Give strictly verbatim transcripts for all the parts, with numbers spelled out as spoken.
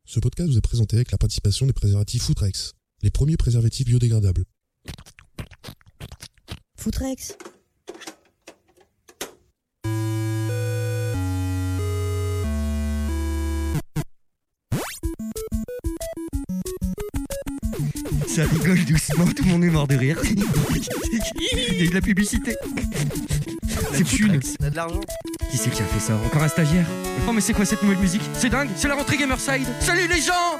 Ce podcast vous est présenté avec la participation des préservatifs Footrex, les premiers préservatifs biodégradables. Footrex. Ça rigole doucement, tout le monde est mort de rire. Il y a eu de la publicité. C'est Footrex. T'as de l'argent. Qui c'est qui a fait ça? Encore un stagiaire? Oh mais c'est quoi cette nouvelle musique? C'est dingue, c'est la rentrée Gamerside. Salut les gens.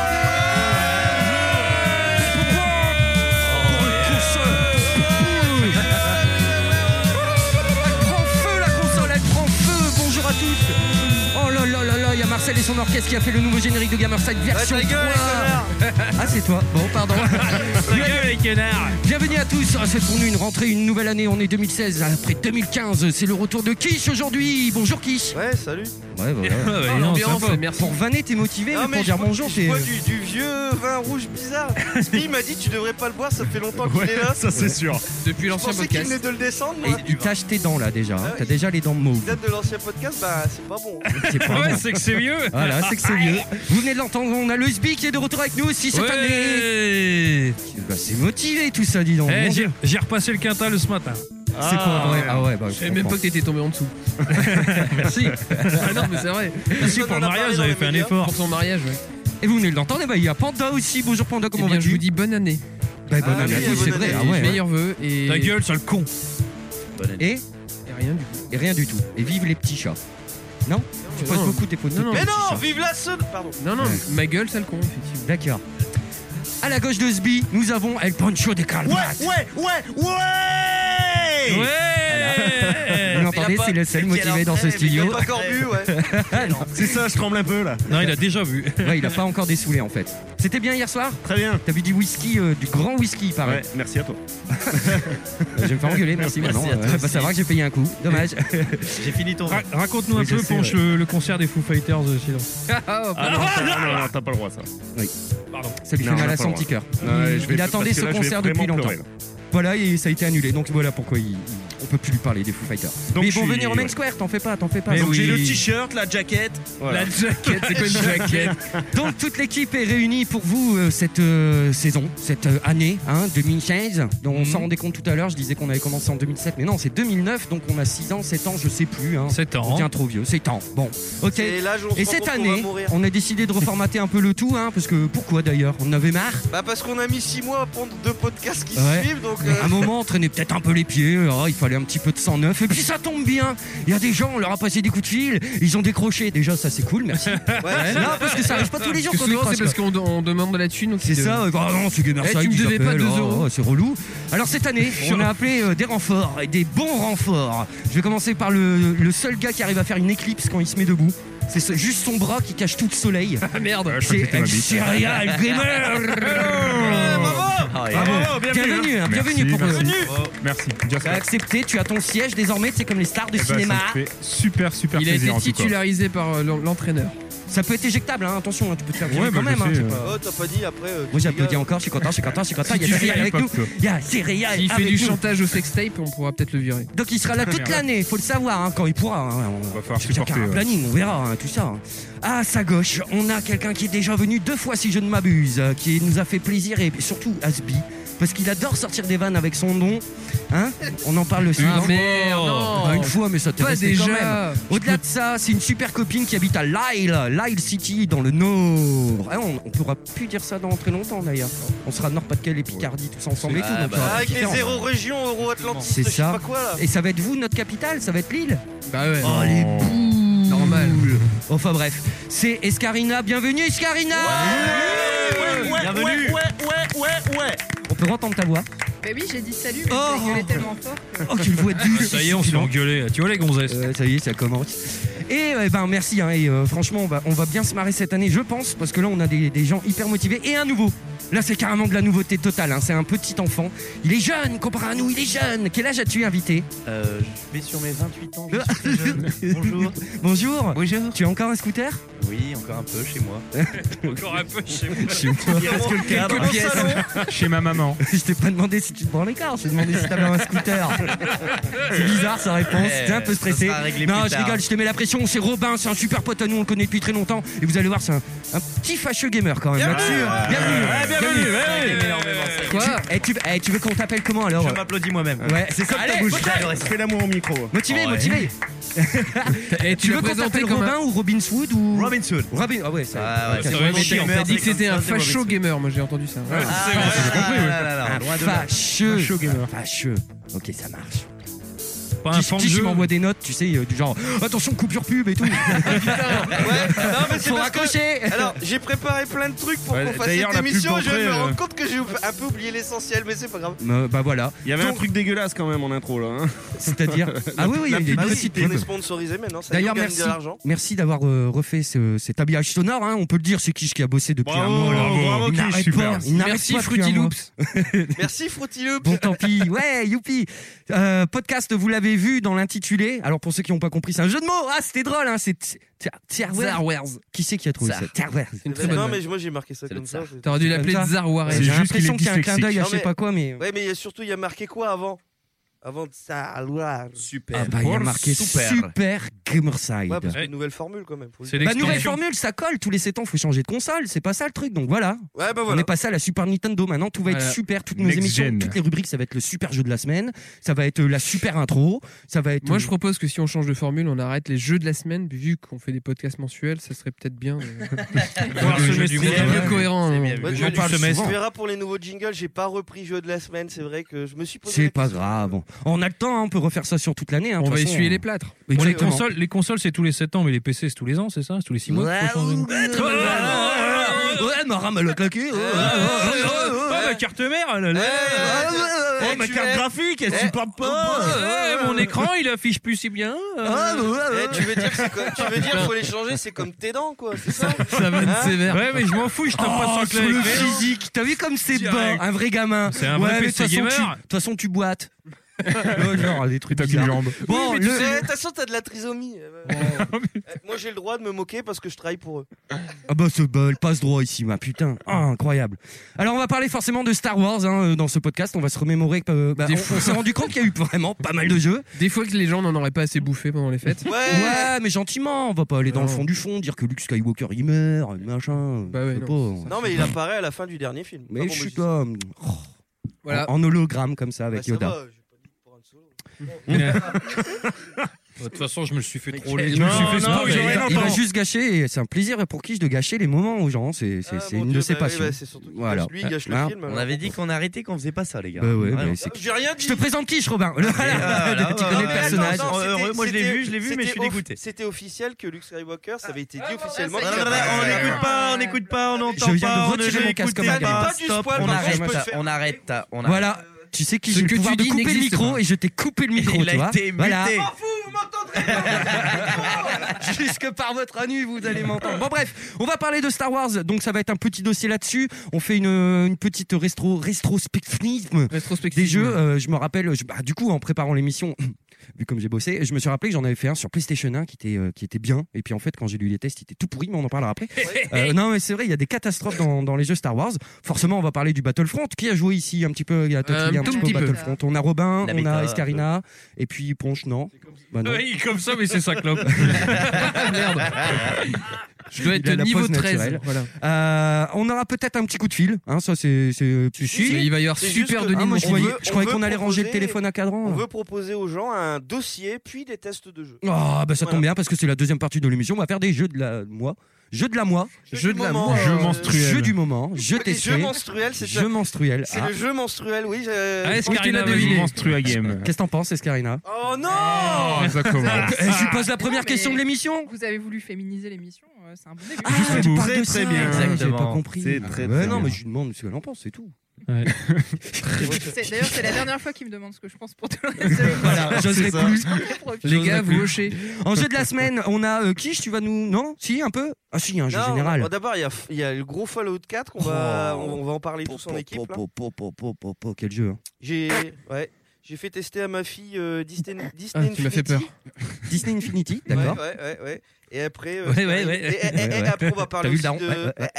Bonjour à tous. Oh là là là là, il y a Marcel et son orchestre qui a fait le nouveau générique de Gamerside version Ouais, ta gueule, trois. Ah c'est toi, bon pardon. Ta gueule les connards. Bienvenue à tous, c'est pour nous une rentrée, une nouvelle année, on est deux mille seize, après deux mille quinze, c'est le retour de Quiche aujourd'hui. Bonjour Quiche. Ouais, salut. Ouais voilà. Ouais, Oh, non, l'ambiance, sympa. merci. Pour vanner t'es motivé, Non, mais mais pour je dire bois- bonjour je t'es... bois du, du vieux vin rouge bizarre. Spi m'a dit tu devrais pas le boire, ça fait longtemps qu'il est là. Ça c'est sûr. Depuis Je l'ancien pensais qu'il podcast. venait de le descendre, Et moi. il tâche tes dents là déjà, hein. Ah oui. T'as déjà les dents mauves. Il date de l'ancien podcast, bah c'est pas bon. C'est pas Ouais, bon. c'est que c'est vieux. Voilà, c'est que c'est mieux. Vous venez de l'entendre, on a le S B I qui est de retour avec nous aussi cette année. Ouais. Bah, c'est motivé tout ça, dis donc. Eh, Mon j'ai, Dieu. j'ai repassé le quintal ce matin. C'est pas vrai. Ah ouais, bah Je savais même pas que t'étais tombé en dessous. Merci. Ah non, mais c'est vrai. Merci pour on le en a mariage, parlé dans j'avais les fait un médias. effort. Pour son mariage, ouais. Et vous venez de l'entendre, et bah, il y a Panda aussi. Bonjour Panda, Eh comment bien, je vas-tu? vous dis bonne année. Bah, bonne Ah année à oui, tous, c'est bonne vrai. année. Ah ouais, ouais. Meilleurs vœux et. Ta gueule, sale con. Et, Et rien du tout. et rien du tout. Et vive les petits chats. Non? Tu poses non. beaucoup tes potes. Non, non. Mais petits non, chats. vive la seule. Pardon. Non, non, Ouais. ma gueule, sale con, effectivement. D'accord. À la gauche de S B I, nous avons El Pancho de Calvat. ouais, ouais, ouais. Ouais. Vous m'entendez, c'est le seul motivé dans ce studio. Il a pas encore bu, ouais. C'est ça, je tremble un peu là. Non, il a déjà vu. Ouais, il a pas encore dessoulé en fait. C'était bien hier soir? Très bien. T'as bu du whisky, euh, du grand whisky, il paraît. Ouais, merci à toi. Je vais me faire engueuler, merci, Merci maintenant. à toi Euh, bah, ça va que j'ai payé un coup. Dommage. J'ai fini ton. Ra- raconte-nous Oui, un je peu, sais, Ponche, ouais. le, le concert des Foo Fighters, euh, sinon. Ah, oh, Ah non, t'as- non, non, t'as pas le droit ça. Pardon. Ça lui fait Non, on mal a à pas son le petit cœur. Non, ouais, je vais- Il attendait parce ce que là, je vais concert depuis vraiment longtemps. pleurer, là. Voilà, et ça a été annulé. Donc voilà pourquoi il, il- on peut plus lui parler des Foo Fighters. Donc, Mais ils je vont suis- venir au Main ouais. Square, t'en fais pas, t'en fais pas. Mais Donc, Donc j'ai oui. le t-shirt, la jaquette. Voilà. La jaquette, c'est quoi une jaquette? donc toute l'équipe est réunie pour vous euh, cette euh, saison, cette euh, année hein, deux mille quinze, dont on s'en rendait compte tout à l'heure. Je disais qu'on avait commencé en deux mille sept, mais non, c'est deux mille neuf, donc on a six ans, sept ans, je sais plus. Hein. sept ans. On devient trop vieux, c'est temps. Bon, ok. Et l'âge où on se Et rend cette compte qu'on va année, mourir. on a décidé de reformater un peu le tout, hein, parce que pourquoi d'ailleurs? On en avait marre. Bah parce qu'on a mis six mois à prendre deux podcasts qui Ouais. se suivent, donc. À euh, un moment, on traînait peut-être un peu les pieds, ah, il fallait un petit peu de sang neuf, et puis ça tombe bien. Il y a des gens, on leur a passé des coups de fil, ils ont décroché. Déjà, ça c'est cool, merci. Ouais. Non, parce que ça arrive pas tous les jours Parce que qu'on souvent, c'est décroche. parce qu'on on demande de la thune. donc C'est ils ça, te- euh, bah non, c'est Gamerside. Eh, tu me ils devais pas appellent, deux oh, euros. oh, c'est relou. Alors cette année, on a appelé euh, des renforts, et des bons renforts. Je vais commencer par le, le seul gars qui arrive à faire une éclipse quand il se met debout. C'est ce- juste son bras qui cache tout le soleil. Ah merde. C'est El Serial Gamer. Ah, Bravo. Bienvenue, hein, bienvenue pour merci. euh, Merci. Tu as accepté, tu as ton siège désormais, c'est comme les stars de Eh ben, cinéma. ça me fait super super Il a plaisir été en tout cas. titularisé par euh, l'en- l'entraîneur. Ça ça peut être éjectable, hein, attention, hein, tu peux te faire virer Ouais, quand bah, même. je hein, sais, c'est euh. pas- Oh, t'as pas dit après. euh, Moi tu j'applaudis rigoles. encore, je suis content, je suis content, je suis content. Si Il y tu a fais Céréal avec nous. l'impact, Il y a Céréal S'il fait avec du nous. chantage au sextape, on pourra peut-être le virer. Donc il sera là toute l'année, faut le savoir, hein, quand il pourra. Hein, on Va falloir chacun supporter, un ouais. planning, on verra hein, tout ça. hein. À sa gauche, on a quelqu'un qui est déjà venu deux fois si je ne m'abuse, euh, qui nous a fait plaisir et surtout Asbi. Parce qu'il adore sortir des vannes avec son nom. Hein, on en parle le suivant. Ah merde, non. Ah, une fois, mais ça te Pas restait quand même. déjà. Au-delà de ça, c'est une super copine qui habite à Lyle, Lyle City, dans le Nord. Ah, on, on pourra plus dire ça dans très longtemps d'ailleurs. On sera Nord-Pas-de-Calais, Picardie, tous ensemble et tout. donc il y aura Avec pas de les différence. zéro régions euro-atlantistes, C'est je sais ça. pas quoi là. Et ça va être vous, notre capitale, ça va être Lille. Bah ouais. Oh, les boules. Normal. Enfin bref, c'est Escarina. Bienvenue Escarina. Bienvenue. ouais, ouais, ouais, ouais. On peut entendre ta voix. Bah oui, j'ai dit salut, mais Oh. tu as gueulé tellement fort que... Oh, quelle voix douce. Ça y est, on se fait engueuler. Tu vois les gonzesses. Euh, ça y est, ça commence. Et euh, ben merci. Hein, et euh, franchement, on va, on va bien se marrer cette année, je pense, parce que là, on a des, des gens hyper motivés et un nouveau. Là, c'est carrément de la nouveauté totale. Hein. C'est un petit enfant. Il est jeune, comparé à nous, il est jeune. Quel âge as-tu, invité? Euh, je vais sur mes vingt-huit ans. Je suis très jeune. Bonjour. Bonjour. Bonjour. Tu as encore un scooter? Oui, encore un peu chez moi. Encore un peu chez moi. Chez moi. Il reste que le cadre. Quelques pièces. Chez ma maman. Je t'ai pas demandé si tu te branles les corps, je t'ai demandé si t'avais un scooter. C'est bizarre sa réponse, Eh, t'es un peu ça stressé. sera réglé Non, plus je tard. rigole, je te mets la pression. C'est Robin, c'est un super pote à nous, on le connaît depuis très longtemps. Et vous allez voir, c'est un, un petit fâcheux gamer quand même. Bienvenue. Là-dessus. Bienvenue. Ouais, bienvenue. Ouais, énormément, ça. Quoi? Et tu, eh, tu veux qu'on t'appelle comment alors? Je m'applaudis moi-même. Ouais, c'est ça. Allez, Fais l'amour au micro. motivé, Ouais. motivé. Et Tu tu veux l'as qu'on présenté t'appelle comme un... Robin ou Robin Wood ou Robin Hood. Robin. Ah ouais, ça. Ah ouais, ok. c'est Ouais, vraiment mais chiant. T'as dit que C'est c'était comme un ça, c'est facho Robin Hood. gamer, moi j'ai entendu ça. Ouais, Ah, c'est vrai, ouais, j'ai compris. là, ouais. là, là, là. Un Loin de là. fâcheux. Fâcheux gamer. Fâcheux. Ok, ça marche. Pas un Qui, fan qui de jeu. m'envoie des notes, tu sais, euh, du genre attention coupure pub et tout. Ouais, non mais c'est Faut parce que... raccrocher. Alors, j'ai préparé plein de trucs pour Ouais, qu'on fasse d'ailleurs, cette la émission. pub Je viens de me d'entrée, rendre euh, compte que j'ai un peu oublié l'essentiel, mais c'est pas grave. Euh, bah voilà. Il y avait un Donc- truc dégueulasse quand même en intro là. Hein. C'est-à-dire ah oui oui, il y a une Bah oui, petite on pub. est sponsorisé maintenant, ça D'ailleurs nous gagne merci, de l'argent. merci d'avoir euh, refait ce- cet habillage sonore. Hein. On peut le dire, c'est Kish qui a bossé depuis Bravo, un mois. là. bravo, bravo, il Kish, n'arrête super. pas. Il n'arrête Merci pas depuis Fruity un mois. Loops. Merci Fruity Loops. Bon tant pis. Ouais, youpi. Euh, podcast, vous l'avez vu dans l'intitulé. Alors pour ceux qui n'ont pas compris, c'est un jeu de mots. Ah, c'était drôle. Hein. C'est Tiarware. Zarware. Qui c'est qui a trouvé Zar. ça? Tiarware. C'est une très bonne Non, vanne. mais moi j'ai marqué ça C'est comme le ça. Tsar. c'est- T'aurais dû C'est l'appeler comme ça. Zarware. C'est J'ai juste l'impression qu'il qu'il est y a un clin d'œil à dyslexique. je sais Non, mais- pas quoi, mais. Ouais, mais surtout, il y a marqué quoi avant? Avant de ça, alors. Super. Ah bah il y a marqué Super. super Gamerside. Ouais, parce que Ouais. nouvelle formule quand même. faut le C'est dire. Bah nouvelle l'extension. formule, ça colle. Tous les sept ans, faut changer de console. C'est pas ça le truc. Donc voilà. Ouais, bah On voilà. est passé à la Super Nintendo. Maintenant, tout va être Voilà. super. Toutes nos Next émissions, gen. toutes les rubriques, ça va être le super jeu de la semaine. Ça va être euh, la super intro. Ça va être. Moi, euh, je propose que si on change de formule, on arrête les jeux de la semaine. Vu qu'on fait des podcasts mensuels, ça serait peut-être bien. de- Voir Le le jeu jeu du du C'est mois. mieux ouais. cohérent. C'est non. bien. Le Ouais, jeu j'en tu- parle tu souvent. verras pour les nouveaux jingles, j'ai pas repris jeu de la semaine. C'est vrai que je me suis posé. C'est la pas question. grave. Bon. On a le temps. Hein, on peut refaire ça sur toute l'année. Hein, de On toute va façon, essuyer on- les plâtres. Bon, les Exactement. consoles, les consoles c'est tous les sept ans, mais les P C c'est tous les ans, c'est ça? C'est tous les six mois? Ouais, qu'il faut changer une- ouais, très bonne vanne. Ouais, Maram, elle a claqué. Ouais, ouais, ouais, Oh, ouais. ma carte mère, elle a l'air- Eh, Oh, ma tu carte es- graphique, elle Eh, supporte pas. Ouais, mon écran il affiche plus si bien. euh. Ah, ouais, ouais, Eh, ouais. tu veux dire, c'est comme- tu veux dire, faut les changer, c'est comme tes dents, quoi, c'est ça? Ça va Hein être sévère. Ouais, mais je m'en fous, je tape pas Oh, sur le sur clavier. le physique, t'as vu comme c'est Direct. bas, un vrai gamin. C'est un vrai Ouais, mais de P C toute façon, gamer. tu- de toute façon, tu boites. Ouais, genre des trucs T'as qu'une bizarres. jambe. Bon, Oui, mais tu le- sais, de toute façon, t'as de la trisomie. Eh, Moi, j'ai le droit de me moquer parce que je travaille pour eux. Ah bah ce bol passe droit ici, ma putain, ah, incroyable. Alors on va parler forcément de Star Wars hein, dans ce podcast. On va se remémorer que euh, bah, Des on, on s'est rendu compte qu'il y a eu vraiment pas mal de jeux. Des fois que les gens n'en auraient pas assez bouffé pendant les fêtes. Ouais. Ouais, mais gentiment. On va pas aller dans le Non. fond du fond, dire que Luke Skywalker il meurt, machin. Bah ouais, je sais non. pas. Non, mais il apparaît à la fin du dernier film. Mais Ah, je bon, suis moi, comme oh, Voilà. en, en hologramme comme ça dis- avec Bah, ça Yoda. va, j'ai pas dit pour Han Solo. De toute façon, je me le suis fait Mais troller. quel- Je me Non, suis fait non, spoiler. j'aurais- Il va Attends. juste gâcher, et c'est un plaisir pour Kish de gâcher les moments aux gens. C'est c'est- Ah, c'est mon une Dieu, de ses bah oui, passions. bah, c'est surtout qu'il Voilà. gâche- lui, il gâche le Hein. film. On alors. avait dit qu'on arrêtait qu'on faisait pas ça, les gars. Bah ouais, Vraiment. mais c'est- J'ai rien dit. Je te présente Kish, Robin. Voilà. voilà, Tu ouais, connais ouais, le ouais. personnage. Attends, attends, Heureux, c'était- moi, je l'ai c'était- vu, je l'ai vu, mais je suis c'était off- dégoûté. C'était officiel que Luke Skywalker, ça avait été dit Ah, bon, officiellement. bah, qu'il ça y y est. avait- On n'écoute pas, on n'écoute pas, on n'entend Je viens de pas, on retirer ne mon casque écoutez Margaret. pas, Pas du stop, spoil, on par contre, arrête, je peux te faire- on arrête, on arrête. Voilà. Tu sais qui Ce j'ai que le pouvoir tu de dis couper le n'existe micro pas. et je t'ai coupé le micro, Il tu a vois. été Voilà. muté. Jusque par votre nuit, vous allez m'entendre. Bon bref, on va parler de Star Wars, donc ça va être un petit dossier là-dessus. On fait une, une petite rétro, rétrospective Rétrospective. des jeux. Euh, je me rappelle, je- bah, du coup, en préparant l'émission, vu comme j'ai bossé, je me suis rappelé que j'en avais fait un sur PlayStation un qui était, euh, qui était bien. Et puis en fait, quand j'ai lu les tests, il était tout pourri, mais on en parlera après. Euh, non, mais c'est vrai, il y a des catastrophes dans, dans les jeux Star Wars. Forcément, on va parler du Battlefront. Qui a joué ici un petit peu, il y a tatillé Euh, un tout petit peu petit au peu. Battlefront. On a Robin, La on bêta, a Escarina, et puis Ponche, non. Bah non. Oui, comme ça, mais c'est ça, clope. Merde. Je dois Il a être la niveau pose treize. naturelle. Voilà. Euh, on aura peut-être un petit coup de fil, hein, ça c'est c'est Si, si. si. Il va y avoir C'est juste super que- Denis Ah, moi je on croyais, veut- je croyais on qu'on veut allait ranger le proposer- téléphone à cadran. On veut proposer aux gens un dossier puis des tests de jeu. Oh bah ça Voilà. tombe bien parce que c'est la deuxième partie de l'émission. On va faire des jeux de la moi, jeux de la moi, Jeu du de la moment, moi. Jeu euh, menstruel. jeux du moment, jeux Les testés, jeux menstruels, c'est jeux ça. menstruels. C'est Ah. le jeu menstruel, oui. je- Ah, Je pense que tu Escarina, l'as vas-y. deviné. Monstrua Game. Qu'est-ce que t'en penses, Escarina? Oh non Oh, ça commence. Eh, Je lui pose la première mais- question de l'émission. Vous avez voulu féminiser l'émission, euh, c'est un bon début. Ah, Jusqu'au tu bout. parles de Très, ça. très bien. J'ai pas Exactement. compris. C'est très, Ouais, très non, bien. mais je lui demande ce qu'elle en pense, c'est tout. Ouais. C'est- D'ailleurs, c'est la dernière fois qu'il me demande ce que je pense pour tout le reste de l'émission. Voilà, j'oserais ça. plus. Les gars, J'oserais vous plus. hochez. En jeu de la semaine, on a euh, Quiche, tu vas nous. Non Si, un peu Ah, si, un jeu Non, général. bon, d'abord, il y a, il y a le gros Fallout quatre, on va, on, on va en parler tous en équipe. Là. Po, po, po, po, po, po, quel jeu hein. J'ai, ouais, j'ai fait tester à ma fille euh, Disney, Ah, Disney tu m'as fait peur. Disney Infinity, d'accord. Ouais, ouais, ouais. Et après, euh, Ouais, ouais, ouais. et- et- et- Ouais, et ouais. après, on va parler T'as vu aussi le daron de. Ouais, ouais,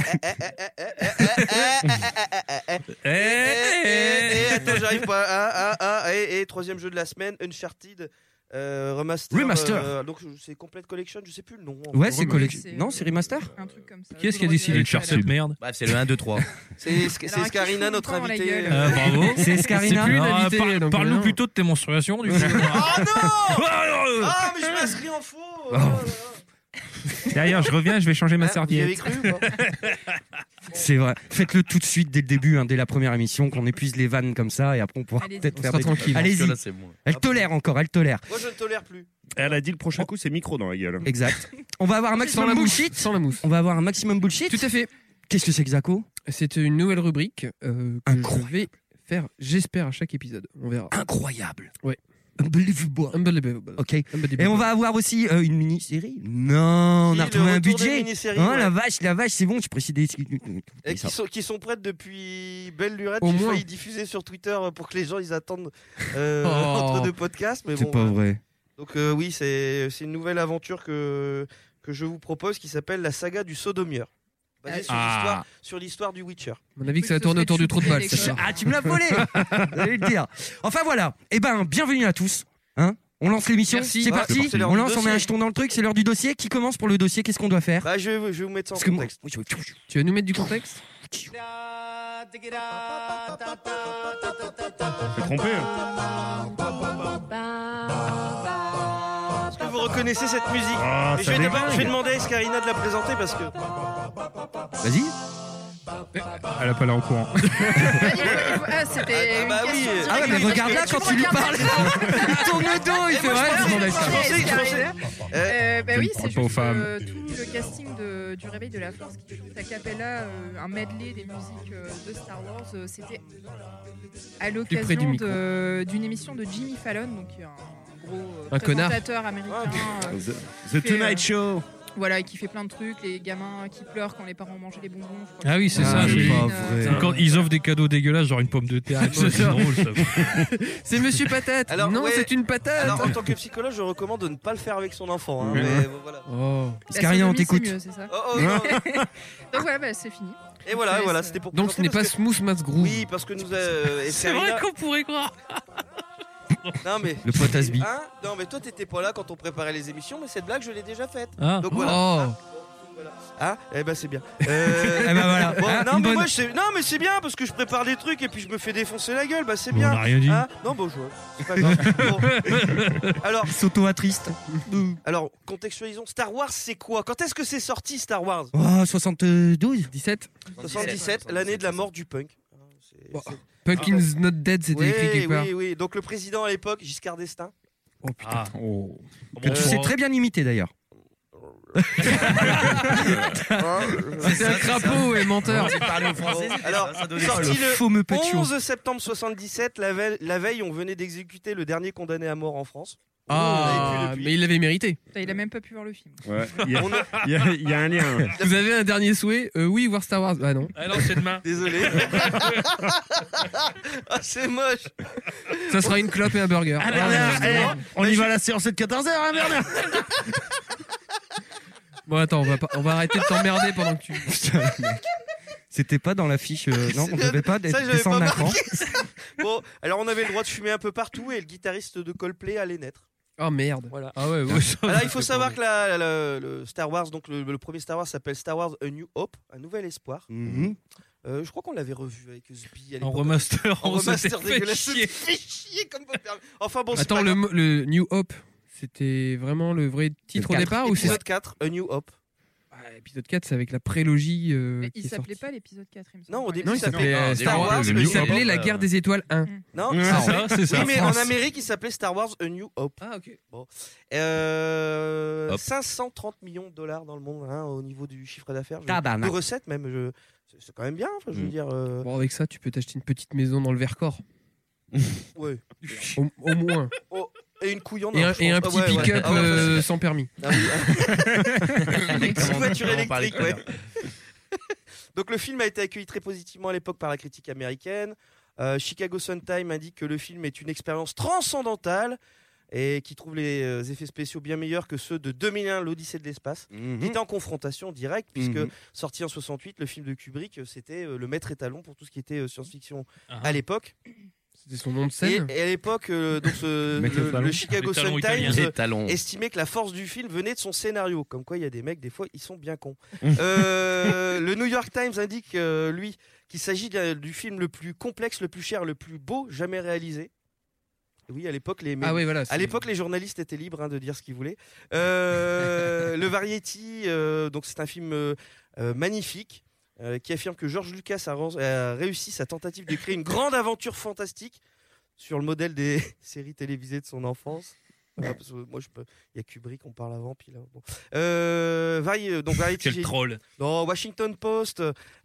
Et, et- et- attends, j'arrive pas. Ah, ah, ah, et, et troisième jeu de la semaine, Uncharted. Euh, remaster, Remaster. euh, donc c'est Complete Collection, je sais plus le nom. Ouais, c'est Ouais, collection. c'est- Non, c'est remaster. Un truc comme ça. Qui est-ce qui a Faudrait décidé de vérifier faire la- cette merde? Bref, c'est le un, deux, trois. C'est c'est Alors, à qui Scarina, fout notre le camp, la invité. gueule Ah, bravo. C'est Scarina. C'est plus une Ah, invitée, par- donc, Parle-nous non. plutôt de tes menstruations, du coup. Oh non Ah, Ah, mais je m'inscris en faux. Oh. Derrière, je reviens, je vais changer ma Hein, vous y avez serviette. cru ou pas C'est vrai. Faites-le tout de suite dès le début, hein, dès la première émission, qu'on épuise les vannes comme ça et après on pourra Allez-y. peut-être On faire sera des... tranquille. Allez-y. Là, c'est bon. Elle tolère encore, elle tolère. Moi, je ne tolère plus. Elle a dit le prochain coup, c'est micro dans la gueule. Exact. On va avoir un Sans maximum la mousse. bullshit. Sans la mousse. On va avoir un maximum bullshit. Tout à fait. Qu'est-ce que c'est que Zako C'est une nouvelle rubrique euh, que Incroyable. je vais faire, j'espère, à chaque épisode. On verra. Incroyable. Ouais. Unbelievable. Unbelievable. Ok. Unbelievable. Et on va avoir aussi euh, une mini-série. Non, on Si, a le retrouvé un retour des budget. mini-séries, Oh ouais. la vache, la vache, c'est bon, tu précises des... Et qui sont, qui sont prêtes depuis belle lurette. Au J'ai moins. failli diffuser sur Twitter pour que les gens ils attendent euh, Oh. entre deux podcasts. Mais C'est bon, pas voilà. vrai. Donc euh, oui, c'est c'est une nouvelle aventure que, que je vous propose qui s'appelle la saga du Sodomieur. Basée sur Ah. l'histoire sur l'histoire du Witcher. À mon avis que Oui, ça va ce tourner serait autour du trou de balle, Choupi c'est ça. Ah, tu me l'as volé. J'allais le dire. Enfin voilà. Eh ben, bienvenue à tous. Hein, on lance l'émission. Merci. C'est Ouais, parti. c'est l'heure On du lance, on met dossier. un jeton dans le truc. C'est l'heure du dossier. Qui commence pour le dossier Qu'est-ce qu'on doit faire Bah, je, vais, je vais vous mettre ça en Parce que moi- contexte. oui, je- Tu vas nous mettre du contexte Je suis trompé. Est-ce que vous reconnaissez cette musique Ah, Et je, ça vais d'abord- dévingue. je vais demander à Escarina de la présenter parce que Vas-y. Elle a pas l'air au courant. Ah, il faut- il faut- ah, c'était Ah, une bah oui. question Ah ouais, mais directe. regarde là Tu quand me tu lui regardes parles. maintenant. Il tourne le dos. Il fait moi, je ouais. pensais- je m'en laisse je pas. pensais- je pensais- Euh, Euh, bah Je oui, ne c'est parle pas aux juste femmes. euh, tout le casting de, du Réveil de la Force qui chante a cappella, euh, un medley des musiques euh, de Star Wars. euh, C'était à près du l'occasion micro. de- d'une émission de Jimmy Fallon, donc qui est un gros euh, Un connard. présentateur américain. euh, The, fait, Tonight euh, Show. Voilà, et qui fait plein de trucs, les gamins qui pleurent quand les parents ont mangé les bonbons. je crois Ah que oui, c'est Ah, ça. c'est j'ai- pas euh, vrai. Quand ils offrent des cadeaux dégueulasses, genre une pomme de terre, c'est ça. drôle ça. C'est Monsieur Patate. Alors, non, ouais. c'est une patate. Alors en tant que psychologue, je recommande de ne pas le faire avec son enfant. Hein, Ouais. mais bon, voilà. Oh. la Scarina, on sodomie, c'est t'écoute. mieux, c'est ça. Oh, oh, non. Donc voilà, bah, c'est fini. Et voilà, Je voilà, laisse, c'était pour. Donc ce présenter n'est pas parce que- Smooth Mass Groove. Oui, parce que nous euh, C'est Escarina- vrai qu'on pourrait croire. Non mais. Le pote Asbi. Hein non mais toi t'étais pas là quand on préparait les émissions, mais cette blague je l'ai déjà faite. Ah. Donc voilà. Oh. Ah, voilà. Ah, eh ben c'est bien. Euh, Eh ben voilà. bon, Hein, non une mais bonne- moi je sais- non mais c'est bien parce que je prépare des trucs et puis je me fais défoncer la gueule, bah c'est On bien. n'a rien dit. Hein non bon je c'est pas grave. Bon. Alors, Il s'auto-attriste. alors contextualisons. Star Wars c'est quoi Quand est-ce que c'est sorti Star Wars Oh, soixante-douze. dix-sept. soixante-dix-sept, l'année de la mort du punk. C'est- Bon. c'est- Pumpkin's Not Dead, c'était Oui, écrit quelque part. oui, oui. Donc le président à l'époque, Giscard d'Estaing. Oh putain. Ah. Oh. Que tu sais très bien imiter d'ailleurs. C'est un crapaud et menteur. Parler au français, Alors, ça donnait sorti Le le fameux Petio. onze septembre soixante-dix-sept, la veille, la veille, on venait d'exécuter le dernier condamné à mort en France. On l'avait Ah, plus depuis. mais il l'avait mérité. Putain, il a même pas pu voir le film. Ouais. Il y a, On a- il y a- il y a un lien. Vous avez un dernier souhait Euh, Oui, voir Star Wars. Ah non. Ah non, c'est demain. Désolé. Ah, c'est moche. Ça sera une clope et un burger. Ah, Ah, Bernard, non. eh, on y va à la séance de quatorze heures, hein, Bernard. Bon, attends, on va, pas- on va arrêter de t'emmerder pendant que tu. C'était pas dans la fiche. euh, non, on devait pas Ça, j'avais descendre pas d'un cran. marqué ça. Bon, alors on avait le droit de fumer un peu partout et le guitariste de Coldplay allait naître. Oh merde. Voilà. Ah ouais, ouais, ça, Alors il faut c'est savoir pas que la, la- le Star Wars, donc le, le premier Star Wars s'appelle Star Wars A New Hope, un nouvel espoir. Mhm. Euh, je crois qu'on l'avait revu avec Sbi à En l'époque. remaster, En on s'était remaster fait dégueulasse. chier. Fait chier comme pas permis. Enfin bon, c'est Attends, pas le, grave. mo- le New Hope, c'était vraiment le vrai titre au quatre. départ ou c'est. Épisode quatre, A New Hope. L'épisode quatre, c'est avec la prélogie. euh, Mais qui il est s'appelait sortie. pas l'épisode quatre, il me semble. Non, au début, Non, il il s'appelait s'appelait euh, Ah, Star Star Wars. Wars, Il le New s'appelait Hope, La euh, guerre des étoiles un. Non, Ouais, ça- c'est ça, c'est ça. oui, mais France. en Amérique, il s'appelait Star Wars A New Hope. Ah, ok. Euh, Hop. cinq cent trente millions de dollars dans le monde hein, au niveau du chiffre d'affaires. Je- Tabarnak. De recettes même. je- C'est c'est quand même bien. Enfin, je veux Mm. dire. euh, Bon, avec ça, tu peux t'acheter une petite maison dans le Vercors. ouais. Au, au moins. Et une couillon. Et un, et un petit pick-up Ah ouais, euh, facile. sans permis. Ah oui. Une petite voiture On en parlait électrique, tout à ouais. l'heure. Donc le film a été accueilli très positivement à l'époque par la critique américaine. Euh, Chicago Sun-Times indique que le film est une expérience transcendantale et qui trouve les euh, effets spéciaux bien meilleurs que ceux de deux mille un, l'Odyssée de l'espace, qui était en confrontation directe, puisque Mhm. sorti en soixante-huit, le film de Kubrick, euh, c'était euh, le maître étalon pour tout ce qui était euh, science-fiction Ah. à l'époque. C'était son nom de Et, scène. et à l'époque, euh, donc ce- Maître le, étalon. le Chicago Le talon Sun-Times italien. euh, Les talons. estimait que la force du film venait de son scénario. Comme quoi, il y a des mecs, des fois, ils sont bien cons. Euh, le New York Times indique, euh, lui, qu'il s'agit de- du film le plus complexe, le plus cher, le plus beau jamais réalisé. Et oui, à l'époque, les, Ah oui, voilà. à c'est- l'époque, les journalistes étaient libres hein, de dire ce qu'ils voulaient. Euh, le Variety, euh, donc c'est un film euh, euh, magnifique euh, qui affirme que George Lucas a, ren- a réussi sa tentative de créer une grande aventure fantastique sur le modèle des séries télévisées de son enfance. Voilà, parce que moi, je peux... il y a Kubrick, on parle avant, puis là. Bon. Euh, Vari- donc Variety, Quel j'ai- troll. non, Washington Post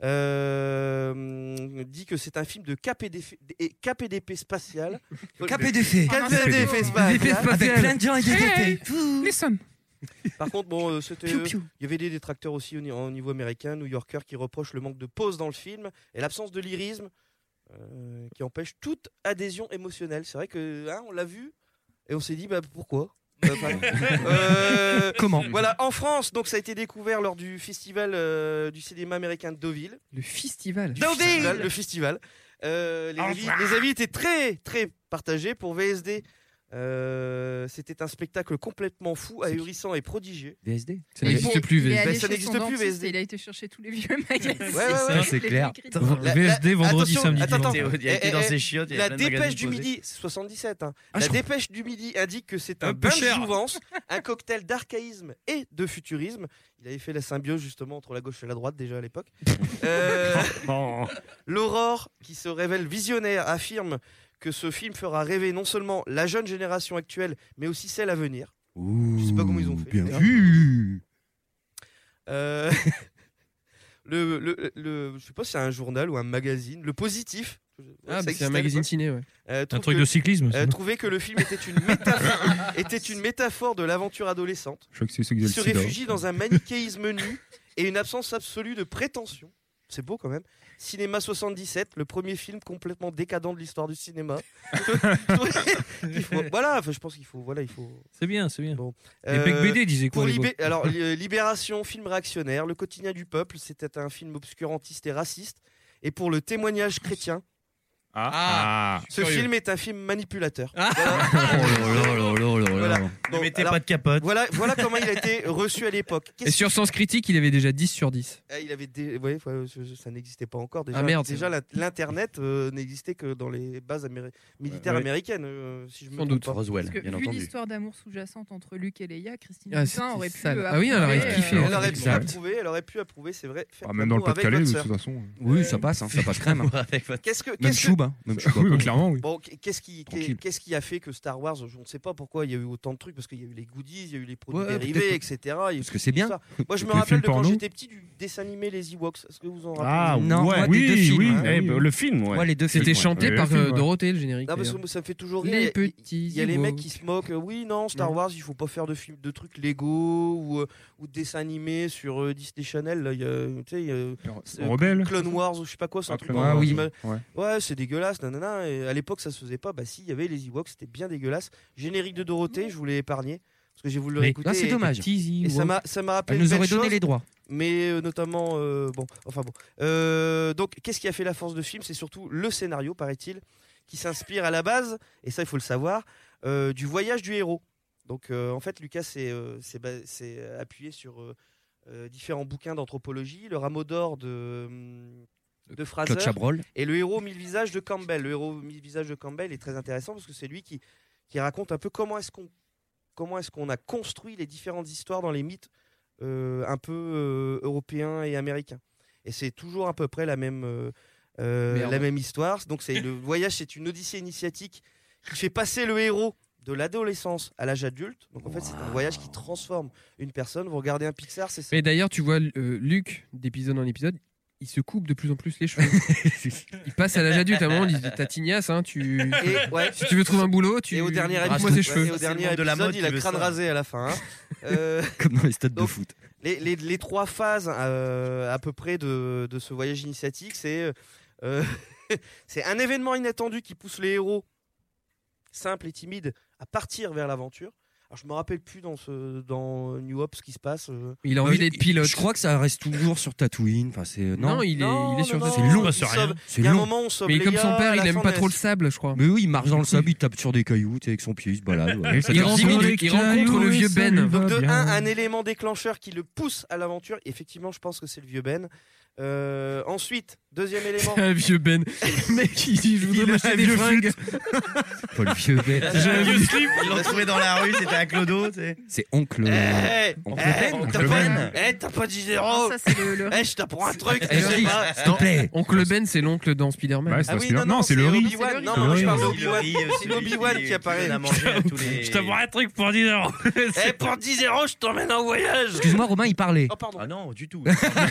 euh, dit que c'est un film de K P D P, et K P D P spatial. K P D P. Ah, K P D P spatial. Avec plein de gens et des Hey, D P. Listen. Par contre, bon, euh, c'était, Piou, euh, piou. il y avait des détracteurs aussi au, ni- au niveau américain, New Yorker, qui reprochent le manque de pause dans le film et l'absence de lyrisme euh, qui empêche toute adhésion émotionnelle. C'est vrai que hein, on l'a vu et on s'est dit bah, pourquoi. Enfin, euh, Comment Voilà, en France, donc ça a été découvert lors du festival euh, du cinéma américain de Deauville. Le festival. Du festival, le festival. Euh, les, avis, les avis étaient très très partagés pour V S D. Euh, c'était un spectacle complètement fou, ahurissant et prodigieux. V S D. Ça n'existe Bon, plus, Il est V S D. allé ça chez n'existe son plus, dentiste V S D. et il a été chercher tous les vieux magazines. Ouais, ouais, ouais. c'est Les clair. écrits. La- V S D, la- vendredi, attention, samedi, attends, dimanche. attends. Il a été Eh, dans eh, ses chiottes. il y a La plein de magazines dépêche du posés. midi, c'est soixante-dix-sept. Hein. Ah, La je crois- dépêche du midi indique que c'est un, Un peu bain de cher. jouvence, un cocktail d'archaïsme et de futurisme. Il avait fait la symbiose justement entre la gauche et la droite déjà à l'époque. Euh, Oh. L'Aurore, qui se révèle visionnaire, affirme que ce film fera rêver non seulement la jeune génération actuelle, mais aussi celle à venir. Je sais pas comment ils ont fait. Bien d'ailleurs. vu. Euh, le, le, le- je sais pas si c'est un journal ou un magazine. Le Positif. Ah, ça bah, c'est existait un à magazine l'époque. ciné, ouais. Euh, Un trouve truc que- de cyclisme. euh, ça. trouvait que le film était une métaphore, était une métaphore de l'aventure adolescente. Je crois que c'est ceux qui Il ont se le sida. réfugie dans un manichéisme nu et une absence absolue de prétention. C'est beau quand même. Cinéma soixante-dix-sept, le premier film complètement décadent de l'histoire du cinéma. Il faut- voilà, enfin, je pense qu'il faut, voilà, il faut. C'est bien, c'est bien. Bon. Les Euh, Bec B D disaient quoi Pour à Libé- l'époque alors li- Libération, film réactionnaire, Le quotidien du peuple, c'était un film obscurantiste et raciste. Et pour Le témoignage chrétien, Ah. ce Curieux. film est un film manipulateur. Ah. Voilà. Oh là là là là là là. Voilà. Ne Bon, mettez alors, pas de capote. voilà, voilà comment il a été reçu à l'époque. Et Qu'est-ce sur Sens Critique, il avait déjà dix sur dix. Ah, il avait des... ouais, ouais, ça- ça n'existait pas encore. Déjà, Ah, merde, déjà la- l'internet euh, n'existait que dans les bases améri- militaires Ouais. américaines, euh, si je me Sans trompe doute. pas. Roswell, Parce que bien vu entendu. l'histoire d'amour sous-jacente entre Luc et Leia, Christine Ah, Toussaint c'était aurait pu. sale. euh, Ah oui, elle aurait approuver, kiffé, euh, Elle aurait pu Exact. approuver, elle aurait pu approuver, c'est vrai. Faites Ah, même dans le l'amour avec Pas-de-Calais, votre de sœur. toute façon. Oui, ça passe, hein, ça passe crème. Avec votre- Qu'est-ce que, Même qu'est-ce que- chouba. Même chouba. Oui, bah, clairement, oui. Bon, qu'est-ce qui, Tranquille. qu'est-ce qui a fait que Star Wars, je ne sais pas pourquoi il y a eu autant de trucs, parce qu'il y a eu les goodies, il y a eu les produits Ouais, dérivés, peut-être. et cetera. Il y a eu Parce que toute c'est bien. l'histoire. Moi, je me Les rappelle films de quand porno. j'étais petit du dessin animé Les Ewoks. Est-ce que vous en rappelez Ah, Non, ouais. moi, des deux oui, films, oui. hein. Eh, bah, le film, ouais. Ouais, les deux C'était films, ouais. chanté Ouais, par le film, euh, ouais. Dorothée, le générique. Non, parce d'ailleurs. que ça me fait toujours rire. Les Il y a- petits Il y a les mecs qui Ewoks. se moquent. euh, Oui, non, Star Non. Wars, il faut pas faire de films, de trucs Lego ou, euh, ou de dessins animés sur euh, Disney Channel. Là, il y a, tu sais, il y a, c'est- Rebelle. Clone Wars ou je sais pas quoi. c'est un Ah, truc Clone dans- Wars, oui. dans- Ouais. Ouais, c'est dégueulasse. Nanana. Et à l'époque, ça se faisait pas. Bah si, il y avait les Ewoks, c'était bien dégueulasse. Générique de Dorothée, je voulais épargner parce que j'ai voulu le Mais- réécouter. Ah, c'est et- dommage. Et ça m'a, ça m'a rappelé Elle une nous belle aurait donné chose, les droits. mais euh, notamment, euh, bon, enfin bon. Euh, donc, qu'est-ce qui a fait la force de ce film? C'est surtout le scénario, paraît-il, qui s'inspire à la base, et ça il faut le savoir, euh, du voyage du héros. Donc, euh, en fait, Lucas s'est, euh, s'est ba- s'est appuyé sur euh, euh, différents bouquins d'anthropologie, le rameau d'or de, hum, de Fraser, Claude Chabrol. et le héros mille visages de Campbell. Le héros mille visages de Campbell est très intéressant parce que c'est lui qui, qui raconte un peu comment est-ce qu'on comment est-ce qu'on a construit les différentes histoires dans les mythes euh, un peu euh, européen et américain. Et c'est toujours à peu près la même, euh, euh, la même histoire. Donc c'est le voyage, c'est une odyssée initiatique qui fait passer le héros de l'adolescence à l'âge adulte. Donc en fait, c'est un voyage qui transforme une personne. Vous regardez un Pixar, c'est ça. Mais d'ailleurs, tu vois, euh, Luc, d'épisode en épisode, il se coupe de plus en plus les cheveux. Il passe à l'âge adulte. À un moment, il dit t'as tignasse, hein, tu... Et, ouais. si tu veux trouver un boulot, tu. Et au dernier rases épisode, tes cheveux. ouais, au dernier épisode, de la mode il a qui veut crâne ça. rasé à la fin. Hein. Euh, Comme dans les stades donc, de foot. Les, les, les trois phases euh, à peu près de, de ce voyage initiatique, c'est euh, c'est un événement inattendu qui pousse les héros simples et timides à partir vers l'aventure. Alors je me rappelle plus dans ce dans New Hope ce qui se passe. euh. Il a envie d'être pilote. Je crois que ça reste toujours sur Tatooine. Enfin, c'est non. Non, il est, Non, il est sur. non, c'est non, long, il c'est sauve- rien. C'est Il y a un long. moment où on sauve Mais comme Leia, son père, à il la aime fin, pas on trop le laisse- sable, je crois. Mais oui, il marche dans le sable, il tape sur des cailloux, tu sais, avec son pied, il se balade. ouais. Ça Il fait- rencontre, il rencontre le vieux Ben. Donc de un, un élément déclencheur qui le pousse à l'aventure. Effectivement, je pense que c'est le vieux Ben. Euh, ensuite, deuxième élément. Un vieux Ben. Le mec, il dit je voudrais m'acheter des fringues. Pas le vieux Ben. J'ai un vieux slip. Ils l'ont trouvé dans la rue, c'était à Clodo. tu sais. C'est oncle. Eh, Oncle eh, Ben. t'as Oncle pas, Ben. eh, t'as pas dix Non, euros. ça, c'est le, le Eh, je t'apprends un truc. Eh, je sais Rick, pas. s'il te plaît. Oncle Ben, c'est l'oncle dans Spider-Man. Ouais, c'est Ah pas oui, celui-là. non, Non, c'est le riz. Obi-Wan. C'est le Non, riz. non, moi, je Le parle riz, d'Obi-Wan. oui, C'est l'Obi-Wan qui apparaît. à manger à tous les. Je t'apprends un truc pour dix euros. Eh, pour dix euros, je t'emmène en voyage. Excuse-moi, Romain, il parlait. Oh, pardon. Ah non, du tout.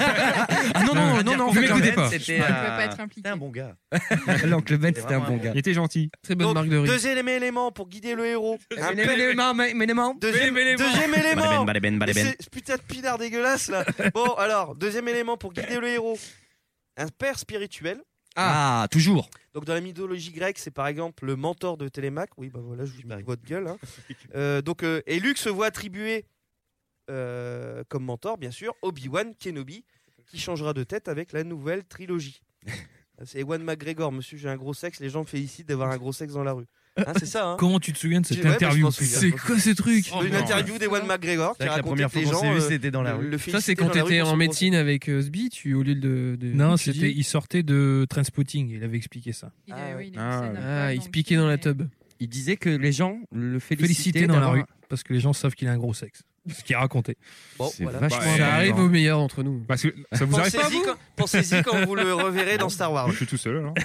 Ah non, non, non, non, Vous en fait, m'écoutez non. pas. C'était Tu peux un- pas être impliqué. c'était un bon gars. L'oncle Ben, C'était c'était un vraiment bon un gars. Il était gentil. Très bonne Donc, marque de riz. deuxième élément pour guider le héros. Un Mais père- les mains, mais mais les mains. Deuxième, deuxième élément. Balében, Mais balében. c'est ce putain de pinard dégueulasse là. Bon, alors, deuxième élément pour guider le héros. Un père spirituel. Ah, toujours. Donc dans la mythologie grecque, c'est par exemple le mentor de Télémaque. Oui, bah voilà, je vous dis votre gueule. Hein. Euh, donc, euh, et Luke se voit attribuer euh, comme mentor, bien sûr, Obi-Wan Kenobi, qui changera de tête avec la nouvelle trilogie. C'est Ewan McGregor, monsieur, j'ai un gros sexe, les gens me félicitent d'avoir un gros sexe dans la rue. Hein, c'est ça, hein. Comment tu te souviens de cette Ouais, bah, je interview m'en souviens. C'est quoi ce truc Oh, Une non. interview d'Ewan McGregor C'est qui vrai que la racontait première que fois les qu'on gens s'est vu, euh, c'était dans la le- rue. le Ça, c'est félicitaient quand dans la rue t'étais pour en son médecine avec euh, Sbi, tu, au lieu de. de Non, d'étudier. c'était, il sortait de Trainspotting. Il avait expliqué ça. Il Ah, est, ouais. oui, il est Ah, scène ouais. après Ah, il dans se le piquait film, dans la mais- tub. Il disait que les gens le félicitaient Félicité dans la d'avoir- rue. Parce que les gens savent qu'il a un gros sexe. Ce qu'il racontait. Bon, C'est voilà. vachement Bah, Ça Ouais, arrive non. aux meilleurs d'entre nous. Parce que ça vous arrive pas, Pensez-y vous quand, pensez-y quand vous le reverrez dans Star Wars. Moi, je suis tout seul, alors.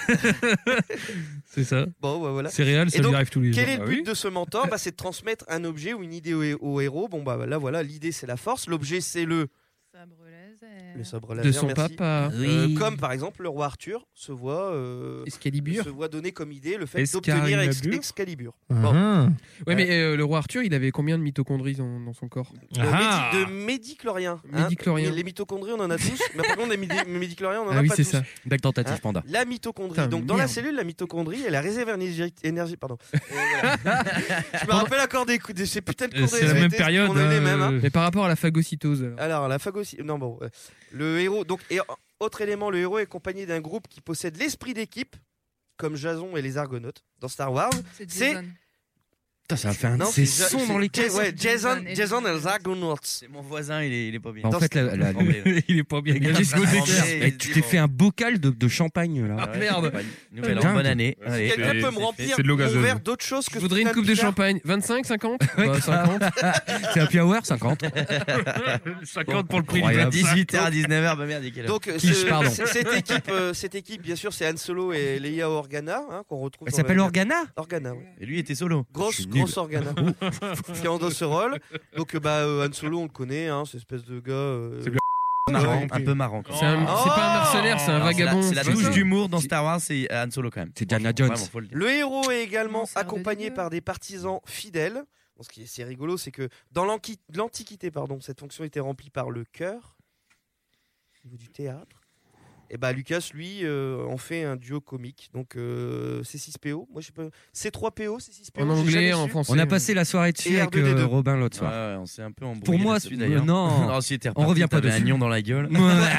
C'est ça. Bon, bah, voilà. C'est réel, ça Et donc, lui arrive tous les jours. Quel est le Ah but oui. de ce mentor bah, C'est de transmettre un objet ou une idée au, au héros. Bon, bah là, voilà, l'idée c'est la force. L'objet c'est le, Sabre laser. le sabre De laser. son merci. papa. Euh, comme par exemple, le roi Arthur se voit, euh, Excalibur. se voit donner comme idée le fait Excalibur. d'obtenir Ex- Excalibur. Bon. Ah. Ouais, mais euh, le roi Arthur, il avait combien de mitochondries dans, dans son corps De, Ah. médi- de médichloriens. hein. Médichloriens. Les mitochondries, on en a tous. Mais par contre, les midi- médichloriens, on en Ah a oui, pas c'est tous. ça. Bac tentative Hein panda. La mitochondrie. Putain, Donc, dans la merde. cellule, la mitochondrie, elle a réserve énergie. énergie pardon. Et voilà. Je me rappelle encore des, coups- de ces putains de cours Euh, de C'est la S V T, même période. On est les hein, mêmes. hein. euh, Mais par rapport à la phagocytose. alors. Alors, la phagocytose. Non, bon. euh, Le héros. Donc, et, autre élément, le héros est accompagné d'un groupe qui possède l'esprit d'équipe, comme Jason et les Argonautes dans Star Wars. C'est C'est- Jason. Putain, ça a fait un Non, de ces c'est Ja- sons c'est- dans les Ja- caisses. Ouais, Jason, Jason et Jason les et les Argonauts. C'est mon voisin, il est, il est pas bien. En Dans fait, la- la- Il est pas bien gagé ce Ah, côté. mais- Eh, tu t'es fait un bocal de, de champagne là. Ah ouais, merde. c'est pas- Nouvelle Putain. an, bonne année. Ouais, Allez. Quelqu'un c'est- peut me c'est- remplir c'est de l'eau mon gazeuse. verre d'autre chose que Je voudrais une coupe de champagne. vingt-cinq, cinquante Bah, cinquante. C'est happy hour cinquante. cinquante pour le prix du Incroyable. vingt-cinq. dix-huit heures à dix-neuf heures, bah merde, il est quelle heure Donc, euh, Quiche, ce- pardon. c- cette équipe, euh, cette équipe, bien sûr, c'est Han Solo et Leia Organa, hein, qu'on retrouve. Elle dans s'appelle la- Organa. Organa, oui. Et lui était solo. Je Grosse, suis nul. grosse Organa. qui endosse ce rôle. Donc, euh, bah, euh, Han Solo, on le connaît, hein, cette espèce de gars. euh, C'est bien. Marrant, un peu marrant. quoi. C'est un- Oh c'est pas un mercenaire, c'est un Alors, c'est la- vagabond. C'est la c'est touche ça d'humour dans Star Wars, c'est Han Solo quand même. C'est Diana Franchement, Jones. vraiment, faut le dire. Le héros est également Non, ça a l'air de accompagné dégueu. par des partisans fidèles. Bon, ce qui est c'est rigolo, c'est que dans l'anqui- l'Antiquité, pardon, cette fonction était remplie par le chœur, au niveau du théâtre. Et bah Lucas, lui, euh, en fait un duo comique. Donc euh, C six P O, moi je sais pas, C trois P O, C six P O. En j'ai anglais, jamais en su. français. On a passé la soirée dessus Et avec R deux D deux. euh, Robin l'autre Ouais, soir. ouais, on s'est un peu embrouillé. Pour moi, là-dessus, c'est- d'ailleurs. non. Non, si t'es On revient pas t'avais un dessus. nion dans la gueule.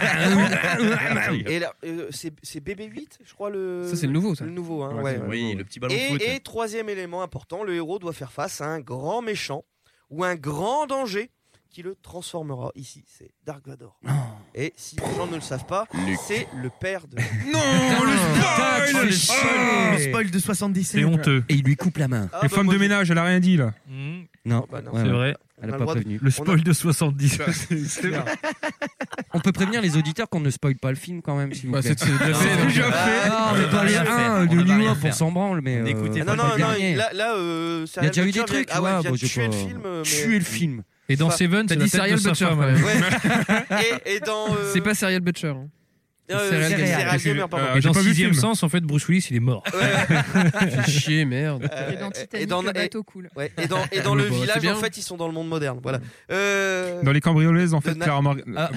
Et là, euh, c'est c'est B B huit, je crois le. Ça, c'est le nouveau, ça. Le nouveau, hein, Ouais, ouais. c'est le Oui, le petit ballon de Et, foot. et troisième élément important, le héros doit faire face à un grand méchant ou un grand danger qui le transformera. Ici, c'est Dark Vador. Et si les gens ne le savent pas, c'est le père de. Non, le spoil, le spoil. Le spoil de soixante-dix. C'est honteux. Et il lui coupe la main. Ah, Les bah, femmes moi, de je- ménage, elle a rien dit là. Non. bah non. Ouais, C'est ouais. vrai. Elle On a a pas droit de- prévenu. Le spoil de soixante-dix. C'est bon. On peut prévenir les auditeurs qu'on ne spoil pas le film quand même, s'il vous Bah, plaît. c'est c'est déjà C'est fait. déjà Ah, fait. Ah, On mais va pas les rien faire. un On de va New rien York, on faire. s'en branle, mais. N'écoutez euh, Ah, non, pas non, le non, dernier. il- là, là euh, Il y a déjà eu des Serial Butcher trucs, vient- tu ah ouais, vois. vient bon, de j'ai tuer pas- le film. euh, mais- Tuer le film. Et dans Enfin, Seven, T'as c'est dit la tête Serial de sa Butcher, femme. quand même. Ouais. et, et dans. euh, C'est pas Serial Butcher. hein. euh, Serial Serial Gamer. Gamer, pardon. Et j'ai dans pas vu le Sixième film. Sens, en fait, Bruce Willis, il est mort. Ouais. Fais chier, merde. Euh, Et dans Titanic, et dans, le et- bateau coule. ouais, et dans, et dans le Bah, c'est village, bien. en fait, ils sont dans le monde moderne. Voilà. Euh, Dans les cambrioleuses, en fait, Na- Clara Morgan. Ah,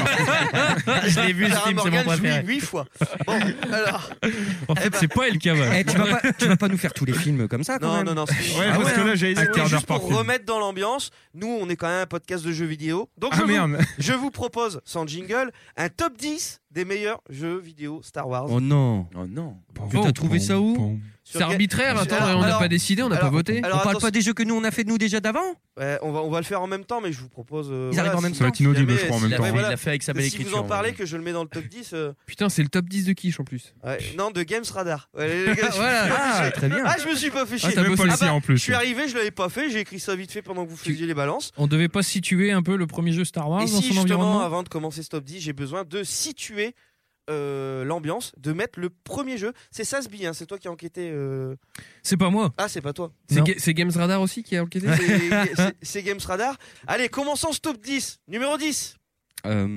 je l'ai vu ce Clara film, c'est mon Morgan joue préféré. huit fois. Bon, alors. En fait, c'est pas El Cavale. Eh, tu, vas pas, tu vas pas nous faire tous les films comme ça, quand Non, même. non, non. c'est- Ouais, Ah parce ouais, que hein. là, j'allais dire C'était quart d'heure juste par pour film. remettre dans l'ambiance. Nous, on est quand même un podcast de jeux vidéo. Donc, je, Ah vous, merde. je vous propose, sans jingle, un top dix des meilleurs jeux vidéo Star Wars. Oh non. Oh non. Tu t'as trouvé ça où Sur C'est Ga- arbitraire, attends, Alors- on n'a alors- pas décidé, on n'a pas alors- voté. alors, On parle attention- pas des jeux que nous on a fait nous déjà d'avant. Ouais, on va, on va le faire en même temps, mais je vous propose. euh, Ils voilà, arrivent en même si- Ça va être inaudible, si je crois, en jamais- même Il temps. l'a fait, voilà. il l'a fait avec sa belle Si écriture. vous en parlez, que je le mets dans le top dix. euh, Putain, c'est le top dix de quiche en plus. ouais, non, de Games Radar. Ouais, les- les gars, je- Voilà. Ah, très bien. Ah, je me suis pas fait chier. Ah, t'as Même bossé. pas le Ah bah, sien en Je plus. suis arrivé, je l'avais pas fait, j'ai écrit ça vite fait pendant que vous faisiez les balances. On devait pas situer un peu le premier jeu Star Wars Et dans si son justement, environnement. avant de commencer ce top dix, j'ai besoin de situer euh, l'ambiance, de mettre le premier jeu. C'est Sasbi, hein, c'est toi qui as enquêté. euh, C'est pas moi. Ah, c'est pas toi. C'est Non. Ga- c'est Games Radar aussi qui a enquêté. C'est- c'est- C'est Games Radar. Allez, commençons ce top dix. Numéro dix. Euh,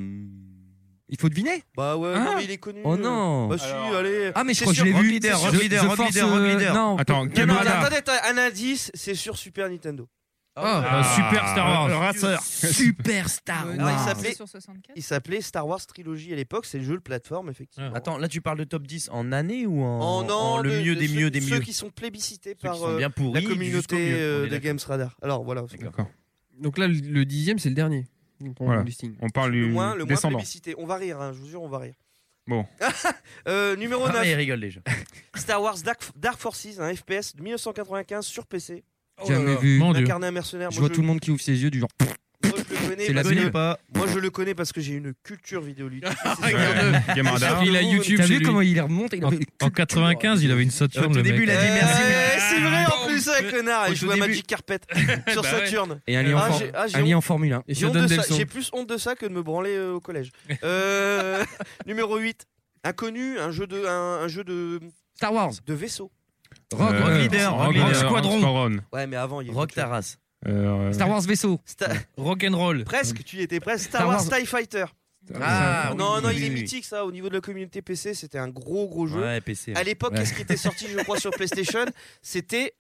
Il faut deviner. Bah ouais, Ah. non, mais il est connu. Oh non. Bah si, allez. Ah mais je C'est crois que je sur- l'ai Rock vu. Leader, The- Rock The Leader, Rock Force, Leader, Rock euh, Leader. Non. Attends, Non, quel non, radar attendez, attendez, un indice, c'est sur Super Nintendo. Ah, Euh, Super Star Wars. Le racer. Super Star Euh, Alors, il non, Wars. s'appelait- c'est sur soixante-quatre. Il s'appelait Star Wars Trilogy à l'époque, c'est le jeu de plateforme, effectivement. Attends, là tu parles de top dix en année ou en, En, non, en le de- mieux de des ceux- mieux des Ceux mieux qui sont plébiscités Ceux par qui sont euh, bien la pourris jusqu'au communauté mieux. euh, On est de d'accord. Games Radar. Alors voilà. D'accord. donc là, le- le dixième, c'est le dernier. Donc, on Voilà. listing. On parle Le du moins, le moins descendant. plébiscité. On va rire, hein, je vous jure, on va rire. Bon. Euh, numéro Ah, neuf, il rigole déjà. Star Wars Dark, Dark Forces, un F P S de mille neuf cent quatre-vingt-quinze sur P C. Jamais vu. Mon On Dieu. incarnait un mercenaire. Je Moi, vois tout le monde qui ouvre ses yeux du genre. moi, je le connais C'est la parce Bible. que- Moi, je le connais parce que j'ai une culture vidéoludique. C'est sûr. Ouais, Game Radar. Il a YouTube T'as chez vu lui. comment il remonte il En, en quatre-vingt-quinze, il avait une Saturn, Au le début, mec. il a dit merci. Euh, c'est vrai en plus, un connard. Au Il joue à début- Magic Carpet sur Bah ouais. Saturn. Et un lien en, Ah, for- j'ai- ah, j'ai un lien honte. en Formule un. Et J'ai sur honte de Don ça. Delson. J'ai plus honte de ça que de me branler euh, au collège. Euh, numéro huit. Inconnu, un jeu de, un, un jeu de, Star Wars. de vaisseau. Rock, Euh, euh, Leader, Rock Rock Leader, Squadron. Squadron. Ouais, mais avant, il y a Rock Taras. Euh, Star Wars vaisseau. Sta- Rock'n'roll. Presque, tu y étais presque. Star, Star Wars, Wars. TIE Fighter. Ah, non, oui, non, oui, il est oui. mythique ça. Au niveau de la communauté P C, c'était un gros, gros jeu. Ouais, P C. À l'époque, Ouais. qu'est-ce qui était sorti, je crois, sur PlayStation? C'était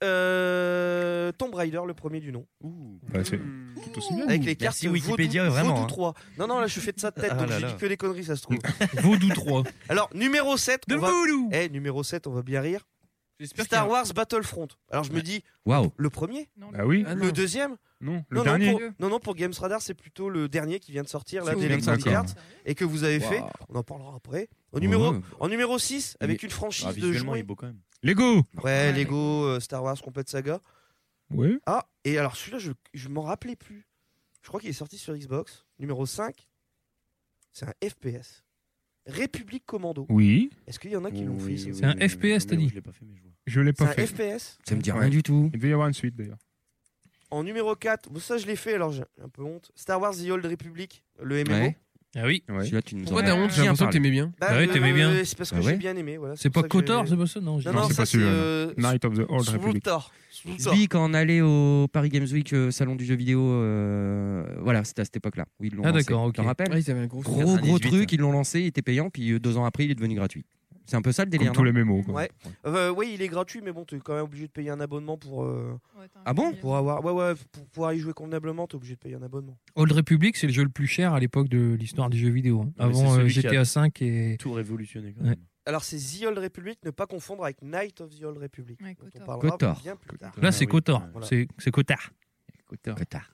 euh, Tomb Raider, le premier du nom. bah, c'est tout aussi bien. Avec les cartes Merci Wikipédia, Vaudou, vraiment, Vaudou hein. trois. Non, non, là, je fais de ça de tête, Ah donc là j'ai là. dit que des conneries, ça se trouve. Vaudou trois. Alors, numéro sept. De on va... Voodoo. Eh, numéro sept, on va bien rire. J'espère Star qu'il y a- Wars Battlefront. Alors, je me dis, Waouh. le premier? Non, Ah oui. Ah non. Le deuxième? Non, le non, dernier. non, pour, non, non, pour Games Radar, c'est plutôt le dernier qui vient de sortir, là, Qui d'Electronic d'accord. Arts, et que vous avez fait. Waouh. On en parlera après. Au numéro, Ouais. en numéro six, Il avec est- une franchise Ah, de visuellement, il est jouets. beau quand même. Lego. Ouais, Lego, euh, Star Wars, Complete Saga. Ouais. Ah, et alors celui-là, je, je m'en rappelais plus. Je crois qu'il est sorti sur Xbox. Numéro cinq, c'est un F P S. République Commando. Oui. Est-ce qu'il y en a qui l'ont fait ça C'est un F P S, t'as dit? Je l'ai pas fait, mais je vois. Je l'ai C'est pas un fait. F P S. Ça me dit Ouais. rien du tout. Il devait y avoir une suite d'ailleurs. En numéro quatre, bon, ça je l'ai fait, alors j'ai un peu honte. Star Wars The Old Republic, le M M O. Ouais. Ah oui. Ouais. Celui-là, tu nous Pourquoi en t'as Ouais, honte ouais. J'ai l'impression que J'en t'aimais bien. Bah, Ah ouais, euh, t'aimais bien. C'est parce que Ah j'ai ouais bien aimé. Voilà, C'est pour pas ça que j'ai- Kotor, c'est pas ça? Non, j'ai- Non, Non, non, c'est ça pas c'est celui-là, euh, Night of the Old Republic. Swultor. Swultor. Lui, quand on allait au Paris Games Week, euh, salon du jeu vidéo, euh, voilà, c'était à cette époque-là où ils l'ont Ah, lancé. d'accord, ok. Tu te rappelles? Ah, ils avaient un gros Gros, gros quatre-vingt-dix-huit, truc, ils l'ont lancé, il était payant, puis euh, deux ans après, il est devenu gratuit. C'est un peu ça le Comme délire, tous non les mémos. quoi. Ouais. Euh, oui, il est gratuit, mais bon, tu es quand même obligé de payer un abonnement pour, euh, Ouais, t'as un Ah bon billet. pour avoir. Ouais, ouais, pour pouvoir y jouer convenablement, tu es obligé de payer un abonnement. Old Republic, c'est le jeu le plus cher à l'époque de l'histoire des jeux vidéo. hein. Ah, mais c'est Avant euh, celui qui a- G T A cinq et. Tout révolutionné quand Ouais. même. Alors, c'est The Old Republic, ne pas confondre avec Night of the Old Republic. Ouais, dont on Kotor. parlera Kotor. bien plus tard. Là, c'est Ah oui. Kotor. Voilà. C'est c'est Cotard. Cotard.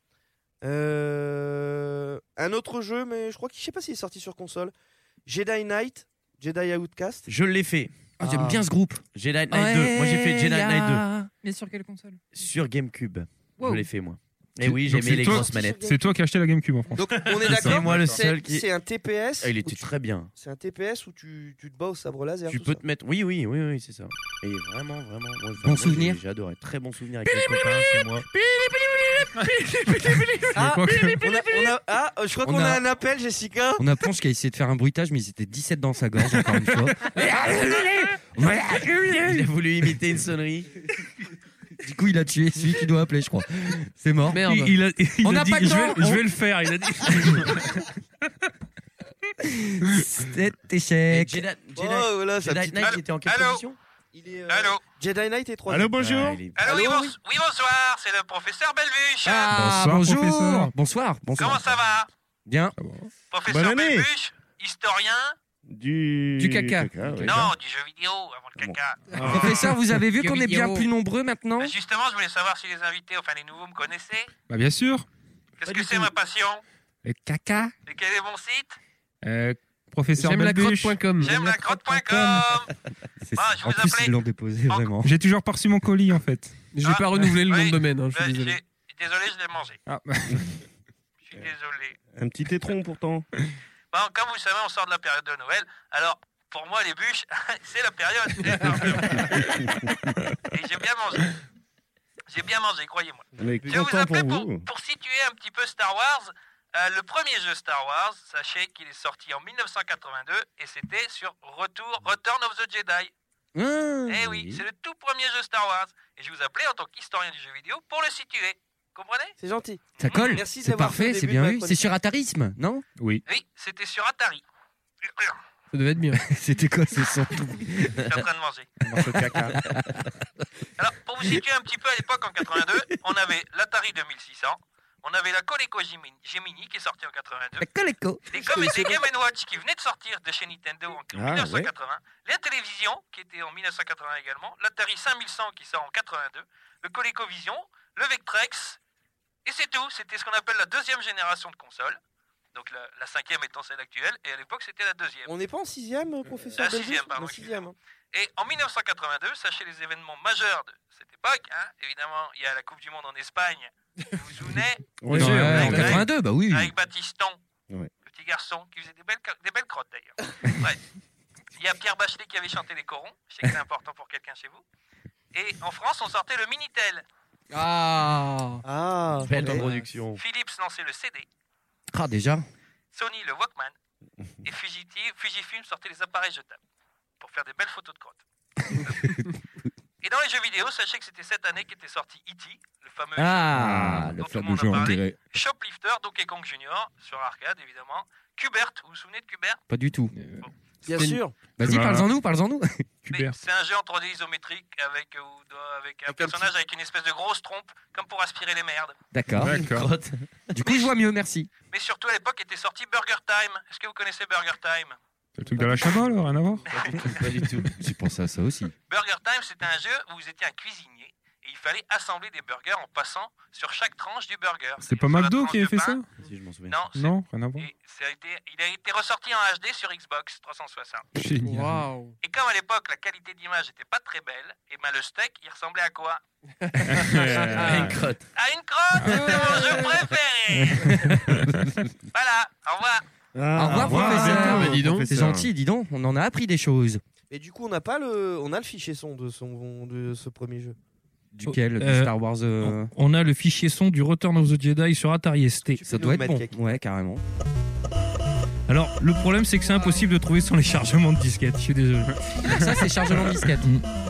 Euh, Un autre jeu, mais je crois que je sais pas s'il est sorti sur console. Jedi Knight, Jedi Outcast. Je l'ai fait. Ah, j'aime Ah. bien ce groupe. Jedi Knight deux. Moi, j'ai fait Jedi Knight deux. Mais sur quelle console? Sur GameCube. Wow. Je l'ai fait, moi. Et C'est- oui, donc j'aimais c'est les toi- grosses manettes. C'est toi qui as acheté la GameCube en France. Donc, on est C'est d'accord. moi le c'est- seul qui- C'est un T P S. Ah, il où était tu- très bien. C'est un T P S où tu, tu te bats au sabre laser. Tu tout peux ça. te mettre. Oui, oui, oui, oui, c'est ça. Et vraiment, vraiment. Moi, Bon vraiment, souvenir. j'ai- J'ai adoré. Très bon souvenir avec les copains chez moi. Ah, Quoi que- on a, on a- ah, je crois On qu'on a... a- un appel, Jessica. On a Ponche qui a essayé de faire un bruitage, mais ils étaient dix-sept dans sa gorge, encore une fois. Il a voulu imiter une sonnerie. Du coup, il a tué celui qui doit appeler, je crois. C'est mort. Merde. Il, il a, il On a n'a dit, pas de je, vais, temps, je on- vais le faire. Il a dit. Cet échec. Jedi, Oh, voilà, sa Jedi petite... Knight était en quelle Allô position? Il est, euh, Allô Jedi Knight est trois. Allô, bonjour. Allô, oui, Allô, bons- oui. oui, bonsoir, c'est le professeur Belvuche. Ah, Bonsoir, bonjour. professeur. Bonsoir. Bonsoir. Comment ça va? Bien. Professeur Bonne année. Belvuche, historien? Du... Du caca. oui. Non, du jeu vidéo avant le caca. Professeur, vous avez vu Jeux qu'on est bien vidéo. plus nombreux maintenant Bah, justement, je voulais savoir si les invités, enfin les nouveaux, me connaissaient. Bah, bien sûr. Qu'est-ce que c'est ma passion? Le caca. Et quel est mon site? Euh, professeur J'aime la Belbuche. crotte point com. J'aime la crotte point com. C'est- Bah, je En vous plus, appelais- ils l'ont déposé, En- vraiment. J'ai toujours pas reçu mon colis, en fait. Je vais Ah, pas renouveler le nom oui. de domaine, hein, je Bah, suis désolé. j'ai- Désolé, je l'ai mangé. Ah. Je suis désolé. Un petit étron pourtant. Bon, comme vous le savez, on sort de la période de Noël. Alors, pour moi, les bûches, c'est la période. Et j'ai bien mangé. J'ai bien mangé, croyez-moi. On est Je vais vous content pour appeler pour, vous. pour situer un petit peu Star Wars. Euh, le premier jeu Star Wars, sachez qu'il est sorti en mille neuf cent quatre-vingt-deux et c'était sur Retour, Return of the Jedi. Ah, Eh oui, c'est le tout premier jeu Star Wars. Et je vous appelais en tant qu'historien du jeu vidéo pour le situer. Comprenez? C'est gentil. Ça colle. Merci de C'est l'avoir fait au parfait, c'est début bien de ma vu. chronique. C'est sur Atarisme, non Oui. Oui, c'était sur Atari. Ça devait être bien. C'était quoi ce son tout Je suis en train de manger. Alors, pour vous situer un petit peu à l'époque, en quatre-vingt-deux, on avait l'Atari deux mille six cents, on avait la Coleco Gemini Gemini qui est sortie en quatre-vingt-deux, La Coleco. des, Com- des Game and Watch qui venaient de sortir de chez Nintendo en Ah, mille neuf cent quatre-vingts, la télévision qui était en mille neuf cent quatre-vingts également, l'Atari cinq mille cent qui sort en quatre-vingt-deux, le ColecoVision, le Vectrex, et c'est tout. C'était ce qu'on appelle la deuxième génération de consoles. Donc la, la cinquième étant celle actuelle, et à l'époque c'était la deuxième. On n'est pas en sixième, euh, professeur La Belgique sixième, pardon, En sixième. hein. Et en mille neuf cent quatre-vingt-deux, sachez les événements majeurs de cette époque, hein, évidemment, il y a la Coupe du Monde en Espagne, vous vous souvenez, Oui, Non, sûr. ouais, avec- en quatre-vingt-deux, bah oui. avec Baptiston, Ouais. le petit garçon, qui faisait des belles, des belles crottes d'ailleurs. Ouais. Il y a Pierre Bachelet qui avait chanté les corons, je sais que c'est important pour quelqu'un chez vous. Et en France, on sortait le Minitel. Ah. Ah, Belle ouais. production. Philips lançait le C D, Ah, déjà. Sony le Walkman, et Fugitive, Fujifilm sortait les appareils jetables pour faire des belles photos de crottes. Et dans les jeux vidéo, sachez que c'était cette année qu'était sorti E T, le fameux Ah, jeu le dont tout le fameux monde jeu a parlé, enterré. Shoplifter, Donkey Kong Junior, sur arcade évidemment, Qbert, vous vous souvenez de Qbert? Pas du tout. Bien C'était une- sûr. Vas-y, Bah, parle-en-nous, parle-en-nous. Mais Kubert. c'est un jeu en trois D isométrique avec, euh, ou doit- avec un personnage avec une espèce de grosse trompe, comme pour aspirer les merdes. D'accord. D'accord. Du coup, je vois mieux, merci. Mais surtout à l'époque était sorti Burger Time. Est-ce que vous connaissez Burger Time? C'est le truc de la Chabat, là, rien à voir. Pas du tout. J'ai pensé à ça aussi. Burger Time, c'était un jeu où vous étiez un cuisinier et il fallait assembler des burgers en passant sur chaque tranche du burger. C'est pas Sur la McDo tranche qui avait de fait ça pain. Si je m'en souviens. Non, c'est- Non, rien à voir. et ça a été, il a été ressorti en H D sur Xbox trois cent soixante. Génial. Waouh. Et comme à l'époque la qualité d'image n'était pas très belle, et ben le steak il ressemblait à quoi? Une crotte. À une crotte. C'était mon jeu préféré. Voilà, au revoir. Ah, Au revoir, professeur. Mais dis donc. C'est gentil, dis donc. On en a appris des choses. Et du coup, on n'a pas le, on a le fichier son de son, de ce premier jeu. Duquel Du Euh, Star Wars. euh, On a le fichier son du Return of the Jedi sur Atari S T. Ça peux doit nous être mettre bon. Ouais, carrément. Alors, le problème, c'est que c'est impossible de trouver sans les chargements de disquettes. Je suis désolé. Ça, c'est chargement de disquette.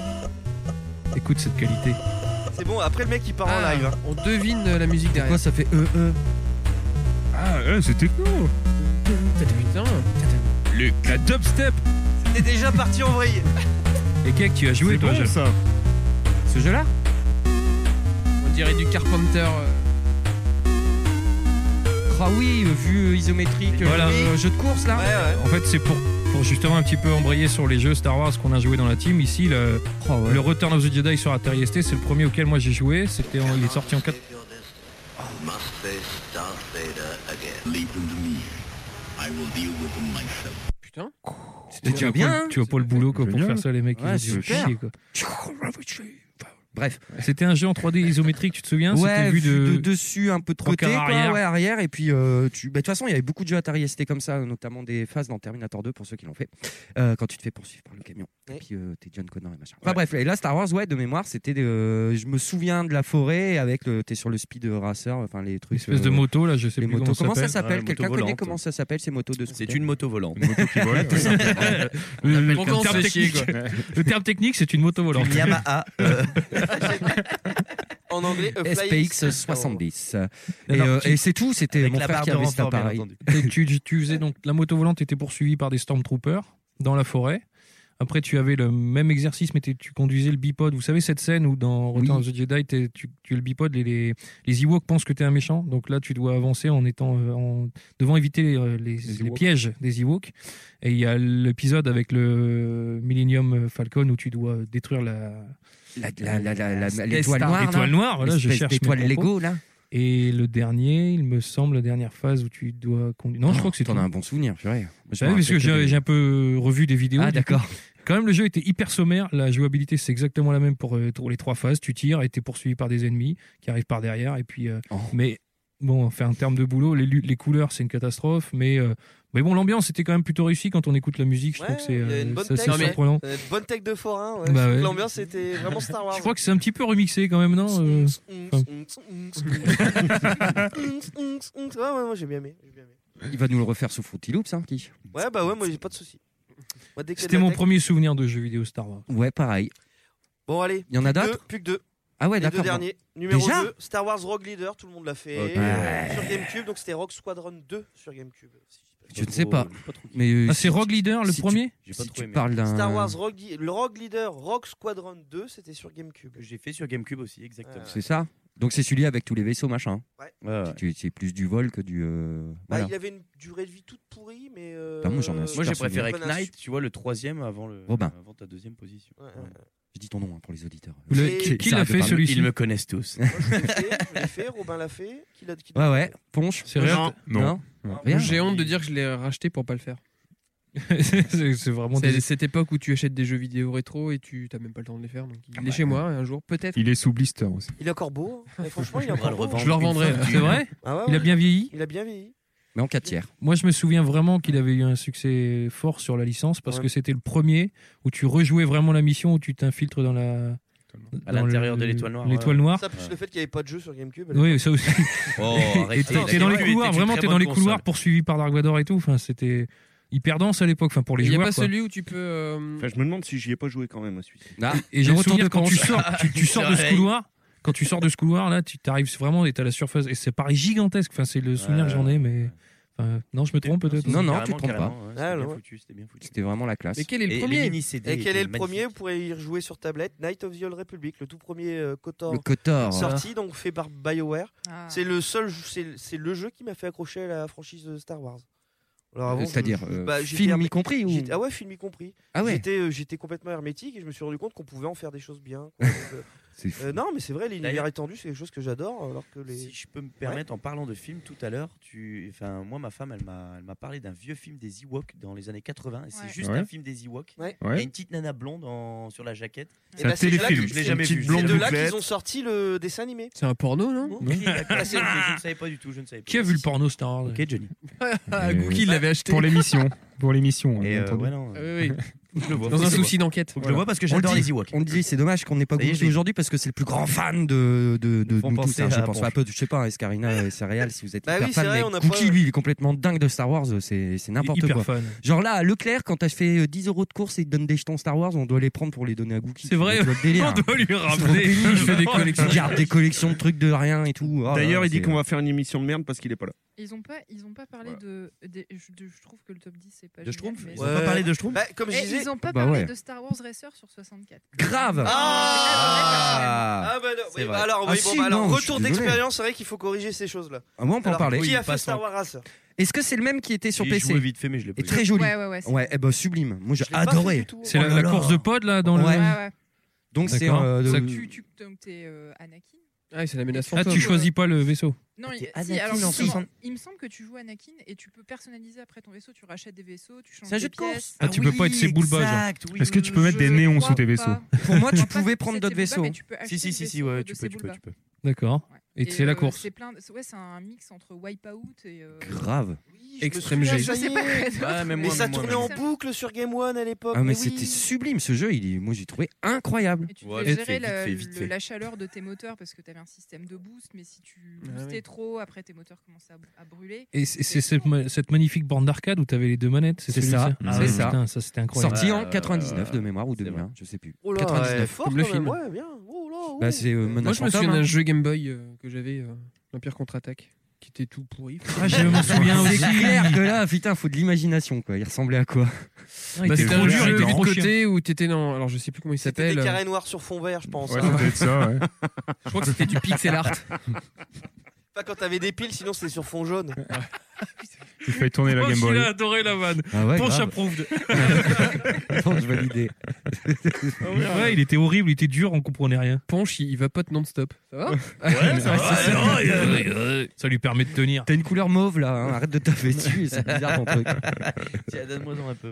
Écoute cette qualité. C'est bon, après le mec il part en Ah, live. hein. On devine euh, la musique derrière. Pourquoi ça fait E E Ah, ouais, c'est techno. Putain. Le, la dubstep. T'es déjà parti en vrille. Et Kek, tu as joué, C'est toi, bon, je- ça. Ce jeu-là On dirait du Carpenter. euh, Ah oui, euh, vue isométrique. Voilà. euh, jeu de course, là. Ouais, ouais. En fait, c'est pour, pour justement un petit peu embrayer sur les jeux Star Wars qu'on a joué dans la team. Ici, le, Oh, ouais. le Return of the Jedi sur Atari S T, c'est le premier auquel moi j'ai joué. C'était en- il est sorti en quatre. Must face Darth Vader again. Leave them to me. I will deal with them myself. Putain. C'était Tu déjà as bien. pas, hein. tu as pas le boulot quoi, pour Génial. faire ça, les mecs. Ouais, ils se super. chier, quoi. Bref. C'était un jeu en trois D isométrique, tu te souviens? Ouais, C'était vu de... de dessus, un peu de côté, Encart quoi, arrière. ouais, arrière. Et puis, euh, tu... bah, de toute façon, il y avait beaucoup de jeux Atari S T comme ça, notamment des phases dans Terminator deux pour ceux qui l'ont fait. Euh, quand tu te fais poursuivre par le camion. Et puis, euh, t'es John Connor et machin. Enfin, Ouais. bref, et là, Star Wars, ouais, de mémoire, c'était. euh, je me souviens de la forêt avec le. T'es sur le Speed Racer, enfin, les trucs. Espèce de euh, moto, là, je sais les plus motos. comment Comment ça ça s'appelle. s'appelle Ouais, Quelqu'un moto connaît volante. comment ça s'appelle ces motos de C'est scooter une moto volante. Une moto qui vole. Tout simplement. Le, le Pourquoi on terme se fait chier, technique, quoi. le terme technique, c'est une moto volante. Une Yamaha. euh, En anglais, a S flying P X six. soixante-dix. Et, Alors, euh, tu- et c'est tout, c'était Avec mon la frère barre qui de avait cet renfort, bien appareil. entendu. Et tu, tu faisais donc la moto volante était poursuivie par des stormtroopers dans la forêt. Après, tu avais le même exercice, mais t'es- tu conduisais le bipod. Vous savez cette scène où dans Return Oui. of the Jedi, t'es- tu, tu es le bipod, les, les, les Ewoks pensent que tu es un méchant. Donc là, tu dois avancer en étant euh, en devant éviter les, euh, les- les Ewoks. pièges des Ewoks. Et il y a l'épisode avec le Millennium Falcon où tu dois détruire la La- la- la- la- la- Death L'étoile Star. noire. l'étoile là. noire. Voilà, je L'espèce cherche mes d'étoile propos. Lego, là. Et le dernier, il me semble, la dernière phase où tu dois conduire. Non, je crois que c'est T'en tout. as un bon souvenir, purée. Je savais, parce que j'ai j'ai un peu revu des vidéos. Ah, du coup. d'accord. Quand même, le jeu était hyper sommaire. La jouabilité, c'est exactement la même pour, euh, pour les trois phases. Tu tires et t'es poursuivi par des ennemis qui arrivent par derrière. Et puis, euh, Oh. mais bon, enfin, en termes de boulot, les, lu- les couleurs, c'est une catastrophe. Mais, euh, mais bon, l'ambiance était quand même plutôt réussie quand on écoute la musique. Je Ouais, trouve que c'est il y a euh, une bonne c'est assez tech, ouais. surprenant. Euh, bonne tech de forain. Ouais. Bah Je trouve ouais. que l'ambiance c'était vraiment Star Wars. Je crois que c'est un petit peu remixé quand même, non euh, enfin, Ouais, ouais, moi j'ai bien aimé. j'ai bien aimé. Il va nous le refaire sous Fruity Loops, hein, qui Ouais, bah ouais, moi j'ai pas de soucis. Moi, dès qu'il y a de C'était la mon tech- premier souvenir de jeu vidéo Star Wars. Ouais, pareil. Bon, allez. Il y en a plus que d'autres deux, Plus que deux. Ah ouais, Les deux d'accord. derniers. Numéro Déjà deux, Star Wars Rogue Leader, tout le monde l'a fait. Ok. Euh, Sur GameCube, donc c'était Rogue Squadron deux sur GameCube. Si Je ne sais pas. Pas trop- Mais euh, Ah, si c'est tu- Rogue Leader, le si tu- premier J'ai pas Si trop tu aimé. parles d'un. Star Wars Rogue, le Rogue Leader Rogue Squadron deux, c'était sur GameCube. Que j'ai fait sur GameCube aussi, exactement. C'est ça. Donc c'est celui avec tous les vaisseaux, machin. Ouais, ouais. Tu- C'est plus du vol que du. euh, Bah, voilà. il avait une durée de vie toute pourrie, mais. euh, Bah, moi, j'en ai un Moi super j'ai souvenir. préféré Bonne insu- Knight, tu vois, le troisième avant, le... Robin. avant ta deuxième position. Ouais, ouais, ouais. Je dis ton nom hein, pour les auditeurs. Vous l'avez- Et- Qui, qui Ça l'a arrête de fait parler. celui-ci Ils me connaissent tous. Moi, je l'ai fait, je l'ai fait, Robin l'a fait. Qui l'a, qui l'a Ouais, ouais. Ponche. C'est réel. Non. Rien. J'ai honte de dire que je l'ai racheté pour pas le faire. c'est c'est vraiment C'est des... cette époque où tu achètes des jeux vidéo rétro et tu t'as même pas le temps de les faire. Donc il est chez moi un jour, peut-être. Il est sous blister aussi. Il est encore beau. hein. Et franchement, il est On va encore le beau. revendre. Je le revendrai. Une fois que tu- C'est vrai Ah ouais, Il a ouais. bien vieilli. Il a bien vieilli. Mais en quatre tiers. Moi, je me souviens vraiment qu'il avait eu un succès fort sur la licence parce Ouais. que c'était le premier où tu rejouais vraiment la mission où tu t'infiltres dans la. À dans l'intérieur le- de l'étoile noire. L'étoile ouais. noire. Ça, plus le fait qu'il n'y avait pas de jeu sur GameCube. Oui, ça aussi. Oh, Et arrêtez. t'es la t'es dans les GameCube couloirs, était une vraiment, très t'es dans bonne les couloirs console. poursuivi par Dark Vador et tout. Enfin, c'était hyper dense à l'époque. Enfin, pour les Il y a joueurs. pas quoi. celui où tu peux. euh, Enfin, je me demande si j'y ai pas joué quand même à celui-ci. Ah, Et j'ai le le retour souvenir de quand tu Ponche. sors, tu, tu sors de ce Pareil. couloir. Quand tu sors de ce couloir, là, tu t'arrives vraiment et t'as la surface. Et c'est pareil gigantesque. Enfin, c'est le souvenir que j'en ai, mais. Enfin, non, je me trompe peut-être. Non, non, Carrément, tu te trompes pas. carrément, ouais, Ah, C'était bien ouais. foutu, c'était bien foutu. C'était vraiment la classe. Mais quel est le Et les premier mini-C D Et quel est le étaient premier Vous magnifiques. pourrez y rejouer sur tablette. Night of the Old Republic, le tout premier euh, Kotor Le Kotor. sorti, donc fait par BioWare. Ah. C'est le seul, c'est c'est le jeu qui m'a fait accrocher à la franchise de Star Wars. Alors avant, je- C'est-à-dire je- euh, bah, j'étais film hermé- y compris ou j'étais- Ah ouais, film y compris. Ah ouais. J'étais, euh, j'étais complètement hermétique et je me suis rendu compte qu'on pouvait en faire des choses bien. quoi. Donc, euh, C'est fou. euh, non, mais c'est vrai, l'univers D'ailleurs- étendu, c'est quelque chose que j'adore. Alors que les. Si je peux me permettre, en parlant de film tout à l'heure, tu... enfin, moi, ma femme, elle m'a, elle m'a parlé d'un vieux film des Ewoks dans les années quatre-vingts. Et c'est Ouais. juste Ouais. un film des Ewoks. Ouais. Il y a Ouais. une petite nana blonde en... sur la jaquette. Et C'est bah, un c'est de là téléfilm. que- Je l'ai c'est- jamais petite vu. C'est blonde de là bouclette. qu'ils ont sorti le dessin animé. C'est un porno, non Ok, d'accord. Ah, c'est- je ne savais pas du tout. Je ne savais pas. Qui a vu le porno Star Wars Ok, Johnny. Ah, Et- Gookie l'avait acheté. Pour l'émission. Pour l'émission. Et bien euh, entendu. ouais, non. Ah oui, oui. Je le vois. Dans Faut un que je le souci d'enquête. vois. Faut que je le vois parce que On le j'adore dit. les Ewoks. On le dit, c'est dommage qu'on n'ait pas Ça y est, Gookie j'ai- aujourd'hui parce que c'est le plus grand fan de, de, de Ils font nous tous. penser hein. Je à pense Ponche. un peu, je sais pas, Escarina et Céréales, si vous êtes Bah hyper oui, c'est fan, vrai, mais on a Gookie, pas- lui, il est complètement dingue de Star Wars, c'est c'est n'importe Hyper quoi. fan. Genre là, à Leclerc, quand t'as fait euh, dix euros de course et il te donne des jetons Star Wars, on doit les prendre pour les donner à Gookie. C'est vrai, Tu vois le délire. on doit lui C'est trop ramener. pénible, il fait des Oh, collections. Il garde des collections de trucs de rien et tout. Oh là D'ailleurs, là, il dit c'est- qu'on va faire une émission de merde parce qu'il est pas là. Ils ont pas, ils ont pas parlé de, des- je, de- je trouve que le top dix c'est pas De génial, Schtroumpf mais- Ils ont pas parlé de Schtroumpf Bah, comme je Et disais. ils ont pas Bah parlé ouais. de Star Wars Racer sur soixante-quatre. Grave. Ah, Ah bah non, C'est oui, vrai. bah alors, Ah oui, si, bon, bah alors non, je retour suis désolé. d'expérience, c'est vrai qu'il faut corriger ces choses-là. Ah, moi, on peut en Alors, parler. Qui Oui, a fait passe Star en- Wars Racer Est-ce que c'est le même qui était sur J'ai P C joué vite fait, mais je l'ai pas Et eu. très joli. Ouais, ouais, ouais. c'est- Ouais, eh ben sublime. Moi, j'ai Je l'ai pas fait adoré. du tout. C'est Oh la, là la là. course de pod là dans Ouais. le. Ouais, ouais. Donc c'est D'accord. euh, Ça- de- Tu, tu, donc t'es euh, Anakin. Ah, c'est la menace Ah, fantôme. tu choisis pas le vaisseau. Non, il, T'es si, Anakin alors, en justement, soixante. il me semble que tu joues Anakin et tu peux personnaliser après ton vaisseau. Tu rachètes des vaisseaux, tu changes C'est un des jeu de course. pièces. Ah, tu peux pas être ces boules bas, genre. exact, oui, Est-ce que oui, tu peux oui, mettre je des néons crois sous tes pas. vaisseaux? Pour moi, tu Je crois pouvais pas prendre que d'autres c'est Sebulba, vaisseaux. mais tu peux acheter Si, si, le si, si, vaisseau ouais, de tu peux, tu peux, Sebulba. tu peux. D'accord. Et, Et, c'est la euh, course. C'est plein. de- Ouais, c'est un mix entre Wipeout et. euh, Grave. Je me Extrême souviens, G. ça Je y sais pas est. quoi d'autre. Ouais, mais Mais moi, ça mais moi, tournait mais en moi. boucle sur Game One à l'époque. Ah mais oui. c'était sublime ce jeu, il est... moi j'ai trouvé incroyable. Et tu Ouais, devais vite gérer fait, la, vite fait, vite le- fait. la chaleur de tes moteurs parce que tu avais un système de boost, mais si tu Ah boostais oui. trop, après tes moteurs commençaient à, à brûler. Et c'est c'est cette, ma- cette magnifique borne d'arcade où t'avais les deux manettes. C'est celui-ci ça, Ah c'est ouais, ça. Putain, ça c'était incroyable. Sorti Ouais, en euh, quatre-vingt-dix-neuf de mémoire ou c'est deux mille un, vrai. je sais plus. Oh là, quatre-vingt-dix-neuf. ouais, fort Comme le quand même, film. Ouais, bien. Oh là, Bah oh. c'est euh, Moi, Menace je me souviens Fantôme, d'un hein. jeu Game Boy euh, que j'avais, euh, l'Empire contre-attaque, qui était tout pourri. Ah, je m'en souviens C'est aussi. clair que là, putain, faut de l'imagination quoi. Il ressemblait à quoi? Ah, il Bah, était c'était trop un dur, il jeu était vu de trop chiant. côté où t'étais dans. Alors, je sais plus comment il C'était s'appelle. des euh, carrés noirs sur fond vert, je pense. Ouais, hein. ça doit être ça, ouais. Je crois que c'était du pixel art. Pas quand t'avais des piles, sinon c'était sur fond jaune. Tu fais tourner la Oh, Game il Boy. a adoré la vanne. Ah ouais, Ponche grave. approved. Ponche validé. Ouais, il était horrible, il était dur, on comprenait rien. Ponche, il, il vapote non-stop. Ça va Ouais, ça, va, non, il- euh, ça lui permet de tenir. T'as une couleur mauve là, hein. Arrête de taper dessus, c'est bizarre ton truc. Tiens, donne-moi un peu.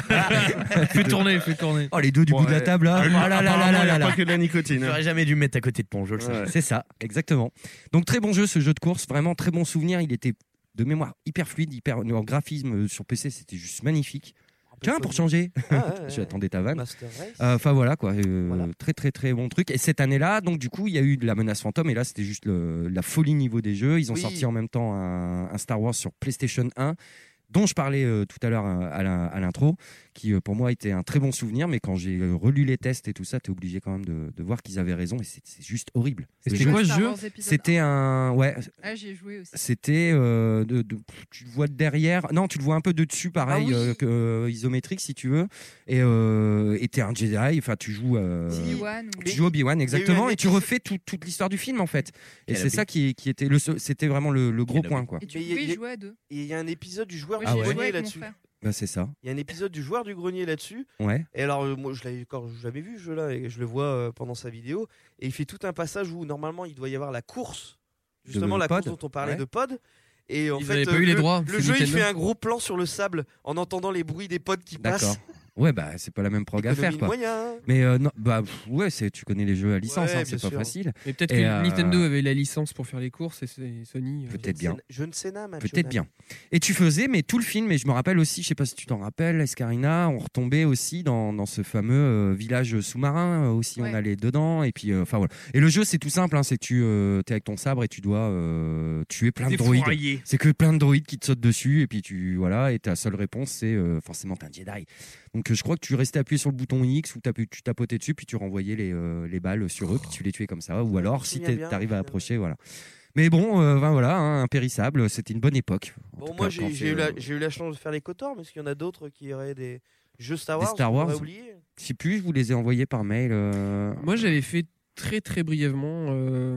Fais tourner, fais tourner. Oh les deux du bout de la table là. Ah, Oh là là là apparemment, là il y là a là. pas que de la nicotine. hein. J'aurais jamais dû me mettre à côté de Ponche, je le sais. Ouais. C'est ça, exactement. Donc très bon jeu ce jeu de course, vraiment très bon souvenir. Il était de mémoire hyper fluide, hyper en graphisme euh, sur P C, c'était juste magnifique. Tiens, pour changer, Ah, ouais, ouais, j'attendais ta vanne. Master Race. Euh, Enfin voilà quoi, euh, Voilà. très très très bon truc. Et cette année-là, donc du coup, il y a eu de la menace fantôme et là c'était juste le- la folie niveau des jeux. Ils ont Oui. sorti en même temps un, un Star Wars sur PlayStation un, dont je parlais euh, tout à l'heure euh, à la- à l'intro, qui euh, pour moi était un très bon souvenir. Mais quand j'ai euh, relu les tests et tout ça, t'es obligé quand même de, de voir qu'ils avaient raison et c'est c'est juste horrible. Et Le c'était jeu- quoi ce Star jeu Wars épisode C'était un, ouais, Ah, j'y ai joué aussi. c'était euh, de, de- tu le vois de derrière, non, tu le vois un peu de dessus, pareil, Ah oui. euh, que, euh, isométrique si tu veux. Et euh, et t'es un Jedi, enfin tu joues. Euh, Obi-Wan ou- tu joues Obi-Wan eu exactement un et tu épisode- refais tout- toute l'histoire du film en fait. Et Kenobi. c'est ça qui, qui était le, seul- c'était vraiment le, le gros Kenobi. point quoi. Et tu Mais il y a- pouvais il y a- y jouer à deux. Et il y a un épisode du joueur Oui, Ah du j'ai ouais. joué grenier avec mon là-dessus. frère. Bah c'est ça. Il y a un épisode du joueur du grenier là-dessus. Ouais. Et alors, euh, moi, je l'avais quand je l'avais vu ce jeu-là et je le vois euh, pendant sa vidéo. Et il fait tout un passage où normalement il doit y avoir la course, justement De la pod. course dont on parlait Ouais. de pod. Et en Ils fait, avaient pas euh, eu les le, droits, le c'est jeu il Nintendo. fait un gros plan sur le sable en entendant les bruits des pods qui D'accord. passent. Ouais bah c'est pas la même prog à Économie faire de quoi. moyens. Mais euh, non, bah pff, ouais, c'est tu connais les jeux à licence, Ouais, hein, c'est bien pas sûr. facile. Mais peut-être Et, que euh, Nintendo avait la licence pour faire les courses et c'est- Sony. euh, Peut-être bien. Je ne sais pas, Peut-être bien. Et tu faisais, mais tout le film, et je me rappelle aussi, je sais pas si tu t'en rappelles, Escarina, on retombait aussi dans, dans ce fameux euh, village sous-marin, euh, aussi Ouais. on allait dedans, et puis, euh, enfin voilà. Et le jeu, c'est tout simple, hein, c'est que tu euh, es avec ton sabre et tu dois euh, tuer plein de droïdes. Défouraillé. C'est que plein de droïdes qui te sautent dessus, et puis tu, voilà, et ta seule réponse, c'est euh, forcément t'es un Jedi. Donc euh, je crois que tu restais appuyé sur le bouton X, ou t'appu- tu tapotais dessus, puis tu renvoyais les, euh, les balles sur eux, puis tu les tuais comme ça, ou alors je si me souviens t'es- bien, t'arrives à je me approcher, voilà. Mais bon, euh, ben voilà, hein, impérissable, c'était une bonne époque. En Bon, tout moi cas, j'ai quand j'ai c'est, eu, la- euh, j'ai eu la chance de faire les Cotors, mais est-ce qu'il y en a d'autres qui auraient des jeux Star Des Wars Star qu'on aurait Wars oublié Je sais plus, je vous les ai envoyés par mail. euh, Moi, j'avais fait très très brièvement. euh,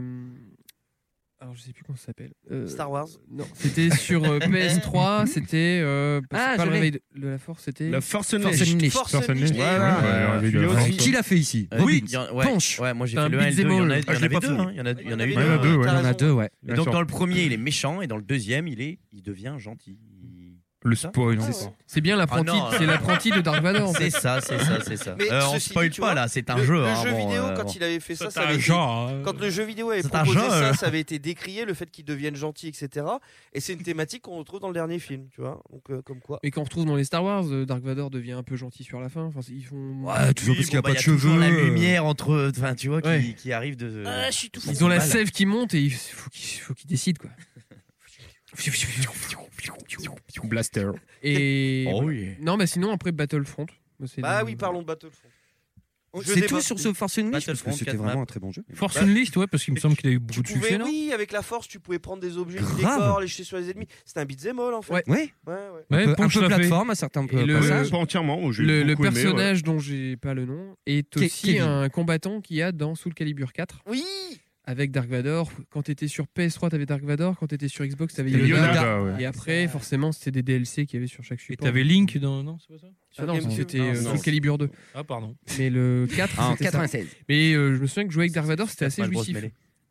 Alors, je sais plus comment ça s'appelle. Euh, Star Wars. Non, c'était sur euh, P S trois. C'était euh, Ah, c'est pas je le l'ai. réveil de, de la force. C'était. La Force Force Unleashed. Unleashed. Force Force Unleashed. Unleashed. Voilà. Ouais, ouais, ouais, tu ouais, l'as ouais. aussi. Qui l'a fait ici Euh, Robin, il y en- ouais, Ponche. Ouais, moi j'ai T'as fait un le un et le deux. Il y en a, beat'em all. il y Ah, en je l'ai avait pas deux. fini. hein. Il y en a, il y en a eu Il y en a deux. deux, ouais. Il y en a raison. deux, ouais. Et donc dans le premier il est méchant et dans le deuxième il est, il devient gentil. Le spoil, Ah on ouais. sait. C'est bien l'apprenti. Ah non, c'est l'apprenti de Dark Vador. En C'est fait. ça, c'est ça, c'est ça. Mais Euh, on ceci spoil dit, tu pas vois, là, c'est un le, jeu. le hein, jeu bon, vidéo, euh, quand bon. il avait fait ça, C'est ça avait un été- genre. hein. Quand le jeu vidéo avait C'est un proposé jeu, ça, euh. ça avait été décrié, le fait qu'il devienne gentil, et cetera. Et c'est une thématique qu'on retrouve dans le dernier film, tu vois. Donc, euh, comme quoi. Et qu'on retrouve dans les Star Wars, euh, Dark Vador devient un peu gentil sur la fin. Enfin, ils font. Ouais, toujours Oui, parce qu'il n'y a bon, pas bah, de y a toujours cheveux. la euh, lumière entre, enfin tu vois, qui, Ouais. qui arrive de. Ah, je suis tout Ils ont la Mal. sève qui monte et il faut qu'ils faut qu'ils décident quoi. Blaster. Et Oh voilà. oui. Non, bah sinon après Battlefront. Moi, c'est Bah le- oui, parlons de Battlefront. Je C'est débat. tout sur ce Force Unleashed parce que Battlefront, c'était quatre vraiment maps. un très bon jeu. Force Bah, Unleashed, ouais, parce qu'il me semble qu'il a eu Tu beaucoup de pouvais, succès, non oui, avec la force, tu pouvais prendre des objets du Grave. décor, les jeter sur les ennemis. C'était un beat'em all en fait. Ouais. Oui, Ouais, ouais. un Ouais, peu, un Ponche peu l'a fait. plateforme à certains Et le- passages. Pas entièrement. moi, j'ai Le, le beaucoup aimé, ouais. personnage dont j'ai pas le nom est Ke- aussi Kevin. un combattant qu'il y a dans Soul Calibur quatre Oui. avec Dark Vador. Quand t'étais sur P S trois, t'avais Dark Vador. Quand t'étais sur Xbox, t'avais Et Yoda. Yoda, ouais. Et après, forcément, c'était des D L C qu'il y avait sur chaque Et support. t'avais Link dans. Non, c'est pas ça Ah non, GameCube. c'était Non, euh, non. Soul Calibur deux. Ah, pardon. Mais le quatre, En c'était ça. quatre-vingt-seize. Mais euh, je me souviens que jouer avec Dark Vador, c'était assez Smash Bros. jouissif. Melee.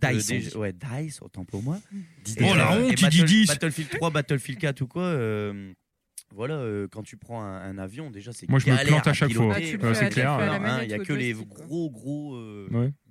que Dice, on déjà- dit. ouais, Dice, autant pour moi. Oh, la honte, Et il dit Battle- dix. Battlefield trois, Battlefield quatre ou quoi. euh, Voilà, euh, quand tu prends un, un avion, déjà, c'est Moi, je me galère plante à chaque fois. piloter. Ah, tu le Ouais, fais- c'est tu le clair. fais à la Hein, manette il y a ou au que les joystick, quoi. gros, gros euh, Ouais.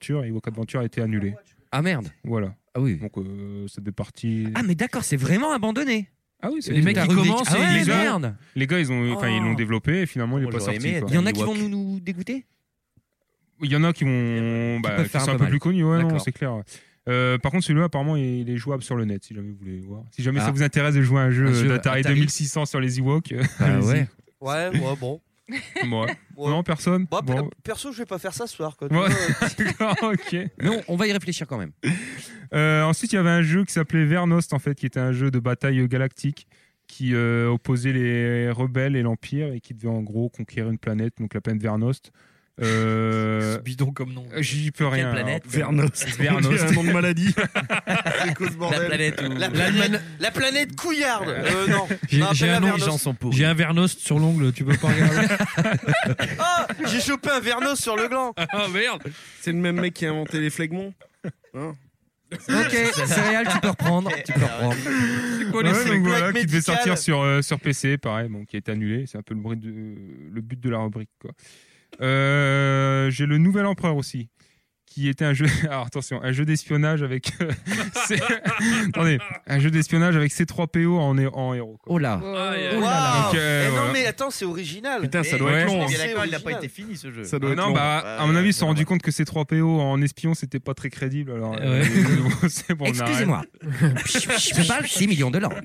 Adventure et Ewok Adventure a été annulé. Ah merde. Voilà. Ah oui. Donc euh, ça devait partir. Ah mais d'accord, c'est vraiment abandonné. Ah oui, c'est les mecs qui commencent Ah et ouais, ils gars- merde. Les gars, ils ont, enfin, ils l'ont Oh. développé et finalement, il est Moi, pas j'aurais sorti. aimé quoi. Il y en a Ewok. qui vont nous, nous dégoûter. Il y en a qui vont, bah, peuvent qui faire sont un un peu peu mal. plus connus, ouais, non, D'accord. c'est clair. Euh, par contre, celui-là, apparemment, il est jouable sur le net, si jamais vous voulez voir. Si jamais Ah. ça vous intéresse de jouer à un jeu, Un jeu d'Atari Atari. deux mille six cents sur les Ewoks, euh, Bah allez-y. ouais. Ouais, ouais, bon. Moi. Ouais. Non, personne. Bah, per- Bon. Perso, je vais pas faire ça ce soir. Quoi. Tu Ouais. vois, euh, D'accord, ok. Mais on, on va y réfléchir quand même. Euh, ensuite, il y avait un jeu qui s'appelait Vernost, en fait, qui était un jeu de bataille galactique qui euh, opposait les rebelles et l'Empire et qui devait en gros conquérir une planète, donc la planète Vernost. Euh... C'est bidon comme nom. J'y peux rien. planète alors. Vernost. Vernost. Un nom de maladie. C'est quoi ce La bordel planète où La planète, la planète couillarde. Euh, non. J'ai Non, j'ai appelle un la nom, les gens Vernost. sont pourris. j'ai un Vernost sur l'ongle, tu peux pas regarder. Ah, j'ai chopé un Vernos sur le gland. Ah merde. C'est le même mec qui a inventé les flegmons. Hein Ok, céréales, tu peux reprendre. Tu peux reprendre. C'est quoi Ouais, les donc flecs voilà, qui devait médicales. sortir sur, euh, sur P C, pareil, bon, qui a été annulé. C'est un peu le, bruit de, le but de la rubrique. Quoi. Euh, j'ai le Nouvel Empereur aussi, qui était un jeu. Alors attention, un jeu d'espionnage avec. euh, C- Attendez, un jeu d'espionnage avec C trois P O en, hé- en héros. Quoi. Oh là. Oh, Aïe, Waouh. aïe. Donc, euh, Eh non, voilà. mais attends, c'est original. Putain, ça Mais doit ouais, être long. on hein. est C'est d'accord, il n'a pas original. été fini ce jeu. Ça doit Ah être non, long. bah, Ouais, à mon avis, ils se c'est sont rendus normal. compte que C trois P O en espion, c'était pas très crédible. Alors, Ouais. euh, c'est bon, on arrête. Excusez-moi. Je parle six millions de langues.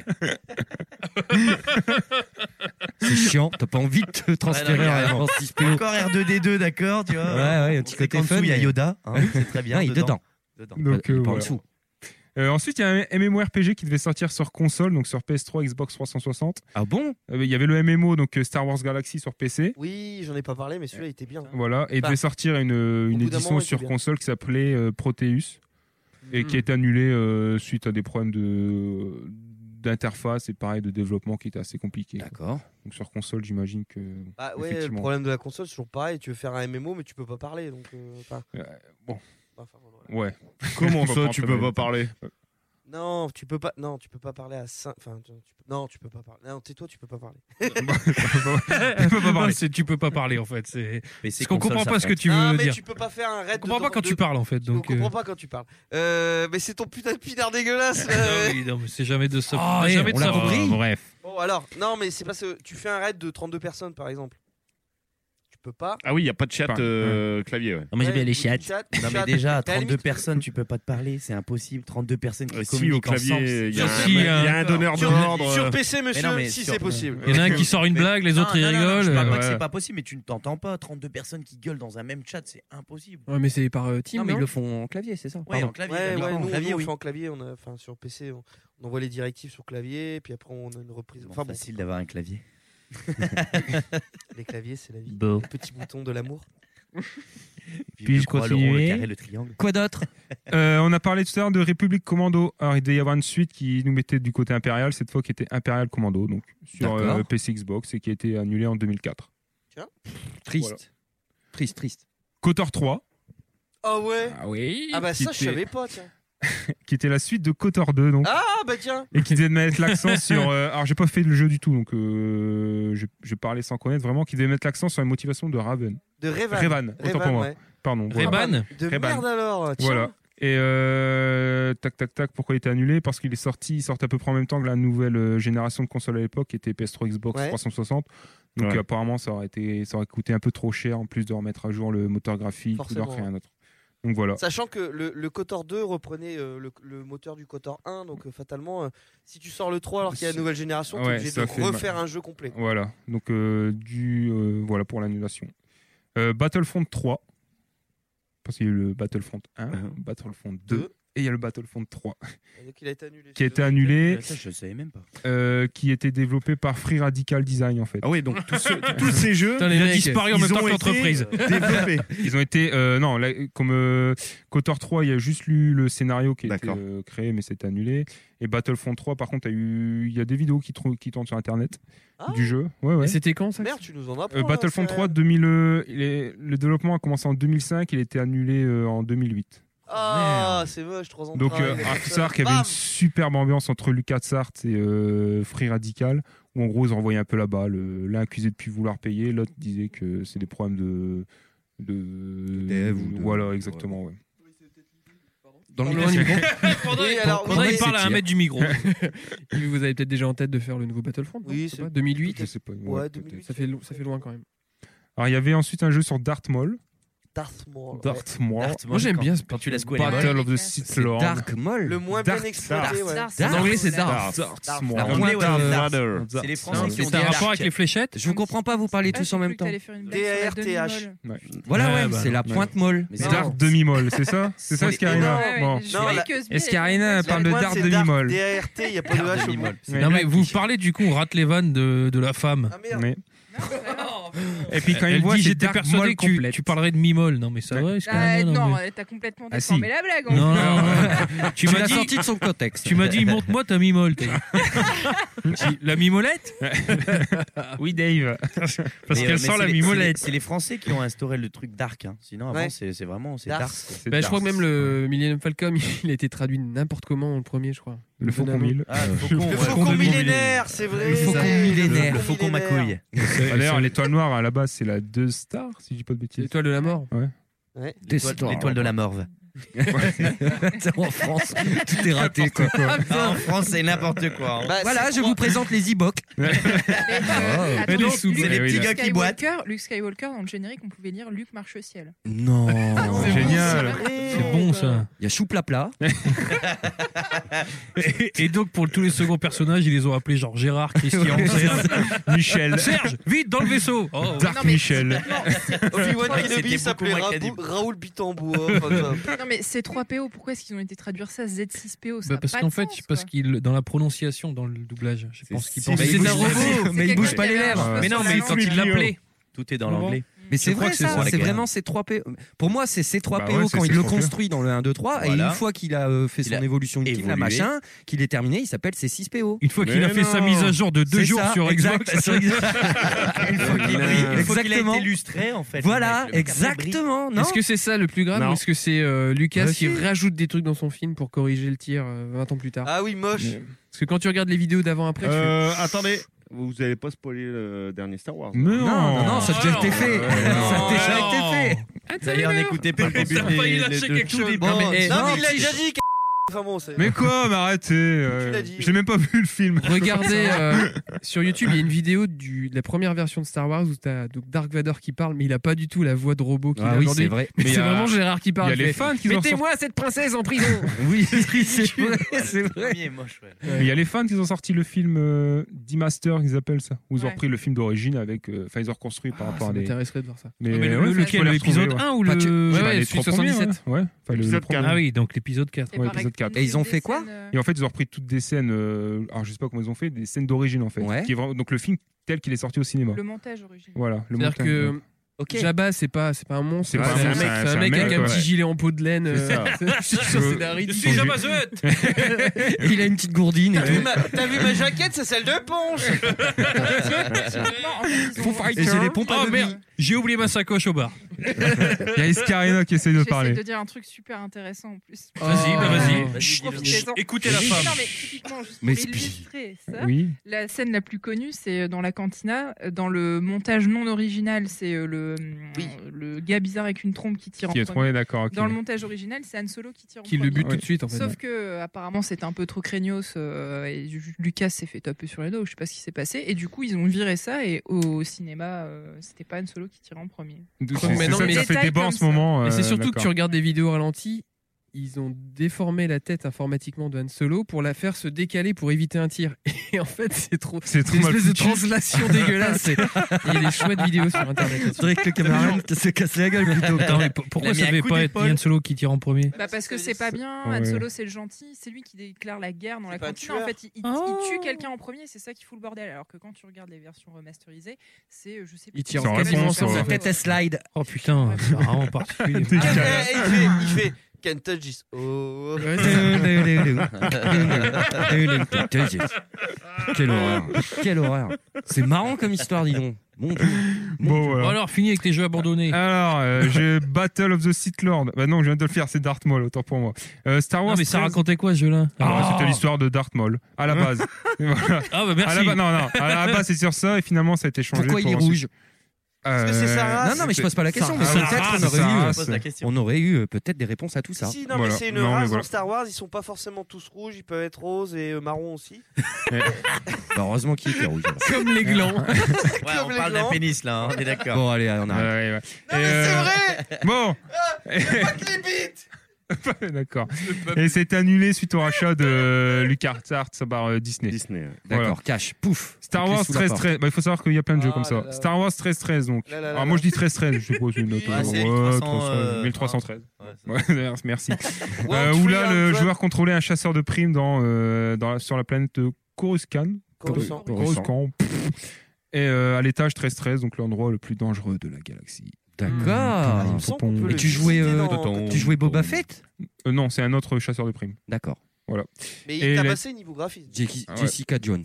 C'est chiant, t'as pas envie de te transférer Ouais, non, mais en six P O. Encore R deux D deux, d'accord, tu vois. Ouais, ouais, un On petit sait côté qu'en dessous, fun, il y a mais- Yoda, hein, c'est très bien. Ah, il est dedans. dedans. Donc, Pas- euh, pas en voilà. dessous. Euh, ensuite, il y a un MMORPG qui devait sortir sur console, donc sur P S trois, Xbox trois cent soixante. Ah bon? Euh, Il y avait le M M O, donc euh, Star Wars Galaxy sur P C. Oui, j'en ai pas parlé, mais celui-là il était bien. Voilà, et il Bah, devait sortir une, une bout d'un édition moment, il était sur bien. console qui s'appelait euh, Proteus et qui a été annulée euh, suite à des problèmes de d'interface et pareil de développement qui étaient assez compliqués. quoi. D'accord. Donc sur console, j'imagine que Bah ouais, le effectivement. problème de la console, c'est toujours pareil. Tu veux faire un M M O, mais tu peux pas parler. Donc, euh, enfin, Euh, bon, enfin, voilà. ouais. Comment On va ça, pas tu entrer peux dans pas les parler Non, tu peux pas. Non, tu peux pas parler à cinq. Enfin, tu... tu peux- non, tu peux pas parler. Non, tais-toi, tu peux pas parler. Tu peux pas parler. C'est- tu peux pas parler en fait. C'est Mais c'est parce qu'on console, comprend ça pas ce que prête. tu non, veux mais dire. tu peux pas faire un raid. On comprend de pas quand de- tu parles en fait. On Donc. comprend euh, pas quand tu parles. Euh, mais c'est ton putain de pinard dégueulasse. là. ah oui, non, mais c'est jamais de ça. Ah, jamais eh, de on l'a ça. compris. Bref. Bon, alors, non, mais c'est parce que tu fais un raid de trente-deux personnes, par exemple. Tu peux pas. Ah oui, il n'y a pas de chat Pas- euh, clavier. Ouais. Non, mais j'ai bien Ouais, les ou du chats. chat, Non, mais chat. déjà, Mais à la trente-deux limite, personnes, tu peux pas te parler, c'est impossible. trente-deux personnes qui Euh, si, au communiquent ensemble. clavier, il y a Sur- un- si, il y a un- un donneur Sur, d'ordre. sur euh, P C, monsieur, non, mais si sur- c'est possible. Il y en a un qui sort une Mais- blague, les autres ils Non, non, non, rigolent. je parle pas euh, que c'est ouais. pas possible, mais tu ne t'entends pas. trente-deux personnes qui gueulent dans un même chat, c'est impossible. Ouais, mais c'est par euh, team. Non, mais ils non le font en clavier, c'est ça? Ouais, Pardon. en clavier. Ouais, d'accord, ouais, en nous, clavier, nous, on oui. fait en clavier, on a, enfin sur P C, on, on envoie les directives sur clavier, puis après on a une reprise. C'est Enfin bon, facile d'avoir un clavier. les claviers, c'est la vie. Bon. Le petit bouton de l'amour. Puis Puis-je le croix, le rond, le continuer carré, le triangle. Quoi d'autre? Euh, on a parlé tout à l'heure de République Commando. Alors, il devait y avoir une suite qui nous mettait du côté impérial, cette fois qui était Impérial Commando, donc sur euh, D'accord. P C Xbox et qui a été annulée en deux mille quatre. Triste. Voilà. Triste, triste. KOTOR trois, Ah ouais. Ah oui. Ah bah ça, je Qui était- savais pas, tiens. qui était la suite de KOTOR deux, donc. Ah bah tiens. Et qui devait mettre l'accent sur. euh, alors, j'ai pas fait le jeu du tout, donc euh, je, je parlais sans connaître vraiment. Qui devait mettre l'accent sur les motivations de Raven. De Revan. Revan, autant pour moi. ouais. Pardon. voilà. Revan. De Revan. merde alors. Tiens. Voilà. Et euh, tac, tac, tac, pourquoi il était annulé? Parce qu'il est sorti, il sortait à peu près en même temps que la nouvelle euh, génération de consoles à l'époque, qui était P S trois, Xbox Ouais. trois cent soixante. Donc Ouais. euh, apparemment, ça aurait, été, ça aurait coûté un peu trop cher, en plus de remettre à jour le moteur graphique ou Forcément. d'en créer un autre. Donc voilà. Sachant que le, le KOTOR deux reprenait euh, le, le moteur du KOTOR un, donc euh, fatalement, euh, si tu sors le trois alors qu'il y a la nouvelle génération, t'es Ouais, obligé ça de fait refaire mal. un jeu complet. Voilà. Donc euh, du, euh, voilà pour l'annulation. Euh, Battlefront trois. Parce qu'il y a eu le Battlefront un, Uh-huh. Battlefront deux, Deux. et il y a le Battlefront trois. Donc il a été annulé. qui a ce été jeu. annulé, Ça, je savais même pas. euh, qui était développé par Free Radical Design en fait. Ah oui, donc tous, ceux- tous ces jeux, Putain, les ils mecs, ont disparu en même temps que été, l'entreprise. euh, développés. Ils ont été euh, non là, comme euh, KOTOR trois, il y a juste lu le scénario qui a été D'accord. euh, créé mais c'est annulé. Et Battlefront trois, par contre, il y a eu il y a des vidéos qui, trou- qui tournent sur internet Ah. du jeu. Ouais ouais. Et c'était quand ça? Merde, tu nous en apprends. Euh, là, Battlefront c'est- trois deux mille euh, il est- le développement a commencé en deux mille cinq, il a été annulé euh, en deux mille huit. Ah, c'est moche, trois ans de Donc travail, euh, la personne. Artsar qui avait Bam une superbe ambiance entre LucasArts et euh, Free Radical, où en gros ils envoyaient un peu la balle. Euh, L'un accusé de plus vouloir payer, l'autre disait que c'est des problèmes de, de... dev ou de- Voilà, exactement. Ouais. Dans le Pendant micro. Pendant, Oui, alors, pendant oui, il parle à un s'étire. mètre du micro. Vous avez peut-être déjà en tête de faire le nouveau Battlefront. non Oui, Je sais c'est- pas, deux mille huit. Je sais pas. Ouais, ouais, deux mille huit. Ça fait, lo- ça fait loin quand même. Alors, il y avait ensuite un jeu sur Darth Maul. Darth Maul. Darth Maul. Darth Maul, Moi, j'aime quand- bien ce Quand tu laisses quoi Battle of the Sith C'est Lord. Dark Maul. Le moins Darth- bien exploité, ouais. Darth- En anglais, c'est Darth. Darth Maul. En La anglais, pointe, ouais, euh, Darth. Vader. C'est les Français Non, qui c'est ont C'est dit un rapport Dark. avec les fléchettes. Je vous comprends pas, vous parlez Ah, tous j'ai en cru même que temps. t'allais faire une blague D sur la A R T H. demi-molle. Voilà, Ouais, ouais, bah c'est non. la pointe molle. Mais C'est non. Darth demi-molle, c'est ça C'est ça, Mais Escarina non. Ouais, Bon. je Non, voyais la- que Sbi avait- Escarina, elle parle de La pointe, Darth c'est demi-molle. D A R T, il n'y a pas de H au bout. Ouais. Non mais vous parlez du coup, on rate les vannes de, de la femme. Ah merde. Oui. Non, c'est pas grave. Et puis quand il Elle voit, dit c'est j'étais Darth persuadé Maul que tu, complète. tu parlerais de mi-molle. Non mais ça Ouais. va, Ah, Escarina, non, non, mais- t'as complètement Ah, si. déformé la blague. en Non, fait. non, non. Tu Tu m'as l'as dit, sorti de son contexte. tu m'as dit montre-moi ta mi-molle. t'as dit. La mi-mollette. Oui, Dave. Parce Mais, euh, qu'elle mais sort c'est la les- mi-molette. c'est les- C'est les Français qui ont instauré le truc Dark. hein. Sinon, avant, Ouais. c'est c'est vraiment c'est Dark. Dark. C'est Bah, je crois Darth. que même le Millennium Falcon, il a été traduit n'importe comment, le premier, je crois. Le Faucon mille. Ah, le faucon, Le ouais. faucon de millénaire, c'est vrai. Le faucon Le millénaire. Le faucon ma couille. Ah, D'ailleurs, l'étoile noire à la base, c'est la deux stars, si je dis pas de bêtises. L'étoile de la mort. Ouais. L'étoile l'étoile de la morve. En France, tout est raté. Quoi. Ah, en France, c'est n'importe quoi. hein. Bah, Voilà, c'est je trois- vous présente les e-books. Et, euh, Oh. attends, des Luke- sous- Luke c'est les petits gars qui boitent. Skywalker, Luke Skywalker, dans le générique, on pouvait lire Luc marche au ciel. Non. C'est génial. C'est bon ça. Il y a Chouplapla. Et, et donc pour tous les seconds personnages, ils les ont appelés genre Gérard, Christian, Serge, Michel. Serge, vite dans le vaisseau. Oh. Dark Non, mais Michel. Obi-Wan Ouais, Kenobi c'était s'appelait beaucoup moins Raoul, crédible. Raoul Pitambour. enfin, ça. Non mais C trois P O, pourquoi est-ce qu'ils ont été traduire ça Z six P O ça Bah a parce pas qu'en de fait, sens, parce quoi. qu'il dans la prononciation, dans le doublage, je pense qu'il si, pense. mais c'est il un bouge- robot, mais il bouge pas les lèvres. Mais non, mais quand il l'appelait. Tout est dans l'anglais. Mais c'est Je crois vrai que c'est ça, ça. c'est vraiment C trois P O. Pour moi, c'est C trois P O Bah ouais, c'est quand il C le trois P O. construit dans le un, deux, trois. Et Voilà. une fois qu'il a euh, fait Il son a évolution ultime, la évolué. machin, qu'il est terminé, il s'appelle C six P O. Une fois qu'il Mais a fait sa non. mise à jour de deux C'est jours ça, sur exact, Xbox. sur Xbox. Une fois qu'il Voilà. une fois qu'il a Exactement. été illustré, en fait. Voilà, le mec- le mec a fait briller. exactement. Non Est-ce que c'est ça le plus grave Non. ou est-ce que c'est euh, Lucas Bah, qui si. rajoute des trucs dans son film pour corriger le tir euh, vingt ans plus tard Ah oui, moche. Parce que quand tu regardes les vidéos d'avant-après, tu fais, Euh, attendez, vous allez pas spoiler le dernier Star Wars. Mais Non, non, non, ça a déjà non. été fait. Ouais, Ça a déjà non. été fait. D'ailleurs, n'écoutez pas le début T'as failli des- lâcher de quelque tous chose. les Bon, Non, mais- non, non, mais il l'a si- déjà dit. qu'- Enfin bon, c'est. Mais quoi, mais arrêtez. euh, Tu l'as dit. J'ai même pas vu le film. regardez euh, sur YouTube, il y a une vidéo du, de la première version de Star Wars où t'as donc Dark Vador qui parle, mais il a pas du tout la voix de robot qu'il Ah a oui, aujourd'hui. c'est vrai. Mais Mais c'est il y a- vraiment Gérard qui Il y parle. a il les fait, fans qui ont sorti. mettez-moi cette princesse en prison. Oui, c'est vrai, c'est Le vrai. premier est moche, ouais. Mais il y a les fans qui ont sorti le film euh, D-Master, ils appellent ça. Où ils ont Ouais. repris le film d'origine avec. euh, Enfin, ils ont reconstruit par Ah, rapport ça à des. m'intéresserait de voir ça. Mais, Mais le, ouais, le- tu lequel, peux les l'épisode retrouver, ouais. un ou Bah, tu- le. Ouais, Bah, ouais, les celui trois premiers, soixante-dix-sept. ouais. Ouais, enfin, le- le Épisode premier. quatre. Ah oui, donc l'épisode quatre. Et Ouais, par épisode exemple, quatre. Et ils ont des fait quoi scènes, euh, Et en fait, ils ont repris toutes des scènes. euh, alors, je sais pas comment ils ont fait, des scènes d'origine en fait. Ouais. Qui est vraiment- donc le film tel qu'il est sorti au cinéma. Le montage original. Voilà. Le C'est-à-dire montage, que ouais. Ok. Jabba, c'est pas, c'est pas un monstre, C'est c'est pas un, un monstre, mec, c'est un- c'est un c'est un mec mec, avec un ouais. petit gilet en peau de laine. C'est ça. euh, Je suis sûr que c'est la Je suis J'ai- Jabba the Hutt. Et il a une petite gourdine et T'as vu tout. ma- T'as vu ma jaquette, c'est celle de Ponche. Typiquement, en fait, ils ont- Et j'ai les pompes à Oh demi. merde, j'ai oublié ma sacoche au bar. Il y a Escarina qui essaie de J'essaie parler. de dire un truc super intéressant en plus. Vas-y, bah vas-y. Vas-y, Profitez-en. Écoutez la femme. Non mais typiquement, juste pour Mais illustrer ça, Oui. la scène la plus connue, c'est dans la cantina. Dans le montage non original, c'est euh, le, le gars bizarre avec une trompe qui tire Qui en est premier. trop d'accord. ok. Dans le montage original, c'est Han Solo qui tire en Qui le premier. bute tout Ouais. de suite en fait. Sauf que euh, apparemment c'était un peu trop craignos euh, et Ju- Lucas s'est fait taper sur les dos, je sais pas ce qui s'est passé et du coup ils ont viré ça et au cinéma euh, c'était pas Han Solo qui tirait en premier. Donc, Mais C'est non, ça mais que ça fait détails débat en comme ce ça. moment. Et c'est euh, surtout que d'accord. tu regardes des vidéos ralenties, ils ont déformé la tête informatiquement de Han Solo pour la faire se décaler pour éviter un tir. Et en fait, c'est trop. C'est trop une mal espèce de foutu. translation dégueulasse. C'est- Il y a des chouettes vidéos sur internet. C'est vrai que le caméraman se casse la gueule plutôt. Attends, mais p- pourquoi Il a mis ça un devait coup pas être d'épaule. Han Solo qui tire en premier? Bah parce que c'est pas bien, Ouais. Han Solo c'est le gentil, c'est lui qui déclare la guerre dans la pas un cantine. En tueur. fait, il, il- Oh. il tue quelqu'un en premier, c'est ça qui fout le bordel. Alors que quand tu regardes les versions remasterisées, c'est euh, je sais plus. Il tire C'est en quasiment réponse, sans ouais. Sa arrêt. tête elle slide. Oh putain, c'est vraiment particulier. Eh, eh, il fait, il fait. Can't touch this. Oh. Ouais, c'est ça. Quelle horreur. Quelle horreur. C'est marrant comme histoire, dis donc. Bon Dieu. Bon, Bon, voilà. alors, fini avec tes jeux abandonnés. Alors, euh, j'ai Battle of the Sith Lord. Bah non, je viens de le faire, c'est Darth Maul, autant pour moi. Euh, Star Wars. Non, mais ça treize. racontait quoi ce jeu-là? Ah, c'était l'histoire de Darth Maul, à la base. Et voilà. Ah bah À merci. la base, non, non, à la base, c'est sur ça, et finalement, ça a été changé. Pourquoi il pour est ensuite- rouge? Est-ce que c'est sa race Non, non, mais je pose pas la question. Sa Mais race, peut-être qu'on sa aurait eu, race. Pose la question. on aurait eu euh, peut-être des réponses à tout ça. Si, non, Voilà. mais c'est une Non, mais race voilà. dans Star Wars, ils sont pas forcément tous rouges, ils peuvent être roses et euh, marrons aussi. Bah, heureusement qu'il était rouge. alors. Comme les glands. Ouais, Comme on les parle d'un glands. pénis là, hein, on est d'accord. Bon, allez, on Ouais, arrête. ouais, ouais. Non, Et, mais c'est euh, vrai. Bon, Pas que les bites. d'accord. Et c'est annulé suite au rachat de LucasArts par euh, Disney. Disney. ouais. D'accord, Voilà. cash, pouf. Star Clé Wars sous la treize porte. treize. Bah, il faut savoir qu'il y a plein de jeux Ah comme là ça. là. Star Wars treize treize donc. Là, là, là, Alors là. moi je dis treize treize, je sais pas, c'est une note. Ouais, c'est ouais, mille trois cents, treize, euh, mille trois cent treize. Ouais, c'est- Ouais, merci. One, Euh, où three, là, le hundred. joueur contrôlait un chasseur de primes dans, euh, dans la- sur la planète Coruscant. Coruscant. Coruscant. Et euh, à l'étage treize treize, donc l'endroit le plus dangereux de la galaxie. D'accord. Il me semble qu'on peut Et le tu jouais, visiter euh, dans- tu jouais Boba Fett Euh, non, c'est un autre chasseur de primes. D'accord. Voilà. Mais Et il t'a la- passé niveau graphisme. Jackie- Ah ouais. Jessica Jones.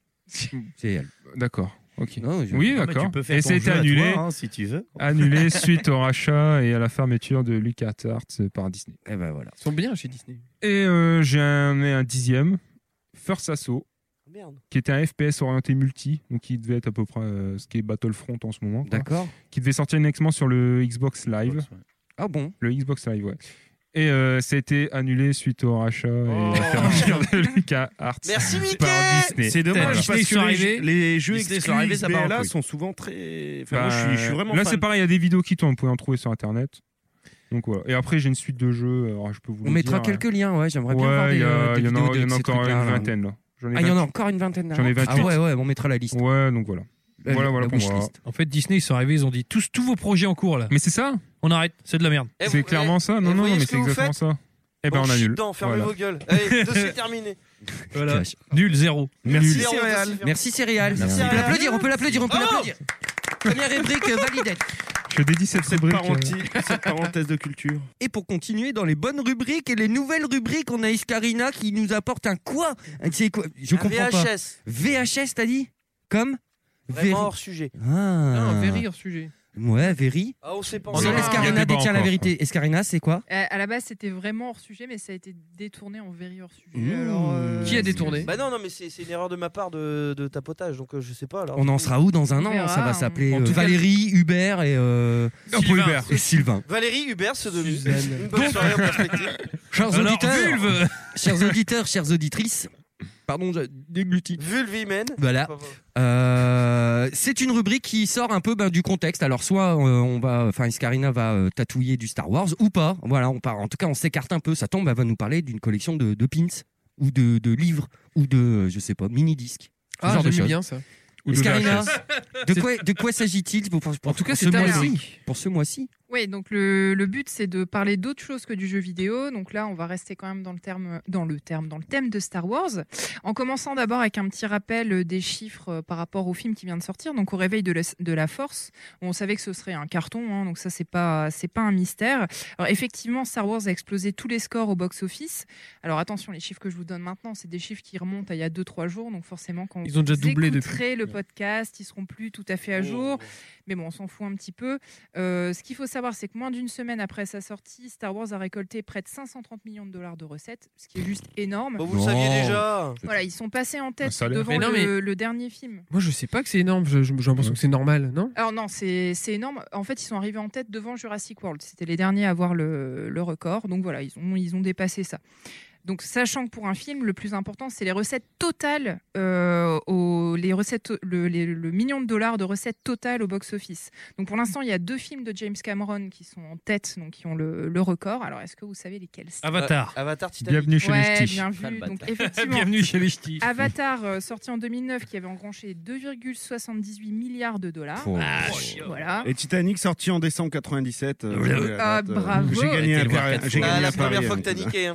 C'est elle. D'accord. Ok. Non, je- Oui, Non, mais d'accord. tu peux faire Et ton c'était jeu à annulé. toi, hein, si tu veux. Annulé suite au rachat et à la fermeture de LucasArts par Disney. Eh ben voilà. Ils sont bien chez Disney. Et euh, j'ai un, un dixième, First Assault, Merde. qui était un F P S orienté multi, donc qui devait être à peu près euh, ce qui est Battlefront en ce moment. quoi. D'accord. Qui devait sortir uniquement sur le Xbox Live. Ah bon. Le Xbox Live, ouais. Et euh, ça a été annulé suite au rachat et Oh. la fermeture de LucasArts Merci, Mickey. par Disney. C'est dommage Disney parce sont que les, arrivés. jeux- les jeux Disney sont exclus arrivés, ça part en X B L A couille. sont souvent très. Enfin, Bah, moi, je suis, je suis vraiment là, fan. c'est pareil, il y a des vidéos qui tournent, vous pouvez en trouver sur Internet. Donc voilà. Et après, j'ai une suite de jeux. Alors, je peux vous On les mettra dire, quelques liens, ouais. J'aimerais Ouais, bien voir il des, y, a- euh, des il y en vidéos a, il y en de a ces encore une trucs-là, là. vingtaine là. J'en ai Ah, il y en a vingt- encore une vingtaine. là. J'en ai Ah vingt-huit. ouais, ouais, on mettra la liste. Ouais, donc voilà. La- voilà, la voilà pour moi. wishlist. En fait, Disney, ils sont arrivés, ils ont dit tous, tous vos projets en cours là. Mais c'est ça. On arrête, c'est de la merde. Eh, C'est vous- clairement eh, ça. eh, Non, vous non, voyez mais ce c'est que vous exactement faites ça. Eh ben, Bon, on chie annule. dedans, fermez Voilà. vos gueules. Allez, dossier terminé. Voilà. Cash. Nul, zéro. Merci, Nul. Zéro, Céréales. dossier fermé. Merci Céréales. Merci, On peut Céréales. l'applaudir, on peut l'applaudir, on peut Bravo. l'applaudir. Première rubrique euh, validée. Je dédie cette Cette, rubrique. parenthèse, euh, cette parenthèse de culture. Et pour continuer dans les bonnes rubriques et les nouvelles rubriques, on a Iscarina qui nous apporte un quoi C'est quoi Je Un comprends pas. V H S. V H S, t'as dit Comme Vraiment Véri- hors sujet. Ah. Non, very hors sujet. Ouais, Véri. Ah, on sait pas. Oh Seule non, il y a Escarina débat détient la encore. vérité. Escarina, c'est quoi Euh, à la base, c'était vraiment hors sujet, mais ça a été détourné en very hors sujet. Mmh. Alors, euh, Qui a détourné Bah non, non, mais c'est c'est une erreur de ma part de, de tapotage, donc euh, je sais pas. Alors, On en sera où dans un On an verra, Ça va on- s'appeler En euh, tout cas- Valérie, Hubert et, euh, Sylvain. et Sylvain. Valérie Hubert se donne Suzanne. une bonne soirée en perspective. Chers Alors, auditeurs, Vulve. chers auditeurs, chères auditrices, pardon, j'ai dégluti. Vulvimen. Voilà. Euh, c'est une rubrique qui sort un peu ben, du contexte. Alors soit euh, on va, enfin Iscarina va euh, tatouiller du Star Wars ou pas. Voilà, on part. En tout cas, on s'écarte un peu. Ça tombe, elle va nous parler d'une collection de, de pins ou de, de livres ou de, euh, je sais pas, mini disques. Ce Ah, genre de j'aime choses. bien ça. Ou de Iscarina, V H S. de quoi, de quoi s'agit-il pour, pour- En tout cas, pour c'est ce ta mois-ci rubrique. Pour ce mois-ci. Oui, donc le, le but c'est de parler d'autre chose que du jeu vidéo. Donc là, on va rester quand même dans le terme, dans le terme, dans le thème de Star Wars. En commençant d'abord avec un petit rappel des chiffres euh, par rapport au film qui vient de sortir. Donc au réveil de la, de la Force, on savait que ce serait un carton, hein, donc ça c'est pas c'est pas un mystère. Alors effectivement, Star Wars a explosé tous les scores au box-office. Alors attention, les chiffres que je vous donne maintenant, c'est des chiffres qui remontent à il y a deux trois jours. Donc forcément, quand Ils ont déjà vous doublé écouterez le podcast, ils seront plus tout à fait à jour. Mais bon, on s'en fout un petit peu. Euh, ce qu'il faut savoir, c'est que moins d'une semaine après sa sortie, Star Wars a récolté près de cinq cent trente millions de dollars de recettes, ce qui est juste énorme. Bon, vous le saviez déjà. Voilà, ils sont passés en Un tête salaire. devant Mais non, le, le dernier film. Moi, je sais pas que c'est énorme. Je- je- J'ai l'impression que c'est normal, non Alors non, c'est c'est énorme. En fait, ils sont arrivés en tête devant Jurassic World. C'était les derniers à avoir le, le record. Donc voilà, ils ont, ils ont dépassé ça. Donc, sachant que pour un film, le plus important, c'est les recettes totales, euh, au, les recettes, le, les- le million de dollars de recettes totales au box-office. Donc, pour l'instant, il y a deux films de James Cameron qui sont en tête, donc qui ont le, le record. Alors, est-ce que vous savez lesquels c'est Avatar. Euh, Avatar Titanic. Bienvenue chez Ouais, les Ch'tis. bien Ah, le vu. bâtard. Donc, effectivement, Bienvenue chez les ch'tis. Avatar, euh, sorti en deux mille neuf, qui avait engranché deux virgule soixante-dix-huit milliards de dollars. Oh. Voilà. Et Titanic sorti en décembre quatre-vingt-dix-sept. euh, vous avez la Ah, date, euh, bravo. J'ai gagné Été un le voir pari- quatre j'ai fois. Ah, gagné la un pari, première fois hein, que t'as tout ça. niqué. Hein.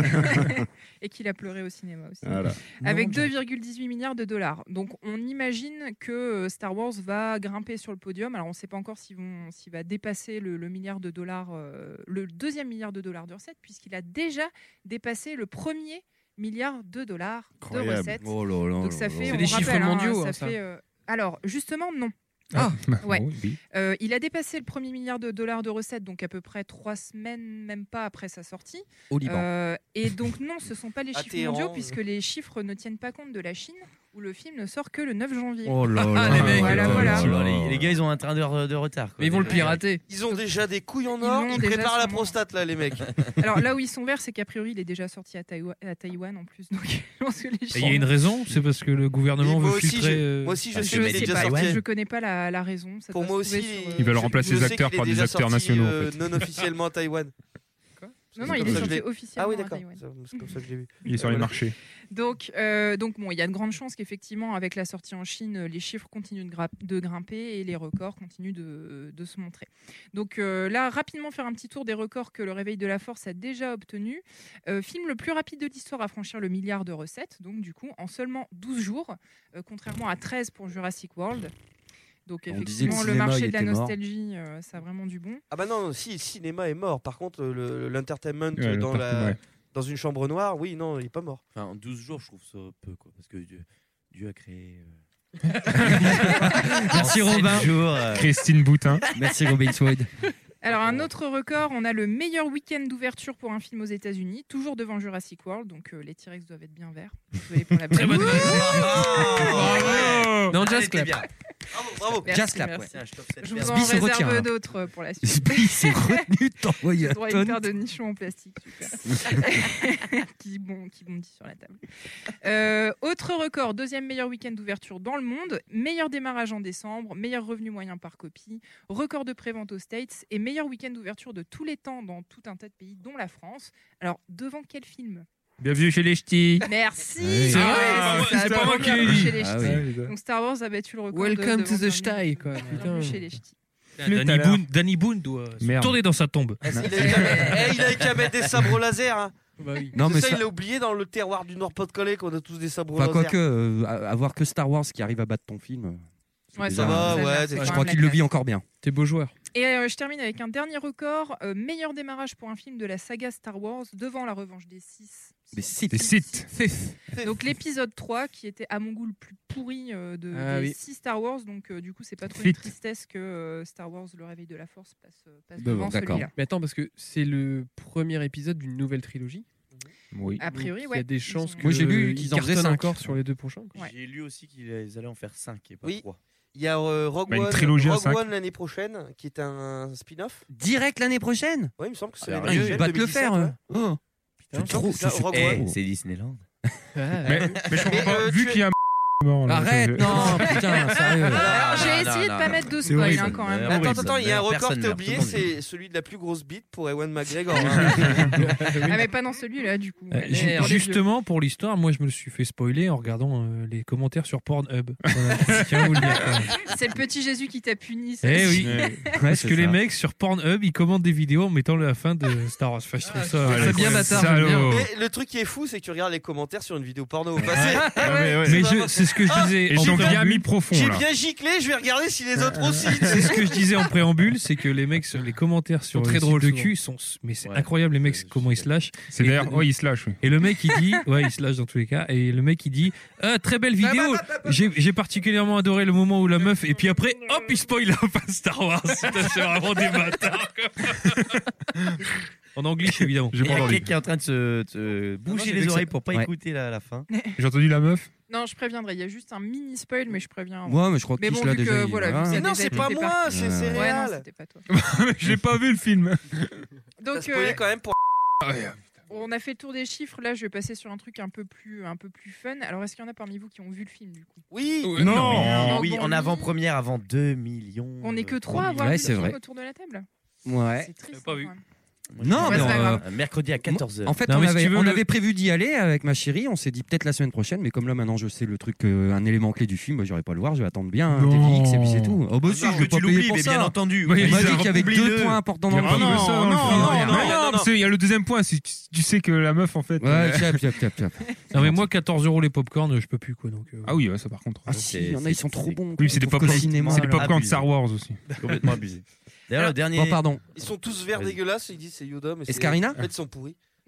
Et qu'il a pleuré au cinéma aussi. Voilà. Avec deux virgule dix-huit milliards de dollars. Donc on imagine que euh, Star Wars va grimper sur le podium. Alors on ne sait pas encore s'il vont- s'il va dépasser le, le milliard de dollars, euh, le deuxième milliard de dollars de recettes, puisqu'il a déjà dépassé le premier milliard de dollars de Incroyable. recettes. Oh là là Donc là ça là fait, là. on C'est des chiffres rappelle, hein, mondiaux, ça hein, ça. fait, euh, Alors justement non. Ah, bah, Ouais. oui, oui. Euh, il a dépassé le premier milliard de dollars de recettes, donc à peu près trois semaines, même pas après sa sortie. Au Liban. Euh, et donc non, ce ne sont pas les À chiffres Téhéran, mondiaux, euh. puisque les chiffres ne tiennent pas compte de la Chine, où le film ne sort que le neuf janvier. Oh là Ah, là les là mecs. là Voilà, là voilà. là là. Les- les Les gars, ils ont un train d'heure de retard. quoi. Mais ils vont le pirater. Ils ont déjà des couilles en Ils or, l'ont ils, déjà préparent la sûrement. prostate là, les mecs. Alors là où ils sont verts, c'est qu'a priori, il est déjà sorti à, Taïwan, à Taïwan en plus. Donc, je pense que les Et il y a une raison, c'est parce que le gouvernement Et moi veut aussi, filtrer. je- euh, moi aussi, je Je sais qu'il est sais déjà pas, sorti. je connais pas la, la raison. Ça Pour doit moi se trouver aussi, sur, euh, Ils veulent je- remplacer je les sais acteurs qu'il par est des déjà acteurs sorti, nationaux, en euh, fait. non officiellement à Taïwan. Non, non, C'est il comme est ça que je sorti l'ai- officiellement Ah oui, à d'accord. Taïwan. Ça, C'est comme ça que je l'ai vu. Il est sur les Voilà. marchés. Donc, euh, donc bon, il y a de grandes chances qu'effectivement, avec la sortie en Chine, les chiffres continuent de, gra- de grimper et les records continuent de, de se montrer. Donc euh, là, rapidement faire un petit tour des records que le Réveil de la Force a déjà obtenus. Euh, film le plus rapide de l'histoire à franchir le milliard de recettes, donc du coup, en seulement douze jours, euh, contrairement à treize pour Jurassic World. Donc On disait effectivement, le le, cinéma, marché il de la était mort. nostalgie, euh, ça a vraiment du bon. Ah bah non, si le cinéma est mort. Par contre, le- l'entertainment Ouais, dans, l'entertainment, la, ouais. dans une chambre noire, oui, non, il est pas mort. Enfin, en douze jours, je trouve ça peu, quoi. Parce que Dieu, Dieu a créé. euh, Merci en sept Robin. jours, euh, Christine Boutin. Merci Robin Swade. Alors, un autre record, on a le meilleur week-end d'ouverture pour un film aux États-Unis, toujours devant Jurassic World, donc euh, les T-Rex doivent être bien verts. Désolé pour la Très blague. bonne Bravo. Non, Elle just était clap. bien. Bravo, bravo. Merci, Jazz clap, merci. Tiens, je t'offre cette Je paire. vous en Sbi se retient, réserve là. d'autres pour la suite. Sbi s'est retenu de t'envoyer J'ai la droit à une tonne. paire de nichons en plastique, super. qui, bon, qui bondit sur la table. Euh, autre record, deuxième meilleur week-end d'ouverture dans le monde, meilleur démarrage en décembre, meilleur revenu moyen par copie, record de prévente aux States et meilleur week-end d'ouverture de tous les temps dans tout un tas de pays, dont la France. Alors, devant quel film? Bienvenue chez les ch'tis. Merci. Ouais. C'est Ah, vrai, c'est ça, pas moi qui l'ai bienvenue dit. chez les Ah ch'tis. oui. Donc Star Wars a battu le record. Welcome de, to the de Ch'tai, quoi. Bienvenue chez les ch'tis. Danny tout à l'heure. Boone, Danny Boone doit se Merde. tourner dans sa tombe. Eh, il avait qu'à mettre- eh, il avait qu'à mettre des sabres laser. Hein. Bah oui. Non, mais ça, ça, il l'a oublié dans le terroir du Nord-Pas-de-Calais qu'on a tous des sabres enfin, laser. quoique, euh, avoir que Star Wars qui arrive à battre ton film. euh, c'est Ouais, déjà- ça va, ça ouais, gère, c'est- c'est Je quand crois même qu'il la le vit classe. encore bien. T'es beau joueur. Et euh, je termine avec un dernier record, euh, meilleur démarrage pour un film de la saga Star Wars devant la revanche des six. Des sites. Des sites. Donc l'épisode trois qui était à mon goût le plus pourri euh, de, Ah des oui. six Star Wars, donc euh, du coup c'est pas trop Fit. une tristesse que euh, Star Wars le réveil de la force passe, euh, passe Bon, devant d'accord. celui-là. Mais attends, parce que c'est le premier épisode d'une nouvelle trilogie. Oui. A priori, Donc, ouais. Il y a des ils chances ont- que Moi, j'ai lu ils qu'ils en faisaient cartonnent cinq. encore sur les deux prochains. quoi. Ouais. J'ai lu aussi qu'ils allaient en faire cinq et pas Oui. trois. Il y a euh, Rogue Bah, une One, trilogie à Rogue cinq. One l'année prochaine, qui est un spin-off. Direct l'année prochaine. Oui, il me semble que c'est Alors, l'année Ah, Sérieux ils prochaine, battent le fer. deux mille dix-sept, hein. ouais. Oh. Il me semble trop- que c'est ça, c'est- Rogue Eh, One. c'est Disneyland. Ah, Mais, mais je comprends Mais, pas. euh, Vu tu- qu'il y a un mort, là, Arrête, je- non, putain, sérieux. Alors, non, j'ai non, essayé de non, pas non. mettre de C'est spoil horrible. hein, quand même. Ouais, Attends, horrible. attends, il y a un record Personne que t'as meurt, oublié, tout le monde c'est celui de la plus grosse bite pour Ewan McGregor. hein. Ah mais pas dans celui-là du coup. Euh, Ouais, ju- pour les vieux. justement, pour l'histoire, moi je me le suis fait spoiler en regardant euh, les commentaires sur Pornhub. Voilà, je tiens à vous le dire, quand même. C'est le petit Jésus qui t'a puni. ça. Eh oui, Ouais. parce c'est que les ça. mecs sur Pornhub ils commentent des vidéos en mettant la fin de Star Wars. Enfin, je trouve ça. c'est bien bâtard, j'aime bien. Salaud. Mais le truc qui est fou, c'est que tu regardes les commentaires sur une vidéo porno au passé. Ah, mais ouais. Mais C'est je- vraiment- c'est ce que je Ah, disais. Et en j'ai bien préambule. mis profond J'ai là. bien giclé, je vais regarder si les autres aussi. C'est ce que je disais en préambule, c'est que les mecs sur les commentaires sur très les drôles, sites de souvent. cul sont, mais c'est Ouais. incroyable les mecs Je- je comment ils sais. se lâchent. C'est Et- d'ailleurs, oh, il se lâche. Oui. Et le mec il dit, ouais il se lâche dans tous les cas. Et le mec il dit, ah, très belle vidéo. J'ai j'ai particulièrement adoré le moment où la meuf et puis après hop il spoil la fin de Star Wars. Putain, c'est vraiment des bâtards. quoi. En anglais évidemment. J'ai Il y pas a entendu. quelqu'un qui est en train de se, se boucher j'ai les vu que oreilles ça- pour pas Ouais. écouter la, la fin. J'ai entendu la meuf. Non, je préviendrai. Il y a juste un mini spoil, mais je préviens. Ouais, mais je crois que Mais Kish bon, l'a vu que, déjà. voilà, voilà. vu que Mais ça non, déjà c'est été pas fait moi, par- c'est Ouais. c'est Ouais, non, réel. c'était pas toi. Je l'ai pas vu le film. T'as Donc, spoilé euh, quand même pour. on a fait le tour des chiffres. Là, je vais passer sur un truc un peu plus, un peu plus fun. Alors, est-ce qu'il y en a parmi vous qui ont vu le film du coup? Oui. Non. Non, oui, bon, en oui. avant-première avant deux millions. On n'est que euh, trois à trois avoir Ouais, vu c'est le film vrai. autour de la table. Ouais. C'est triste. pas hein, vu. quand même. Non, Ouais, mais c'est pas euh, grave. Euh, Mercredi à quatorze heures. en fait, Non, on, mais si avait, tu veux, on le- avait prévu d'y aller avec ma chérie. On s'est dit peut-être la semaine prochaine, mais comme là maintenant je sais le truc, euh, un élément clé du film, bah, j'aurais pas le voir. Je vais attendre bien un Non. D V X et puis c'est tout. Oh bah si, Non, je vais que pas tu payer l'oublies, pour mais ça. bien entendu. Oui, On m'a ça, dit qu'il y avait deux oublie-le. points importants Il y dans a le pas film. que ça dans le non, film. non, Mais non, non, non, parce qu'il y a le deuxième point, c'est que tu sais que la meuf en fait. Ouais, euh, tiap, tiap, tiap, tiap. Non mais moi quatorze euros les popcorn je peux plus quoi donc. euh, Ah oui, ouais, ça par contre. Ah si, il y en a, ils sont trop bons. Oui, c'est des Pour popcorn. qu'au cinéma, C'est des là. popcorn abusé. Star Wars aussi. Complètement abusé. D'ailleurs, le dernier. Bon, pardon. Ils sont tous verts Vas-y. dégueulasses. Ils disent c'est Yoda, mais c'est- Escarina en fait, ils sont pourris.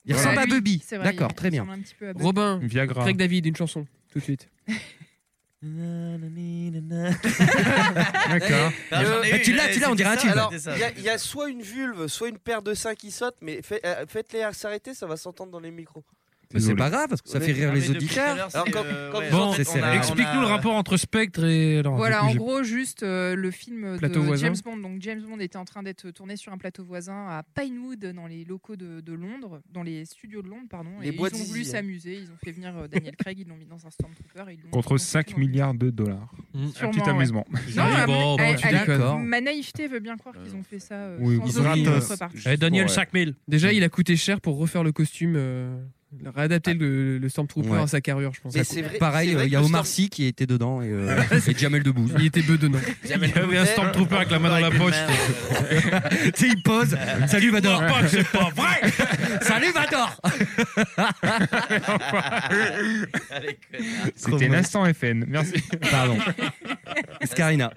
Il Voilà. ressemble à Oui, Bubby. c'est vrai, D'accord, il très bien. ressemble un petit peu à Bubby. Robin, Viagra. Craig David, une chanson, tout de suite. D'accord. Ah, j'en ai Bah, une, tu l'as, eh, tu l'as, on c'était dirait un ça, tube. Alors, c'était ça. il y, a- il y a soit une vulve, soit une paire de seins qui sautent, mais fait- euh, faites-les s'arrêter, ça va s'entendre dans les micros. Mais c'est pas grave, ça fait rire les depuis auditeurs. tout à l'heure, c'est, Alors, quand- euh, quand ouais, vous Bon, en fait, c'est on a- vrai. Explique-nous on le a- rapport entre Spectre et. Alors, Voilà, du coup, en j'ai- gros, juste euh, le film Plateau de voisin. James Bond. Donc James Bond était en train d'être tourné sur un plateau voisin à Pinewood, dans les locaux de, de Londres, dans les studios de Londres, pardon. Les et boîtes ils ont voulu Zizi, hein. s'amuser. Ils ont fait venir euh, Daniel Craig, ils l'ont mis dans un Stormtrooper. Et ils l'ont- Contre ils l'ont cinq foutu dans- milliards de dollars. Mmh. Un Sûrement, petit ouais. amusement. Non, Oui, à- bon, à- bon, tu à la- déconnes. ma naïveté veut bien croire qu'ils ont fait ça euh, Oui, sans ils aucune gratos. contrepartie. Eh, Daniel, Ouais. cinq mille. Déjà, il a coûté cher pour refaire le costume, euh, réadapter le, le Stormtrooper Ouais. à sa carrure, je pense. Mais Ça c'est coûte- vrai- Pareil, c'est vrai il y que a le Omar Storm- Sy qui était dedans et, euh, et Jamel Debbouze. Il était bedonnant. Il y avait un Stormtrooper avec la main dans la poche. Tu sais, il pose. Salut Vador. pas que c'est pas vrai. Salut Vador. Allez, connard. C'était l'instant F N. Merci. Pardon. Scarina.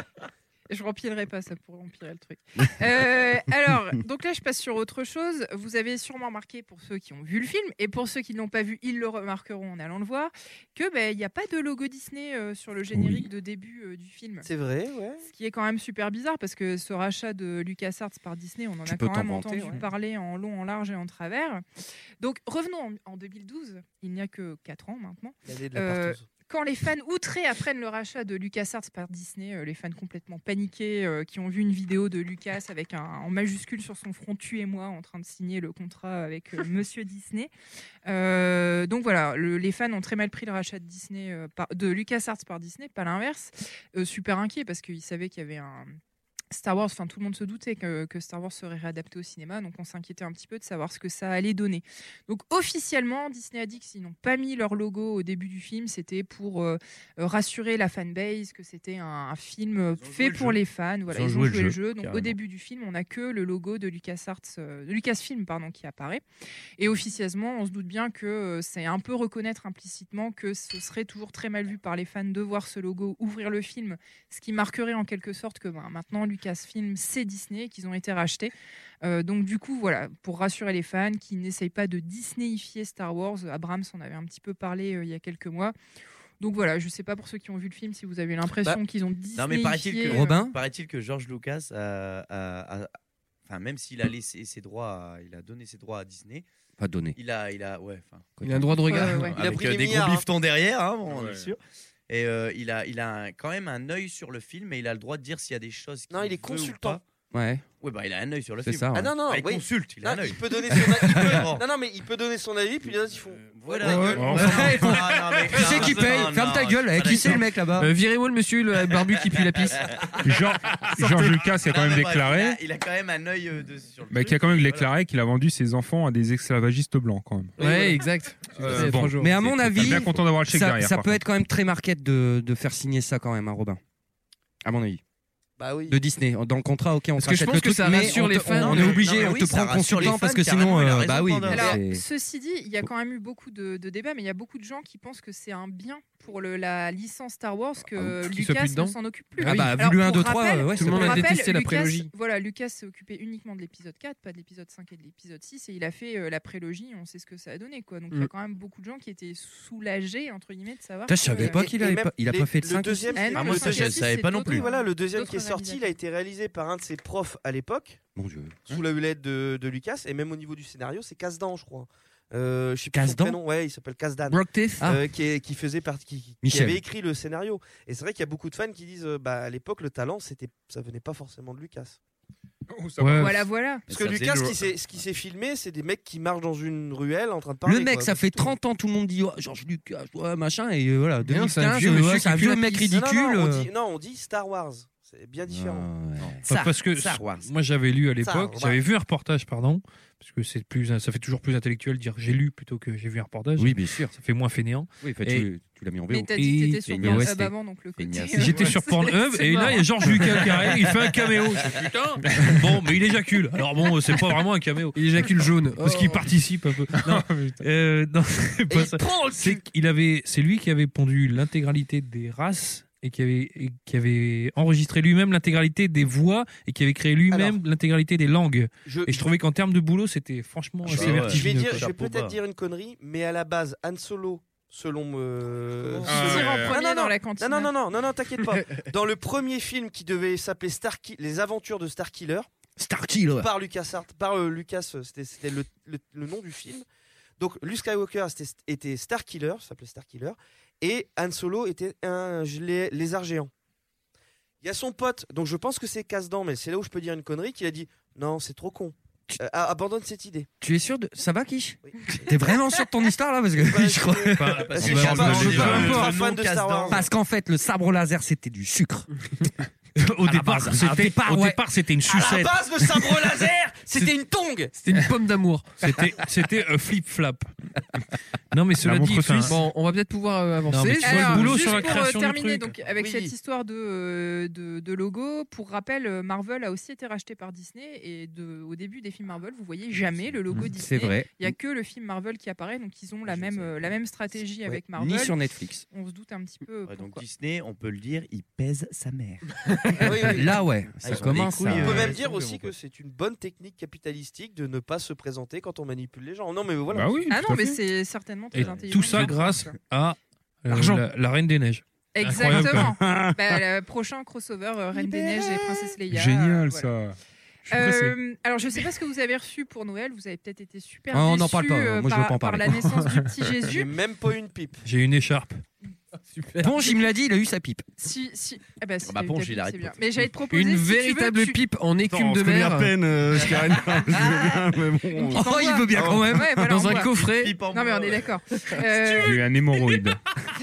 Je rempilerai pas, ça pourrait empirer le truc. Euh, alors, donc là, je passe sur autre chose. Vous avez sûrement remarqué, pour ceux qui ont vu le film, et pour ceux qui ne l'ont pas vu, ils le remarqueront en allant le voir, que il n'y a pas de logo Disney euh, sur le générique de début euh, du film. C'est vrai, ouais. Ce qui est quand même super bizarre, parce que ce rachat de LucasArts par Disney, on en Tu a peux quand t'en même vanter, entendu ouais. parler en long, en large et en travers. Donc, revenons en, en deux mille douze, il n'y a que quatre ans maintenant. L'année de la Euh, partouze. Quand les fans outrés apprennent le rachat de LucasArts par Disney, euh, les fans complètement paniqués, euh, qui ont vu une vidéo de Lucas avec un en majuscule sur son front, tu et moi, en train de signer le contrat avec euh, Monsieur Disney. Euh, donc voilà, le- les fans ont très mal pris le rachat de Disney, euh, par- de LucasArts par Disney, pas l'inverse. Euh, super inquiets parce qu'ils savaient qu'il y avait un Star Wars, enfin tout le monde se doutait que, que Star Wars serait réadapté au cinéma, donc on s'inquiétait un petit peu de savoir ce que ça allait donner. Donc officiellement, Disney a dit que s'ils n'ont pas mis leur logo au début du film, c'était pour euh, euh, rassurer la fanbase, que c'était un, un film euh, fait pour les fans. Voilà, ils ont joué, le jeu. Donc carrément. au début du film, on n'a que le logo de LucasArts, euh, de Lucasfilm pardon, qui apparaît. Et officieusement, on se doute bien que euh, c'est un peu reconnaître implicitement que ce serait toujours très mal vu par les fans de voir ce logo ouvrir le film, ce qui marquerait en quelque sorte que ben, maintenant Lucasfilm c'est Disney, qu'ils ont été rachetés. Euh, donc du coup, voilà, pour rassurer les fans qui n'essayent pas de Disneyifier Star Wars, Abrams en avait un petit peu parlé euh, il y a quelques mois. Donc voilà, je sais pas pour ceux qui ont vu le film si vous avez l'impression Bah, qu'ils ont Non, Disneyifié. mais paraît-il que, euh, Robin paraît-il que George Lucas a, a- a- enfin, même s'il a laissé ses droits, à- il a donné ses droits à Disney. Pas donné. Il a, il a, ouais, enfin. Il a un droit de regard. Ouais, ouais, ouais. Il a Avec pris euh, des des milliards, gros hein. biftons derrière, hein, bon, on Ouais. est sûr. Et euh, il a, il a un- quand même un œil sur le film et il a le droit de dire s'il y a des choses. Non, il est qu'il veut ou consultant. pas. Ouais. Ouais, bah il a un œil sur le C'est film. ça. Ah ouais. non, non, Ah, il oui. consulte, il a Non, un œil. il peut donner son avis. Non, non, mais il peut donner son avis, puis les autres ils font. Voilà. Ta Ouais, gueule. ouais. Non, non, non, mais- Qui c'est qui non, paye non, Ferme ta non, gueule. je suis Eh, pas qui c'est le d'accord. mec là-bas Euh, Virez-moi le monsieur, le barbu qui pue la pisse. Jean- George Lucas a quand Non, même mais bref, déclaré, il a- Il a quand même un œil euh, de- sur le bah, truc, qui a quand même et déclaré qu'il a vendu ses enfants à des esclavagistes blancs quand même. Ouais, exact. Euh, C'est bon. franchement. Mais à mon Je suis avis, bien content d'avoir le chèque ça, derrière. ça par peut contre. être quand même très market de, de faire signer ça quand même, hein, Robin. À mon avis. Bah oui. De Disney. Dans le contrat, ok, on Parce que je rachète pense le que truc, ça mais rassure on les te- fans. On, on Non, est mais- obligé, non, mais on oui, te ça prend rassure les consultant fans, parce que carrément, sinon, il a euh, raison, bah oui. Pandore. mais Alors, c'est- ceci dit, il y a quand même eu beaucoup de, de débats, mais il y a beaucoup de gens qui pensent que c'est un bien pour le, la licence Star Wars que qu'il soit Lucas plus ne dedans. s'en occupe plus. Ah bah, vu Alors, le un, pour deux, trois, rappel- ouais, Tout le pour monde a rappel, détesté la Lucas- prélogie. Voilà, Lucas s'est occupé uniquement de l'épisode quatre, pas de l'épisode cinq et de l'épisode six, et il a fait euh, la prélogie, on sait ce que ça a donné. Quoi. Donc il y a Mm. quand même beaucoup de gens qui étaient soulagés, entre guillemets, de savoir. Putain, je que, savais euh, pas Et- qu'il et avait même pas, il a les- pas fait de le cinq. deuxième, Ah non, Ah, le moi, cinq je et six, savais c'est pas non d'autres plus. Oui, voilà, le deuxième d'autres qui est sorti, il a été réalisé par un de ses profs à l'époque, Mon Dieu. sous la houlette de, de Lucas, et même au niveau du scénario, c'est Kasdan, je crois. Euh, je sais plus son Kasdan prénom, ouais, il s'appelle Kasdan. Brockteeth. Ah. Euh, qui, est- qui faisait partie, qui, qui Michel. avait écrit le scénario. Et c'est vrai qu'il y a beaucoup de fans qui disent, euh, bah, à l'époque, le talent, c'était, ça venait pas forcément de Lucas. Oh, ça Ouais. va. Voilà, voilà. Parce que ça faisait Lucas, le- ce qui s'est- ce qui s'est filmé, c'est des mecs qui marchent dans une ruelle en train de parler. Le mec, quoi. ça C'est fait tout. trente ans, tout le monde dit oh, Georges Lucas, ouais, machin, et euh, voilà, Mais non, c'est un deux mille quinze, vieux euh, monsieur ouais, qui c'est un pue vieux la mec pisse. Non, non, ridicule. non, on euh. dit, non, on dit Star Wars. C'est bien différent. Ah, ouais. Enfin, parce que Star Wars. moi j'avais lu à l'époque, Star Wars. j'avais vu un reportage, pardon, parce que c'est plus, ça fait toujours plus intellectuel de dire j'ai lu plutôt que j'ai vu un reportage. Oui, bien sûr. Ça fait moins fainéant. Oui, enfin, Et- tu, tu l'as mis en V O. Mais t'as dit que Et- t'étais sur et Pornhub O S T. avant, donc le côté. Feignasse. euh, J'étais sur c'est- Pornhub c'est et là il y a marrant. Georges Lucas qui arrive, il fait un caméo. Je fais, putain, bon, mais il éjacule. Alors bon, c'est pas vraiment un caméo. Il éjacule jaune. Parce qu'il participe un peu. Non, euh, non, c'est pas ça. C'est qu'il avait, c'est lui qui avait pondu l'intégralité des races et qui avait, et qui avait enregistré lui-même l'intégralité des voix et qui avait créé lui-même Alors, l'intégralité des langues. Je, Et je trouvais qu'en termes de boulot, c'était franchement je assez vais, ouais. je vais vertigineux. dire, quoi. je vais Chapeau peut-être bas. dire une connerie, mais à la base, Han Solo, selon euh, On Ah, se tire ouais, en ouais. premier Non, non, dans non. la cantine. Non, non, non, non, non, non, t'inquiète pas. Dans le premier film qui devait s'appeler Star Ki- Les Aventures de Starkiller, Starkiller. par Lucas Art, par euh, Lucas, euh, c'était, c'était le, le- le nom du film. Donc Luke Skywalker était, était Starkiller, ça s'appelait Starkiller, et Han Solo était un lé- lézard géant. Il y a son pote, donc je pense que c'est casse-dents, mais c'est là où je peux dire une connerie, qui a dit non, c'est trop con. Euh, abandonne cette idée. Tu es sûr de ça va, Quiche? Oui. T'es vraiment sûr de ton histoire là parce que Bah, je crois. Pas- parce que On je va suis pas- revenir. je suis pas un Le peu un nom fan de Star casse-dents. Wars. Parce qu'en fait, le sabre laser c'était du sucre. Au À la départ, base. À c'était, départ, au ouais. départ, c'était une À la sucette. base, le sabre laser, c'était une tongue. C'était une pomme d'amour. C'était, c'était un flip-flap. Non, mais cela La dit, montre enfin, suisse. Bon, on va peut-être pouvoir euh, Non, avancer. mais tu vois, Alors, le boulot juste sur la pour création euh, du terminer truc. donc, avec Oui. cette histoire de, euh, de, de logo, pour rappel, euh, Marvel a aussi été racheté par Disney et de, au début des films Marvel, vous voyez jamais le logo C'est Disney. vrai. Il n'y a que le film Marvel qui apparaît, donc ils ont la même, euh, la même stratégie Ouais. avec Marvel. Ni sur Netflix. On se doute un petit peu Ouais, donc pourquoi. Disney, on peut le dire, il pèse sa mère. Oui, oui. Là ouais, Ah, ça ils ont commence. des couilles, à- On peut euh, même ils dire sont aussi bons, que quoi. c'est une bonne technique capitalistique de ne pas se présenter quand on manipule les gens. Non, mais voilà. Bah oui. Ah tout non, à mais fait. c'est certainement très Et intelligent. tout ça de grâce faire ça. à euh, L'argent. la, la Reine des Neiges. Exactement. Bah, le prochain crossover euh, Reine des Neiges et Princesse Leia. Génial, euh, voilà. ça. Je suis pressé. Euh, alors je sais pas ce que vous avez reçu pour Noël, vous avez peut-être été super Ah, on n'en déçus, parle pas, euh, moi, je par, veux pas en par parler. la naissance du petit J'ai Jésus. même pas une pipe. J'ai une écharpe. Super. Ponge, il me l'a dit, il a eu sa pipe. Si, si. Ah bah, si, Ah bah, t'as eu Ponge, ta il pipe, arrête c'est pas bien. de- Mais j'allais te proposer Une si tu veux, véritable tu- pipe en écume Attends, on de se connaît mer. à peine, euh, Scarine. Je veux bien, mais bon. Une Oh, il veut bien quand même. Ouais, voilà, Dans on un voit. coffret. Non mais on est d'accord. Euh, J'ai eu un hémorroïde.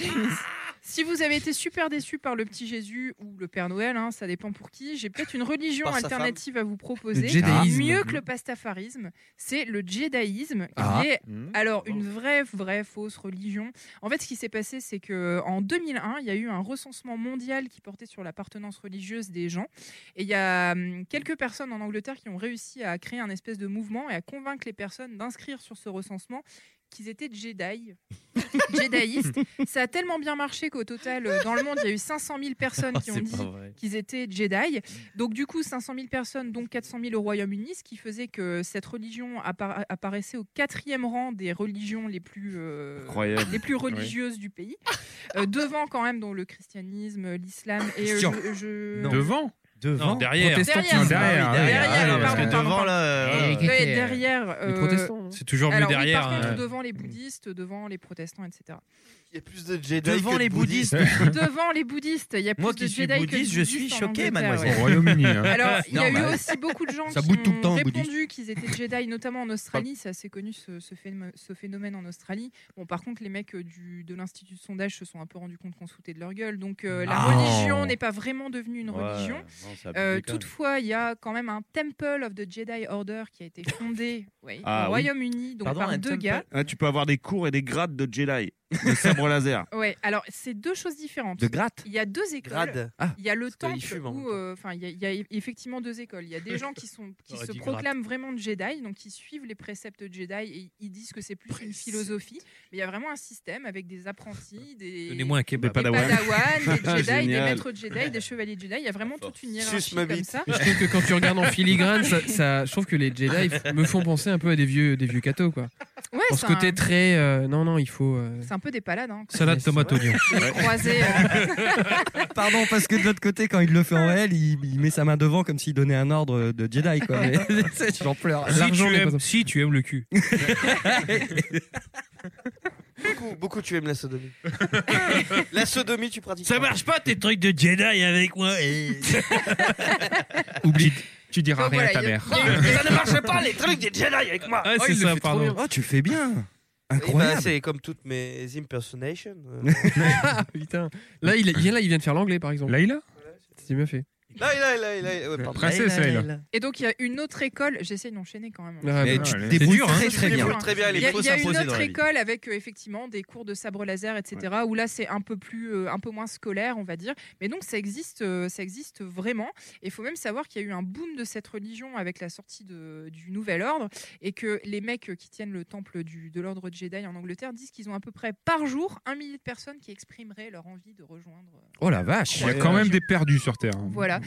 Si vous avez été super déçu par le petit Jésus ou le Père Noël, hein, ça dépend pour qui, j'ai peut-être une religion Par sa alternative à vous proposer. Le jédaïsme. Mieux que le pastafarisme, c'est le jédaïsme, qui Ah. est Mmh. alors une vraie, vraie fausse religion. En fait, ce qui s'est passé, c'est que en deux mille un, il y a eu un recensement mondial qui portait sur l'appartenance religieuse des gens. Et il y a hum, quelques personnes en Angleterre qui ont réussi à créer un espèce de mouvement et à convaincre les personnes d'inscrire sur ce recensement qu'ils étaient Jedi, Jediistes. Ça a tellement bien marché qu'au total, euh, dans le monde, il y a eu cinq cent mille personnes qui ont C'est dit pas vrai. qu'ils étaient Jedi. Donc du coup, cinq cent mille personnes, donc quatre cent mille au Royaume-Uni, ce qui faisait que cette religion appara- apparaissait au quatrième rang des religions les plus, euh, Incroyable. les plus religieuses du pays. Euh, devant quand même dans le christianisme, l'islam et euh, Sûr. je, je- Non. Devant. Non, derrière. Derrière. Derrière, Ah oui, ouais. derrière, Allez, pardon, Parce que pardon, devant, pardon. là. euh, Et- Ouais, derrière. Les euh, protestants. hein. C'est toujours mieux alors, oui, derrière. par contre, hein. devant les bouddhistes, devant les protestants, et cetera. Il y a plus de Jedi Devant que de les bouddhistes. Devant les bouddhistes, il y a plus Moi de qui suis Jedi que de bouddhiste, je suis bouddhistes en choqué, Angleterre, mademoiselle. ouais. Au Royaume-Uni. hein. Alors, il y a eu Normal. aussi beaucoup de gens Ça qui boude tout le ont temps, répondu bouddhiste. qu'ils étaient Jedi, notamment en Australie. C'est assez connu ce, ce phénomène, ce phénomène en Australie. Bon, par contre, les mecs euh, du, de l'Institut de sondage se sont un peu rendus compte qu'on se foutait de leur gueule. Donc, euh, la Ah. religion n'est pas vraiment devenue une Ouais, religion. non, ça a Euh, abusé quand même. toutefois, il y a quand même un Temple of the Jedi Order qui a été fondé oui, Ah au oui. Royaume-Uni, donc Pardon, par un deux temple gars. Ah, tu peux avoir des cours et des grades de Jedi. Des sabres laser. Ouais, alors c'est deux choses différentes. De gratte. Il y a deux écoles. Grade. Ah. Il y a le qu'ils temple fument en même où, euh, enfin, il y, a- il y a effectivement deux écoles. Il y a des gens qui sont qui J'aurais se dit proclament vraiment de Jedi, donc qui suivent les préceptes Jedi et ils disent que c'est plus une philosophie. Mais il y a vraiment un système avec des apprentis, des Donnez-moi un des kebab. Padawan. padawans, des Jedi, des Génial. maîtres Jedi, des chevaliers Jedi. Il y a vraiment toute une hiérarchie Suce ma comme bite. ça. Mais je trouve que quand tu regardes en filigrane, ça, ça- je trouve que les Jedi f- me font penser un peu à des vieux, des vieux cathos, quoi. Ouais, Pour c'est ce côté un, très, euh, non, non, il faut. euh, c'est un peu des palades. Hein, Salade tomate oignon. croisés. euh, Pardon, parce que de l'autre côté, quand il le fait en L, il, il met sa main devant comme s'il donnait un ordre de Jedi, quoi. Mais, j'en pleure. Si L'argent tu, n'est pas aimes, ça. si tu aimes le cul. Beaucoup, beaucoup tu aimes la sodomie. La sodomie, tu pratiques. Ça pas. marche pas tes trucs de Jedi avec moi. Oublie. Tu diras Donc rien voilà, à ta il y a- mère. il y a- Ça ne marche pas les trucs des Jedi avec moi. Ah, Oh, c'est il le ça, fait trop pardon. bien. Oh, tu fais bien. Eh ben, Incroyable. c'est comme toutes mes impersonations. euh. Ah, putain. Là, il, il vient là, il vient de faire l'anglais, par exemple. Laïla C'est bien fait. Là, là, là, là, ouais, pardon. Princesse Laïla. Et donc il y a une autre école. J'essaie d'enchaîner quand même. Ah, Mais bah, tu ouais, te c'est débrouilles dur, hein. très très Tu bien. débrouilles très bien. Il y Les a, faut il y a une s'imposer dans autre la vie. école avec euh, effectivement des cours de sabre laser, et cetera. Où là c'est un peu plus, euh, un peu moins scolaire, on va dire. Mais donc ça existe, euh, ça existe vraiment. Et il faut même savoir qu'il y a eu un boom de cette religion avec la sortie de, du Nouvel Ordre et que les mecs qui tiennent le temple du, de l'ordre Jedi en Angleterre disent qu'ils ont à peu près par jour un millier de personnes qui exprimeraient leur envie de rejoindre. euh, Oh la vache. Il y a quand même des perdus sur Terre. hein. Voilà.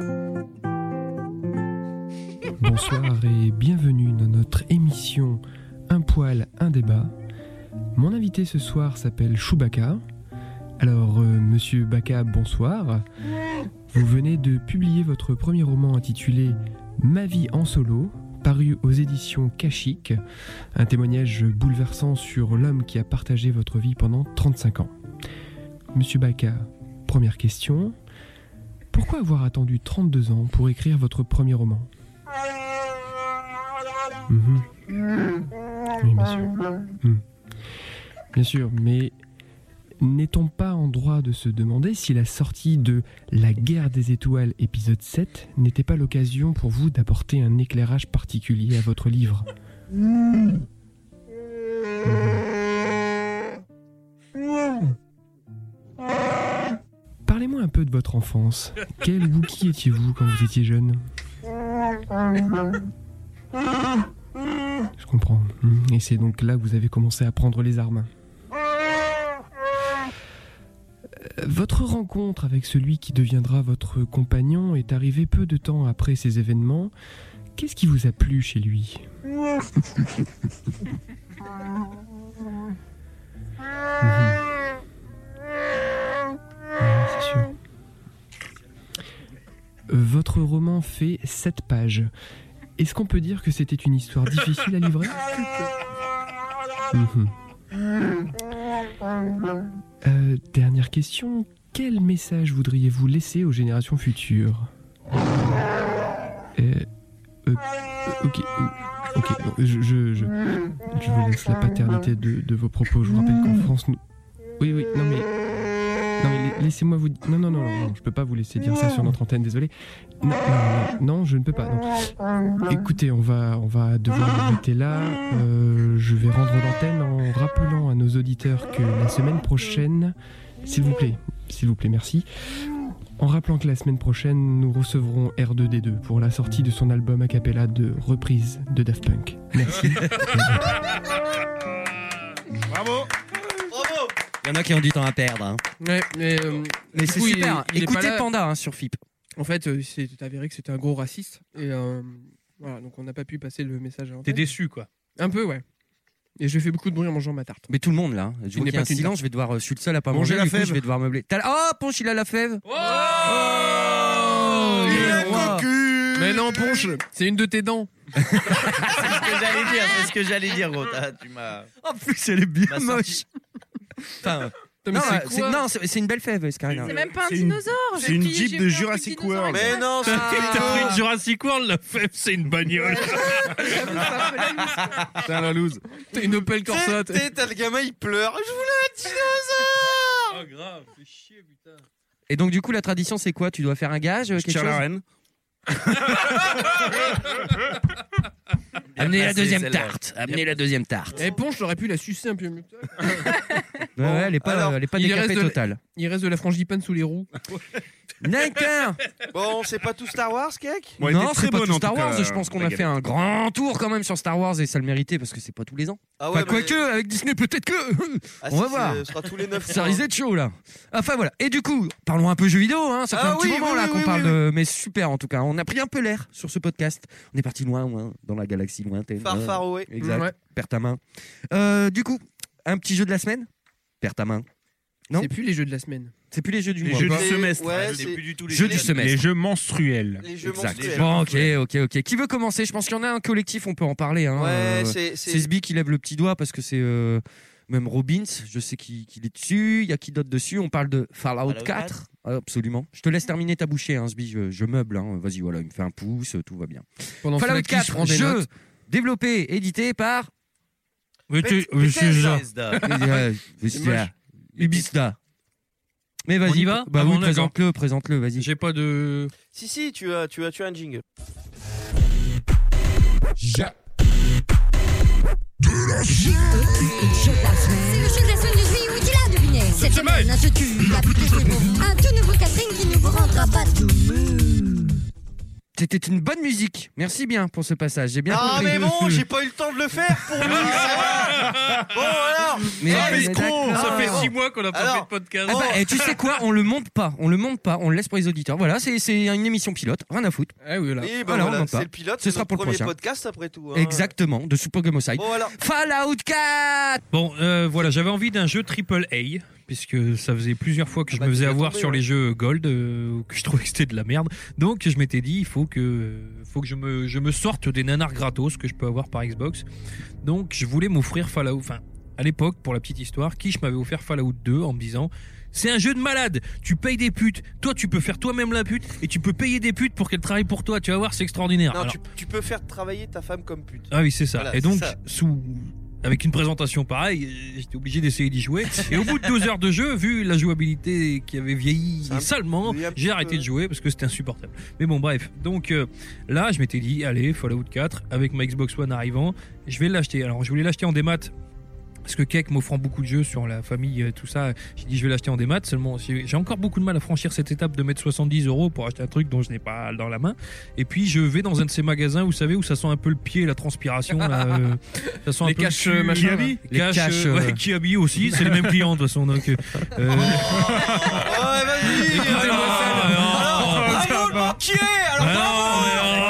Bonsoir et bienvenue dans notre émission Un poil, un débat. Mon invité ce soir s'appelle Chewbacca. Alors, euh, monsieur Baka, bonsoir. Vous venez de publier votre premier roman intitulé Ma vie en solo, paru aux éditions Kashik, un témoignage bouleversant sur l'homme qui a partagé votre vie pendant trente-cinq ans. Monsieur Baka, première question. Pourquoi avoir attendu trente-deux ans pour écrire votre premier roman ? Mmh. Oui, bien sûr. Mmh. Bien sûr, mais n'est-on pas en droit de se demander si la sortie de La guerre des étoiles épisode sept n'était pas l'occasion pour vous d'apporter un éclairage particulier à votre livre ? Mmh. Parlez-moi un peu de votre enfance. Quel Wookie étiez-vous quand vous étiez jeune ? Je comprends. Et c'est donc là que vous avez commencé à prendre les armes. Votre rencontre avec celui qui deviendra votre compagnon est arrivée peu de temps après ces événements. Qu'est-ce qui vous a plu chez lui ? Mmh. Ah, c'est sûr. Votre roman fait sept pages. Est-ce qu'on peut dire que c'était une histoire difficile à livrer ? Mmh. Euh, dernière question, quel message voudriez-vous laisser aux générations futures ? euh, euh, Ok, ok, non, je, je, je, je vous laisse la paternité de, de vos propos. Je vous rappelle qu'en France, nous... Oui, oui, non mais... Non mais laissez-moi vous... Non, non, non, non, je peux pas vous laisser dire ça sur notre antenne, désolé. Non, non, non, non, je ne peux pas, non. Écoutez, on va, on va devoir arrêter là. Euh, je vais rendre l'antenne en rappelant à nos auditeurs que la semaine prochaine... S'il vous plaît, s'il vous plaît, merci. En rappelant que la semaine prochaine, nous recevrons R deux D deux pour la sortie de son album a cappella de reprise de Daft Punk. Merci. Bravo. Bravo. Il y en a qui ont du temps à perdre. Hein. Ouais, mais, euh, mais c'est coup, super. Il, il Écoutez là... Panda hein, sur F I P. En fait, euh, c'est avéré que c'était un gros raciste. Et euh, voilà, donc on n'a pas pu passer le message à l'antenne. T'es déçu, quoi. Un peu, ouais. Et je fais beaucoup de bruit en mangeant ma tarte. Mais tout le monde là, je vois qu'il y a un silence, je vais devoir, je suis le seul à pas manger, la fève. Je vais devoir meubler. Oh, Ponche, il a la fève. Oh, oh il est cocu. Mais non, Ponche, c'est une de tes dents. C'est ce que j'allais dire, c'est ce que j'allais dire, gros. Tu m'as. En plus, elle est bien moche. Enfin. Non, c'est, non c'est, c'est une belle fève, Escarina. C'est même pas un c'est dinosaure. Une, c'est une Jeep de Jurassic World. Mais non, c'est ah, t'as pris de Jurassic World, la fève, c'est une bagnole. T'es la loose. T'es une Opel Corsa. T'es, t'as le gamin, il pleure. Je voulais un dinosaure. Oh, grave, fais chier, putain. Et donc, du coup, la tradition, c'est quoi ? Tu dois faire un gage, Je quelque tire chose la reine. Amenez la deuxième tarte. Amenez la deuxième tarte. Et Ponche, j'aurais pu la sucer un peu mieux. Ouais, ouais, elle est pas, Alors, elle est pas décapée totale. Il reste de la frangipane sous les roues. D'accord. Bon, c'est pas tout Star Wars, Kek ? bon, Non, c'est pas tout Star Wars. Cas, je pense qu'on a fait un grand tour quand même sur Star Wars et ça le méritait parce que c'est pas tous les ans. Ah ouais, enfin, mais... quoique, avec Disney, peut-être que. Ah, on si, va voir. Ce sera tous les neuf. Ça risque d'être chaud là. Enfin voilà. Et du coup, parlons un peu jeux vidéo. Hein. Ça fait ah, un petit oui, moment oui, là oui, qu'on oui, parle oui, de. Oui. Mais super en tout cas. On a pris un peu l'air sur ce podcast. On est parti loin, loin dans la galaxie lointaine. Far, far away. Exact. Ouais. Perds ta main. Euh, du coup, un petit jeu de la semaine. Perds ta main. Non. C'est plus les jeux de la semaine. C'est plus les jeux du les mois. jeux du semestre. Ouais, c'est plus du tout les jeux jeux du semestre. Les jeux menstruels. Les jeux exact. menstruels. Bon, ok, ok, ok. Qui veut commencer ? Je pense qu'il y en a un collectif, on peut en parler. Hein. Ouais, euh, c'est, c'est... c'est Sbi qui lève le petit doigt parce que c'est euh, même Robbins, je sais qu'il, qu'il est dessus. Il y a qui d'autre dessus ? On parle de Fallout, Fallout quatre. Ah, absolument. Je te laisse terminer ta bouchée, hein, Sbi. Je, je meuble. Hein. Vas-y, voilà, il me fait un pouce, tout va bien. Pendant Fallout quatre, jeu développé, édité par. Bethesda. Ubisda. Mais vas-y, on y va. Bah ah oui, bon, présente-le, présente-le, vas-y. J'ai pas de. Si si, tu as, tu as, tu as un jingle. Ja. C'est le jeu de la semaine de Sbi, oui tu l'as deviné. Cette semaine, un jeu tue, la plus de beau. Un tout nouveau catering qui nous rendra pas tout. C'était une bonne musique. Merci bien pour ce passage. J'ai bien Ah compris. mais bon, j'ai pas eu le temps de le faire pour lui. ça va. Bon alors. Mais- Ah, mais escroc. d'accord. Ça fait Alors. six mois qu'on n'a pas Alors. fait de podcast. Ah bah, et tu sais quoi, on le monte pas, on le monte pas, on le laisse pour les auditeurs. Voilà, c'est c'est une émission pilote, rien à foutre. Ah oui, voilà. Oui, bah Voilà, on voilà, monte pas. c'est le pilote. Ce c'est sera notre pour le premier prochain. podcast après tout. hein. Exactement, de Super Game Side. Bon alors. Fallout quatre. Bon, euh, voilà, j'avais envie d'un jeu triple A, puisque ça faisait plusieurs fois que Ah je bah, me tu faisais l'as avoir tombé, sur ouais. les jeux Gold, euh, que je trouvais que c'était de la merde. Donc je m'étais dit, il faut que, faut que je, me, je me sorte des nanars gratos que je peux avoir par Xbox. Donc je voulais m'offrir Fallout. Enfin, à l'époque, pour la petite histoire, Kish m'avait offert Fallout deux en me disant... C'est un jeu de malade. Tu payes des putes. Toi, tu peux faire toi-même la pute et tu peux payer des putes pour qu'elles travaillent pour toi. Tu vas voir, c'est extraordinaire. Non, Alors- tu, tu peux faire travailler ta femme comme pute. Ah oui, c'est ça. Voilà, et c'est donc, ça. sous avec une présentation pareille, euh, j'étais obligé d'essayer d'y jouer. Et au bout de deux heures de jeu, vu la jouabilité qui avait vieilli C'est un- salement, oui, un petit j'ai peu, arrêté ouais. de jouer parce que c'était insupportable. Mais bon, bref. Donc euh, là, je m'étais dit, allez, Fallout quatre, avec ma Xbox One arrivant, je vais l'acheter. Alors, je voulais l'acheter en démat. Parce que Keck m'offrant beaucoup de jeux sur la famille, euh, tout ça, j'ai dit je vais l'acheter en démat. Seulement, j'ai j'ai encore beaucoup de mal à franchir cette étape de mettre soixante-dix euros pour acheter un truc dont je n'ai pas dans la main. Et puis je vais dans un de ces magasins, vous savez, où ça sent un peu le pied, la transpiration. Là, euh, ça sent Les un peu caches, le cul. euh, machin, Kiabi. là. Les caches, caches, euh, euh, ouais, Kiabi aussi, c'est les mêmes clients de toute façon. Donc, euh, euh, Oh, ouais, vas-y. Écoutez-moi ça. Alors, bravo le banquier. Alors Ah bravo. non, mais,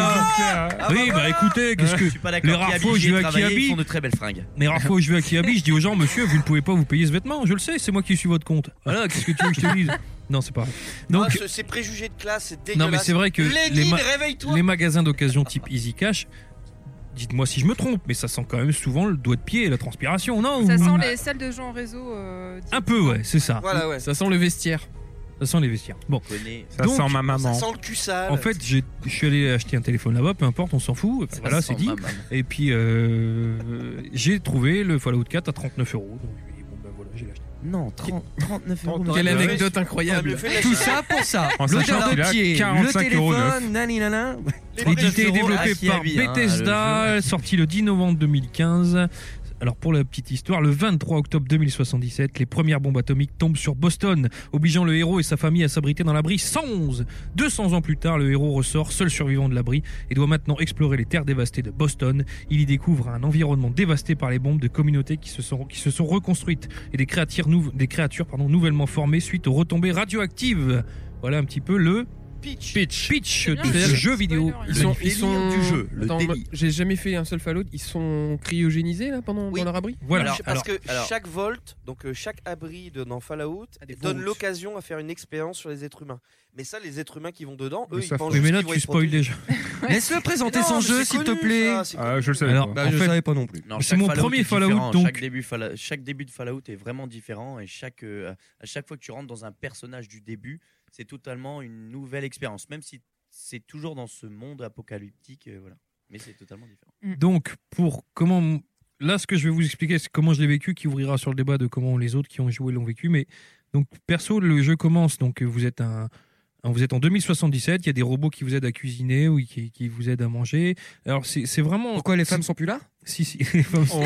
Ah, oui, bah, bah écoutez, qu'est-ce que Je suis pas les d'accord. rares Kiabi, fois où j'y je ai vais à travaillé, Kiabi, ils font de très belles fringues. les rares fois où je vais à Kiabi, je dis aux gens, monsieur, vous ne pouvez pas vous payer ce vêtement. Je le sais, c'est moi qui suis votre compte. Voilà, qu'est-ce que tu veux que je te dise? Non, c'est pas vrai. Donc, ah, ce- ces préjugés de classe, c'est dégueulasse. non, mais c'est vrai que les, Lénine, ma- réveille-toi. les magasins d'occasion type Easy Cash, dites-moi si je me trompe, mais ça sent quand même souvent le doigt de pied et la transpiration, non? Ça Ou- sent les salles de jeux en réseau. euh, Un peu, ouais, c'est ça. Voilà, ouais. Ça sent le vestiaire. Ça sent les vestiaires. Bon, Connais. Ça Donc, sent ma maman. Ça sent le cul sale. en fait, j'ai- je suis allé acheter un téléphone là-bas, peu importe, on s'en fout. Enfin, Ça voilà, sent c'est dit. ma maman. Et puis, euh, j'ai trouvé le Fallout quatre à trente-neuf euros. Donc, je me dis, bon, ben voilà, j'ai l'acheté. Non, trente, trente-neuf euros. Quelle Ouais. anecdote Ouais, incroyable. mieux fait de Tout la- ça pour ça. En sachant L'odeur qu'il de a pied, le quarante-cinq euros neuf. téléphone, nani nana. Édité et euros développé à par Kiabi, hein, Bethesda, le sorti le dix novembre deux mille quinze. Alors pour la petite histoire, le vingt-trois octobre deux mille soixante-dix-sept, les premières bombes atomiques tombent sur Boston, obligeant le héros et sa famille à s'abriter dans l'abri cent onze. deux cents ans plus tard, le héros ressort seul survivant de l'abri et doit maintenant explorer les terres dévastées de Boston. Il y découvre un environnement dévasté par les bombes, de communautés qui se sont, qui se sont reconstruites et des créatures, nou- des créatures pardon, nouvellement formées suite aux retombées radioactives. Voilà un petit peu le Pitch. pitch, pitch C'est bien, de le ce jeu. jeu vidéo. Spoiler, Ils Le sont, ils délire sont du jeu, le Attends, délire. moi, j'ai jamais fait un seul Fallout. Ils sont cryogénisés là pendant Oui. dans leur abri. Voilà. Alors, Parce que alors- chaque Vault, donc euh, chaque abri de, dans Fallout, Ah, des donne vaults. l'occasion à faire une expérience sur les êtres humains. Mais ça, les êtres humains qui vont dedans, eux, Mais ils ça pensent Oui, mais juste là qu'ils vont tu être spoil protégés. déjà. Laisse-le présenter Mais non, son mais jeu, c'est s'il te connu, plaît. ça, c'est Ah, connu. je le savais Alors, pas. Bah, en je fait- savais pas non plus. Non, C'est chaque mon Fallout premier est Fallout, différent. donc- Chaque début, Fallout- chaque début de Fallout est vraiment différent et chaque, euh, à chaque fois que tu rentres dans un personnage du début, c'est totalement une nouvelle expérience. Même si c'est toujours dans ce monde apocalyptique, euh, voilà. Mais c'est totalement différent. Donc, pour comment. Là, ce que je vais vous expliquer, c'est comment je l'ai vécu, qui ouvrira sur le débat de comment les autres qui ont joué l'ont vécu. Mais, donc, perso, le jeu commence. Donc, vous êtes un. Vous êtes en deux mille soixante-dix-sept, il y a des robots qui vous aident à cuisiner ou qui, qui vous aident à manger. Alors, c'est c'est vraiment. Pourquoi les femmes sont plus là? Si, si. les femmes sont-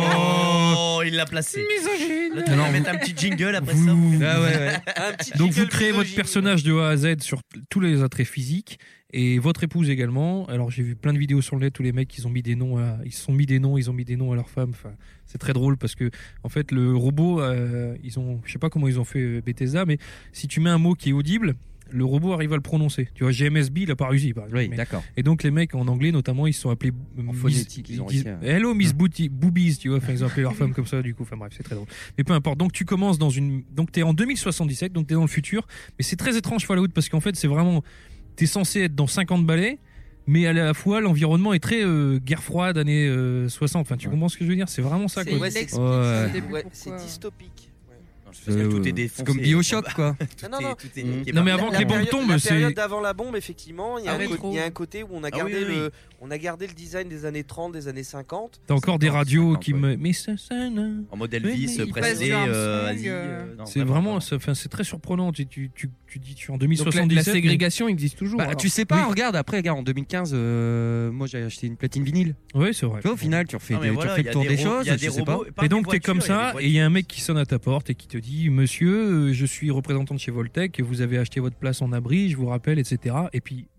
Oh, il l'a placé. Là, tu vas Alors, mettre un petit jingle après vous- ça. Ah ouais, ouais. Un petit Donc, jingle vous créez votre misogyne. personnage de A à Z sur t- tous les attraits physiques et votre épouse également. Alors, j'ai vu plein de vidéos sur le net où les mecs, ils ont mis des noms, à- ils se sont mis des noms, ils ont mis des noms à leurs femmes. Enfin, c'est très drôle parce que, en fait, le robot, euh, ils ont, je sais pas comment ils ont fait euh, Bethesda, mais si tu mets un mot qui est audible, le robot arrive à le prononcer. Tu vois, G M S B, il a pas réussi, par exemple. Oui, Mais- d'accord. et donc les mecs en anglais notamment, ils se sont appelés euh, En Miss- phonétique, ils ont disent, réussi à- Hello Miss Ouais. Booty, Boobies, tu vois, enfin ils ont appelé leur femme comme ça du coup, enfin bref, c'est très drôle. Mais peu importe. Donc tu commences dans une donc tu es en deux mille soixante-dix-sept, donc tu es dans le futur, mais c'est très étrange Fallout parce qu'en fait, c'est vraiment tu es censé être dans cinquante balais. Mais à la fois, l'environnement est très euh, guerre froide, années euh, soixante. Enfin, tu comprends ce que je veux dire? C'est vraiment ça, C'est- quoi. ouais, Il c'est- explique Ouais. au début Ouais, pourquoi. c'est dystopique. Ouais. Non, c'est parce que tout est C'est défoncé. comme Bioshock, quoi. Tout Non, non, est- non. tout est Mm. niqué Non, par mais terre. avant que La les bombes période- tombent, la c'est- période d'avant la bombe, effectivement, il y, a Ah, un rétro. co- il y a un côté où on a Ah gardé oui, oui, le, on a gardé le design des années trente, des années cinquante. T'as encore des cinquante, radios cinquante, qui ouais. me. Mais ça, ça, non. En mode Oui, Elvis, mais il passe Presley, du Armstrong, euh, Asie. euh, euh, non, C'est vraiment, vraiment. ça- enfin, c'est très surprenant. Tu, tu, tu, tu dis, tu es en deux Donc mille la, la soixante-dix-sept. mais- ségrégation existe toujours. Bah, alors. tu sais pas, Oui. regarde, après, regarde, en deux mille quinze, euh, moi j'ai acheté une platine vinyle. Oui, c'est vrai. Tu vois, au final, tu refais, Non, mais des- voilà, tu refais il y le a tour des des ro- choses, il y a je des sais pas. robots, pas Et des donc t'es comme voitures, il y a ça des et il y a un mec qui sonne à ta porte et qui te dit monsieur, euh, je suis représentant de chez Voltec, vous avez acheté votre place en abri, je vous rappelle, et cetera. Et puis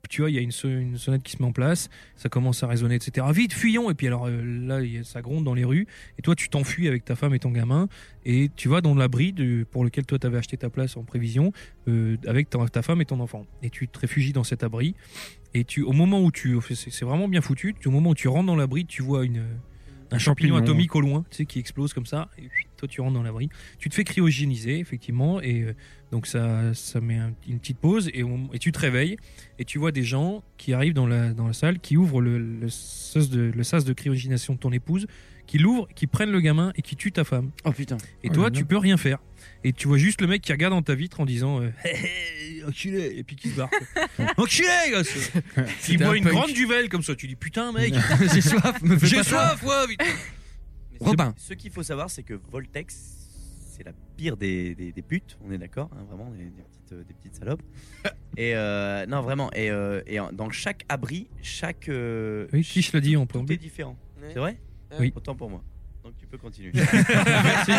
tu vois, il y a une, so- une sonnette qui se met en place, ça commence à résonner, et cetera. Vite, fuyons. Et puis alors euh, là, il y a- ça gronde dans les rues. Et toi, tu t'enfuis avec ta femme et ton gamin, et tu vas dans l'abri de, pour lequel toi, tu avais acheté ta place en prévision, euh, avec ta, ta femme et ton enfant. Et tu te réfugies dans cet abri. Et tu, au moment où tu, c'est, c'est vraiment bien foutu. Au moment où tu rentres dans l'abri, tu vois une un champignon, champignon. atomique au loin, tu sais, qui explose comme ça. Et puis, toi, tu rentres dans l'abri. Tu te fais cryogéniser, effectivement, et euh, donc ça, ça met un- une petite pause, et, on- et tu te réveilles, et tu vois des gens qui arrivent dans la, dans la salle, qui ouvrent le, le, sas de, le sas de cryogénisation de ton épouse, qui l'ouvrent, qui prennent le gamin et qui tuent ta femme. Oh putain. Et Oh toi, là là. tu peux rien faire. Et tu vois juste le mec qui regarde dans ta vitre en disant euh, Hé hé, enculé, et puis qui se barre. quoi. Enculé, gosse. Il C'était boit un une punk. grande duvel comme ça. Tu dis putain, mec, J'ai soif, me fais j'ai pas ça. soif, ouais, vite. Mais ce- Robin. Ce qu'il faut savoir, c'est que Voltex, c'est la pire des, des, des putes, on est d'accord, hein, vraiment, des, des petites, euh, des petites salopes. Et euh, non, vraiment, et, euh, et en- dans chaque abri, chaque. euh, Oui, qui je l'ai dit en tout est préambule. différent. Ouais. C'est vrai Oui. Autant pour moi. Donc tu peux continuer. Merci.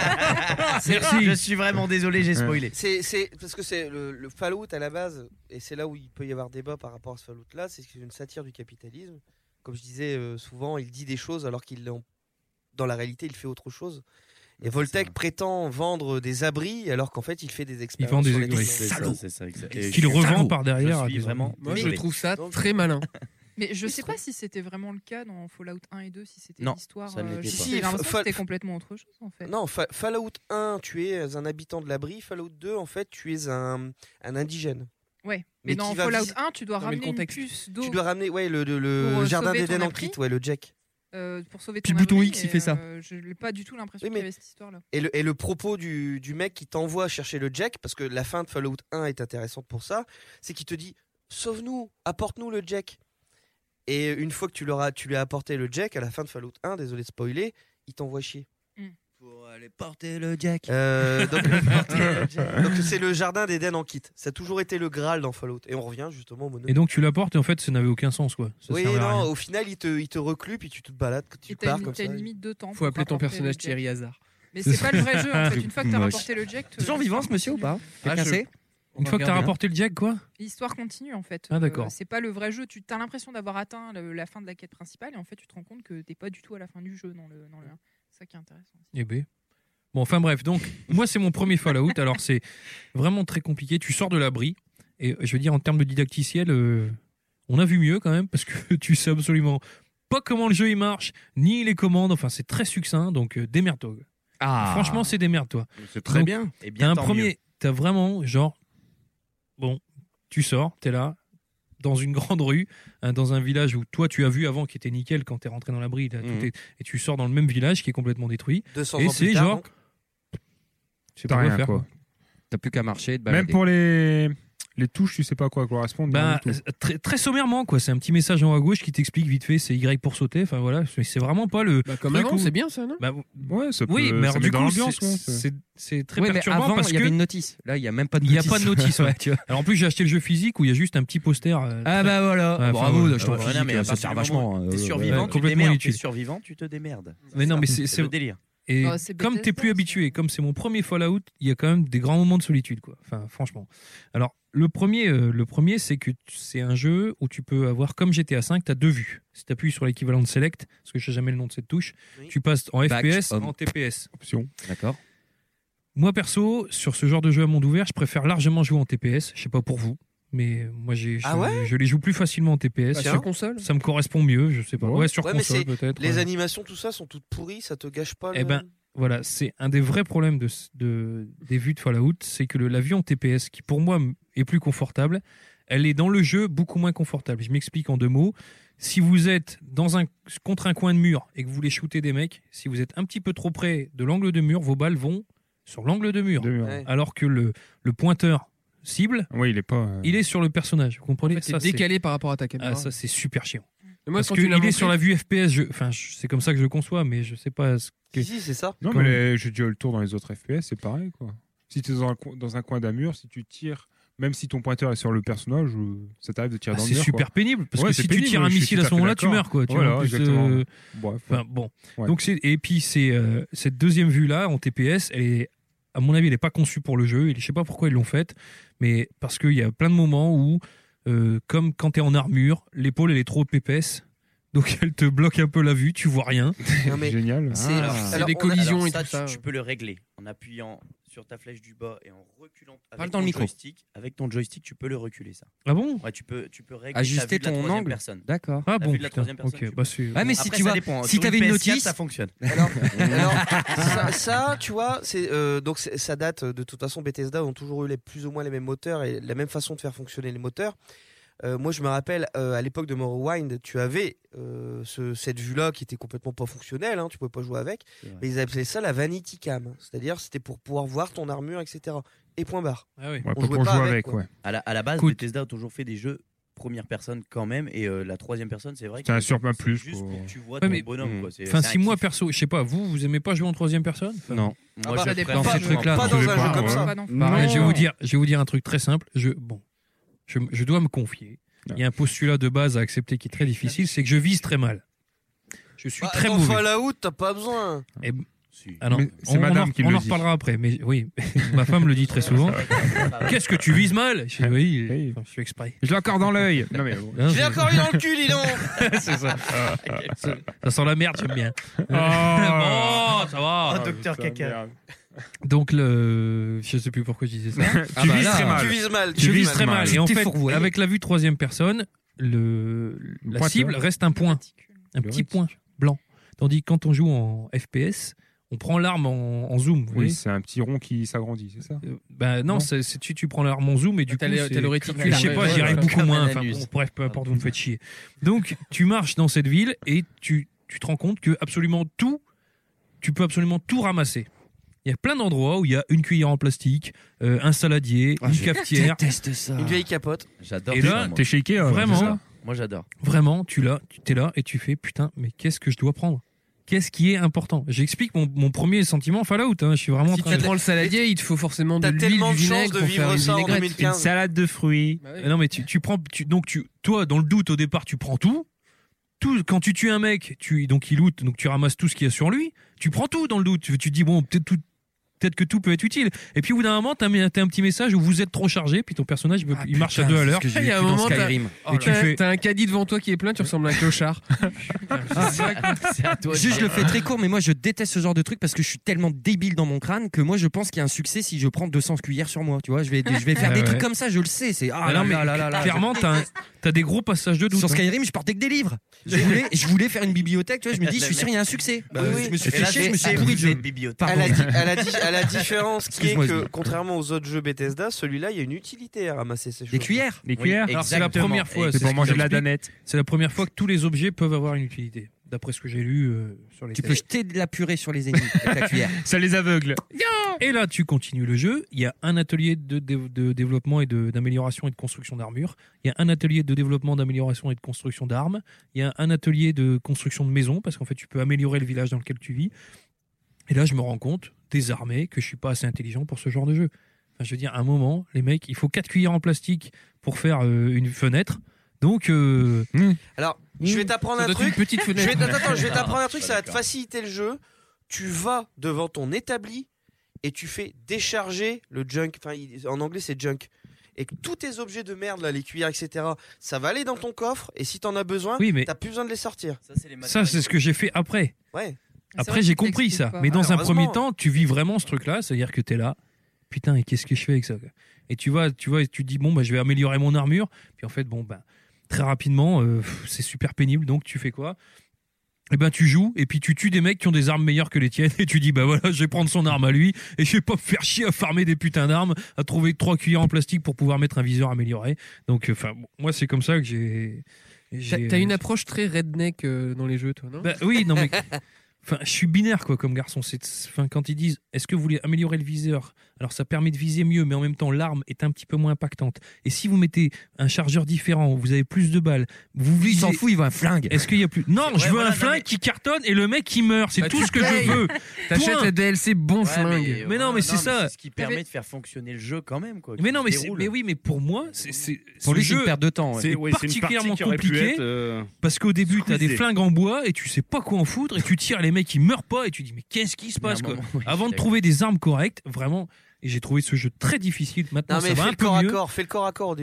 Merci. Je suis vraiment désolé, j'ai spoilé. C'est, c'est parce que c'est le, le Fallout à la base, et c'est là où il peut y avoir débat par rapport à ce Fallout-là, c'est que c'est une satire du capitalisme. Comme je disais euh, souvent, il dit des choses alors qu'il en- dans la réalité il fait autre chose. Et Voltec prétend vendre des abris alors qu'en fait il fait des expériences. vend des- sur les oui. gens. C'est ça, Salauds. c'est ça, exact. Et Et Qu'il je- revend par je derrière à suis des vraiment. Moi, je désolé. trouve ça Donc- très malin. Mais je sais pas si c'était vraiment le cas dans Fallout un et deux, si c'était Non, l'histoire. ça ne l'était j'ai pas. Si, j'ai l'impression Fa- que c'était complètement autre chose en fait. Non, Fa- Fallout un, tu es un habitant de l'abri. Fallout deux, en fait, tu es un, un indigène. Ouais. Mais Mais, dans qui va Fallout vis- un, tu dois Non, mais le ramener une contexte. puce d'eau Tu dois ramener ouais, le, le- le Pour, euh, jardin sauver ton d'Éden en abri. kit, ouais, le Jack. euh, pour sauver Puis ton le bouton abri, X, il et, fait ça. euh, je n'ai pas du tout l'impression Oui, qu'il y mais- avait cette histoire-là. Et le, et le propos du, du mec qui t'envoie chercher le Jack, parce que la fin de Fallout un est intéressante pour ça, c'est qu'il te dit sauve-nous, apporte-nous le Jack. Et une fois que tu, leur as, tu lui as apporté le Jack, à la fin de Fallout un, désolé de spoiler, il t'envoie chier. Mm. Pour aller porter le Jack. Euh, donc donc c'est le jardin d'Éden en kit. Ça a toujours été le Graal dans Fallout. Et on revient justement au mono. Et donc tu l'apportes et en fait ça n'avait aucun sens quoi. Ça oui, servait à non, rien. au final, il te, il te reclue, puis tu te balades, tu Et t'as pars une, comme t'as ça. une limite de temps. Faut pour appeler ton rapporter personnage le Jack. Thierry Hazard. Mais c'est pas le vrai jeu en fait. Une fois que t'as Moche. rapporté le Jack, te- Toujours vivant ce monsieur ou pas Quelqu'un je- sait Une fois que t'as rapporté le Jack quoi. L'histoire continue en fait. Ah, d'accord. Euh, c'est pas le vrai jeu. Tu as l'impression d'avoir atteint le- la fin de la quête principale et en fait tu te rends compte que t'es pas du tout à la fin du jeu dans le dans le un. C'est ça qui est intéressant. aussi. Eh ben. Bon, enfin bref, donc moi c'est mon premier Fallout. Alors c'est vraiment très compliqué. Tu sors de l'abri et je veux dire en termes de didacticiel, euh, on a vu mieux quand même parce que tu sais absolument pas comment le jeu il marche, ni les commandes. Enfin c'est très succinct, donc euh, démerde-toi. Ah. Franchement c'est démerde-toi. C'est très Donc, bien. Et T'as bien un tant mieux. premier, t'as vraiment genre bon, tu sors, t'es là dans une grande rue, hein, dans un village où toi tu as vu avant qui était nickel quand t'es rentré dans l'abri, là, tout Mhm. est- et tu sors dans le même village qui est complètement détruit. deux cents Et ans c'est plus tard, genre- donc. Je sais T'as pas quoi rien faire. quoi. quoi. T'as plus qu'à marcher et te balader. Même pour les les touches, tu sais pas à quoi correspondent. rien Bah, du tout. euh, très, très sommairement quoi, c'est un petit message en haut à gauche qui t'explique vite fait, c'est Y pour sauter. Enfin voilà, c'est c'est vraiment pas le. Bah, comme truc avant, où- c'est bien ça, non Bah, Ouais, ça peut, oui, mais ça alors met du dans coup l'ambiance. c'est- ouais, c'est- c'est c'est très Ouais, mais perturbant avant, parce il y avait que une notice. Là, il y a même pas de il y a notice. pas de notice. ouais. Ouais, tu vois. Alors en plus j'ai acheté le jeu physique où il y a juste un petit poster. euh, Ah bah voilà. Ouais, Bravo, enfin, d'acheter Ah en ouais, physique, non, mais à ça partir sert du vachement. moment où euh, T'es ouais, survivant, ouais, tu complètement démerdes. T'es inutile. survivant, tu te démerdes. Mais non, mais ça. c'est- C'est c'est- le délire. Et Oh, c'est comme t'es Bethesda, plus habitué, ça. comme c'est mon premier Fallout, il y a quand même des grands moments de solitude, quoi. Enfin, franchement. Alors, le premier, euh, le premier, c'est que t- c'est un jeu où tu peux avoir, comme G T A cinq, t'as deux vues. Si t'appuies sur l'équivalent de Select, parce que je sais jamais le nom de cette touche, Oui. tu passes en Back, F P S, home. en T P S. Option. D'accord. Moi, perso, sur ce genre de jeu à monde ouvert, je préfère largement jouer en T P S. Je sais pas pour vous, mais moi, j'ai, je, Ah ouais je les joue plus facilement en T P S. Bah, Tiens. sur console. Ça me correspond mieux, je sais pas. Ouais. Ouais, sur Ouais, mais console c'est- peut-être. Les ouais. animations, tout ça, sont toutes pourries, ça te gâche pas Eh le... ben, voilà, c'est un des vrais problèmes de, de- des vues de Fallout, c'est que le, la vue en T P S, qui pour moi m- est plus confortable, elle est dans le jeu beaucoup moins confortable. Je m'explique en deux mots. Si vous êtes dans un, contre un coin de mur et que vous voulez shooter des mecs, si vous êtes un petit peu trop près de l'angle de mur, vos balles vont sur l'angle de mur. De mur. Ouais. Alors que le, le pointeur cible, Oui, il est pas. euh, il est sur le personnage. Vous comprenez En fait, ça, c'est c'est- décalé par rapport à ta caméra. Ah, ça, c'est super chiant. Mais moi, Parce quand tu qu'il l'as est montré- sur la vue F P S, je- enfin, je- c'est comme ça que je le conçois, mais je sais pas ce que. Si, si, c'est ça. Non, Comme- mais j'ai déjà eu le tour dans les autres F P S, c'est pareil quoi. Si tu es dans un, co- dans un coin d'un mur, si tu tires, même si ton pointeur est sur le personnage, euh, ça t'arrive de tirer Ah, dans le c'est mur. super quoi. pénible parce Ouais, que c'est si pénible, tu tires un je suis missile tout à à ce fait moment-là, tu d'accord. meurs quoi. Tu Voilà, vois, en plus, exactement. euh, Bref, enfin, ouais. bon. Ouais. Donc c'est et puis c'est euh, cette deuxième vue là en T P S, elle est à mon avis elle est pas conçue pour le jeu. Et je sais pas pourquoi ils l'ont faite, mais parce qu'il y a plein de moments où euh, comme quand t'es en armure, l'épaule elle est trop épaisse. Donc elle te bloque un peu la vue, tu vois rien. Non, mais Génial. c'est- Alors, C'est alors, des on a- collisions alors et ça, tout ça. Tu, tu peux le régler en appuyant sur ta flèche du bas et en reculant Parle avec dans ton le micro. joystick. Avec ton joystick, tu peux le reculer ça. Ah bon? Ouais, tu peux, tu peux régler Ajuster ta vue de la ton troisième angle. personne. D'accord. Ah La bon, vue de la putain. troisième personne, Ok, tu bah peux. c'est. Ouais, mais si Après, tu ça vois, dépend. si Sur t'avais P S une quatre, notice, ça fonctionne. Alors, alors, ça, ça, tu vois, c'est euh, donc c'est- ça date de toute façon. Bethesda ont toujours eu les, plus ou moins les mêmes moteurs et la même façon de faire fonctionner les moteurs. Euh, moi, je me rappelle euh, à l'époque de Morrowind, tu avais euh, ce, cette vue-là qui était complètement pas fonctionnelle, hein, tu pouvais pas jouer avec, C'est vrai. mais ils appelaient ça la vanity cam, c'est-à-dire c'était pour pouvoir voir ton armure, et cetera. Et point barre. Ah oui. Ouais, On pas jouait pour pas jouer avec, avec, quoi. ouais. À la, à la base, Écoute. Bethesda a toujours fait des jeux première personne quand même, et euh, la troisième personne, c'est vrai C'est un que surplus c'est plus, juste quoi. pour que tu vois Ouais, ton mais- bonhomme. Mm. Quoi. C'est- Enfin, c'est si un moi kiff. perso, je sais pas, vous, vous aimez pas jouer en troisième personne? Enfin, Non. Moi, bah, je ça dépend. préfère Dans ces jouer en trucs-là, pas premier. dans je un sais jeu pas, comme ouais. ça. Pas non. Bah, Non. je vais vous dire, je vais vous dire un truc très simple. Je, bon, je, je dois me confier. Il y a un postulat de base à accepter qui est très difficile, c'est que je vise très mal. Je suis Bah, très dans mauvais. Fallout, t'as pas besoin. Et- Si. ah non, Mais c'est on, on madame en, qui on le en dit. reparlera après. Mais oui, ma femme le dit très souvent. Qu'est-ce que tu vises mal? Je dis, oui, Oui. enfin, je suis exprès. Je l'ai encore dans l'œil. Non mais bon. Hein, J'ai c'est- encore eu dans le cul, dis donc. c'est ça. ça. Ça sent la merde, j'aime bien. Oh, bon, ça va. Ah, docteur Caca. Donc le, je sais plus pourquoi je disais ça. Tu Ah bah vises là, très mal. Tu vises mal. Je tu vise vises très mal. Et en T'es fait, fourvoyé. avec la vue troisième personne, le, la Pointeur. cible reste un point, un Le petit réticule. point blanc. Tandis que quand on joue en F P S, on prend l'arme en, en zoom. Vous Oui, voyez. c'est un petit rond qui s'agrandit, c'est ça? Euh, bah non, Non. c'est c'est- tu, tu prends l'arme en zoom et du coup, T'as le- c'est- t'as le réticule. je sais pas, Ouais, j'y arrive ouais, beaucoup comme moins. un Enfin, anus. bon, bref, peu importe, vous me faites chier. Donc, tu marches dans cette ville et tu, tu te rends compte que absolument tout, tu peux absolument tout ramasser. Il y a plein d'endroits où il y a une cuillère en plastique, euh, un saladier, Ah, une je cafetière. déteste ça. Une vieille capote. J'adore Et ça, là, moi. T'es chez Ikea, euh, Vraiment. c'est ça Moi, j'adore. Vraiment, tu l'as, tu t'es là et tu fais putain, mais qu'est-ce que je dois prendre? Qu'est-ce qui est important? J'explique mon, mon premier sentiment Fallout. Hein. Je suis vraiment Si en train tu de. prends le saladier, il te faut forcément de T'as l'huile, tellement du de chance vinaigre de pour faire vivre une ça en vinaigrette. deux mille quinze. Salade de fruits. Bah oui. Euh, Non mais tu, tu prends, tu, donc tu, toi dans le doute au départ tu prends tout, tout quand tu tues un mec, tu donc il loot, donc tu ramasses tout ce qu'il y a sur lui, tu prends tout dans le doute, tu, tu te dis bon peut-être tout. Peut-être que tout peut être utile. Et puis au bout d'un moment, t'as un, t'as un petit message où vous êtes trop chargé, puis ton personnage il, peut- Ah, il marche putain, à deux à c'est l'heure. ce que j'ai Il y a un vécu dans moment, t'as- Skyrim. Et tu T'as fais. t'as un caddie devant toi qui est plein, tu ressembles à un clochard. Ah, C'est à toi. de Juste, je le dire. fais très court, mais moi je déteste ce genre de truc parce que je suis tellement débile dans mon crâne que moi je pense qu'il y a un succès si je prends deux cents cuillères sur moi. Tu vois, je vais, je vais faire Ouais, des ouais. trucs comme ça, je le sais. C'est ah Ah là non, mais là là là là. clairement, t'as, un- t'as des gros passages de doute. Sur hein. Skyrim, je partais que des livres. Je voulais, je voulais faire une bibliothèque. Tu vois, je me dis, je suis sûr, il y a un succès. Bah Euh, oui. Je me suis Et fait là, chier, je me suis c'est pourri le jeu. une bibliothèque. Pardon. À la, di- à, la di- à la différence qui est Excuse-moi, que, Zbi. contrairement aux autres jeux Bethesda, celui-là, il y a une utilité à ramasser ces choses. Des cuillères. Les Oui, cuillères. Alors, c'est la exactement. première fois, Et c'est C'est pour ce manger qu'il de la explique. danette. C'est la première fois que tous les objets peuvent avoir une utilité, d'après ce que j'ai lu euh, sur les Tu peux tests. jeter de la purée sur les ennemis avec la cuillère. Ça les aveugle. Et là, tu continues le jeu. Il y a un atelier de, dé- de développement et de- d'amélioration et de construction d'armure. Il y a un atelier de développement, d'amélioration et de construction d'armes. Il y a un atelier de construction de maisons, parce qu'en fait, tu peux améliorer le village dans lequel tu vis. Et là, je me rends compte, désarmé, que je suis pas assez intelligent pour ce genre de jeu. Enfin, je veux dire, à un moment, les mecs, il faut quatre cuillères en plastique pour faire euh, une fenêtre. Donc, euh, Alors, je vais t'apprendre Ça un doit être une truc. petite Je vais, fenêtre. attends, attends, je vais Ah, t'apprendre un je truc, suis ça va te d'accord. faciliter le jeu. Tu vas devant ton établi et tu fais décharger le junk. Enfin, il- en anglais, c'est junk. Et que tous tes objets de merde, là, les cuillères, et cetera, ça va aller dans ton coffre. Et si t'en as besoin, oui, mais t'as plus besoin de les sortir. Ça, c'est les ça, matériaux. c'est ce que j'ai fait après. Ouais. C'est Après, vrai j'ai qu'il compris t'explique ça. pas. Mais dans Ah, un heureusement. premier temps, tu vis vraiment ce truc-là. C'est-à-dire que tu es là. Putain, et qu'est-ce que je fais avec ça quoi. Et tu vois, tu vois, tu te dis, bon, bah, je vais améliorer mon armure. Puis en fait, bon, bah, très rapidement, euh, pff, c'est super pénible. Donc, tu fais quoi? Eh ben, tu joues et puis tu tues des mecs qui ont des armes meilleures que les tiennes. Et tu dis, bah voilà, je vais prendre son arme à lui. Et je vais pas me faire chier à farmer des putains d'armes, à trouver trois cuillères en plastique pour pouvoir mettre un viseur amélioré. Donc, enfin, bon, moi, c'est comme ça que j'ai. T'as j'ai- t'as une approche très redneck euh, dans les jeux, toi, non? Bah oui, non mais. Enfin, je suis binaire quoi comme garçon. C'est, enfin, quand ils disent, est-ce que vous voulez améliorer le viseur? Alors ça permet de viser mieux, mais en même temps l'arme est un petit peu moins impactante. Et si vous mettez un chargeur différent, vous avez plus de balles. Vous Lui, il visez. s'en fout, il veut un flingue. Est-ce qu'il y a plus? Non, C'est je vrai, veux voilà, un non, flingue mais- qui cartonne et le mec qui meurt. C'est Bah, tout tu ce que payes. je veux. T'achètes Point. le D L C bon Ouais, flingue. Mais non, mais c'est ça. C'est ce qui permet de faire fonctionner le jeu quand même. Quoi, Mais qui non, se mais, c'est- déroule. mais oui, mais pour moi, c'est, c'est Pour ce lui, c'est jeu une perte de temps. ouais. c'est ouais, c'est une partie particulièrement qui aurait pu compliqué. être, euh, parce qu'au début, t'as des squeezé. flingues en bois et tu sais pas quoi en foutre et tu tires les mecs ils meurent pas et tu dis mais qu'est-ce qui se Mais à un passe quoi. moment, oui, Avant de d'accord. trouver des armes correctes, vraiment. Et j'ai trouvé ce jeu très difficile. Maintenant, Non, mais ça va fais un le peu corps à mieux. corps. Fais le corps à corps au début.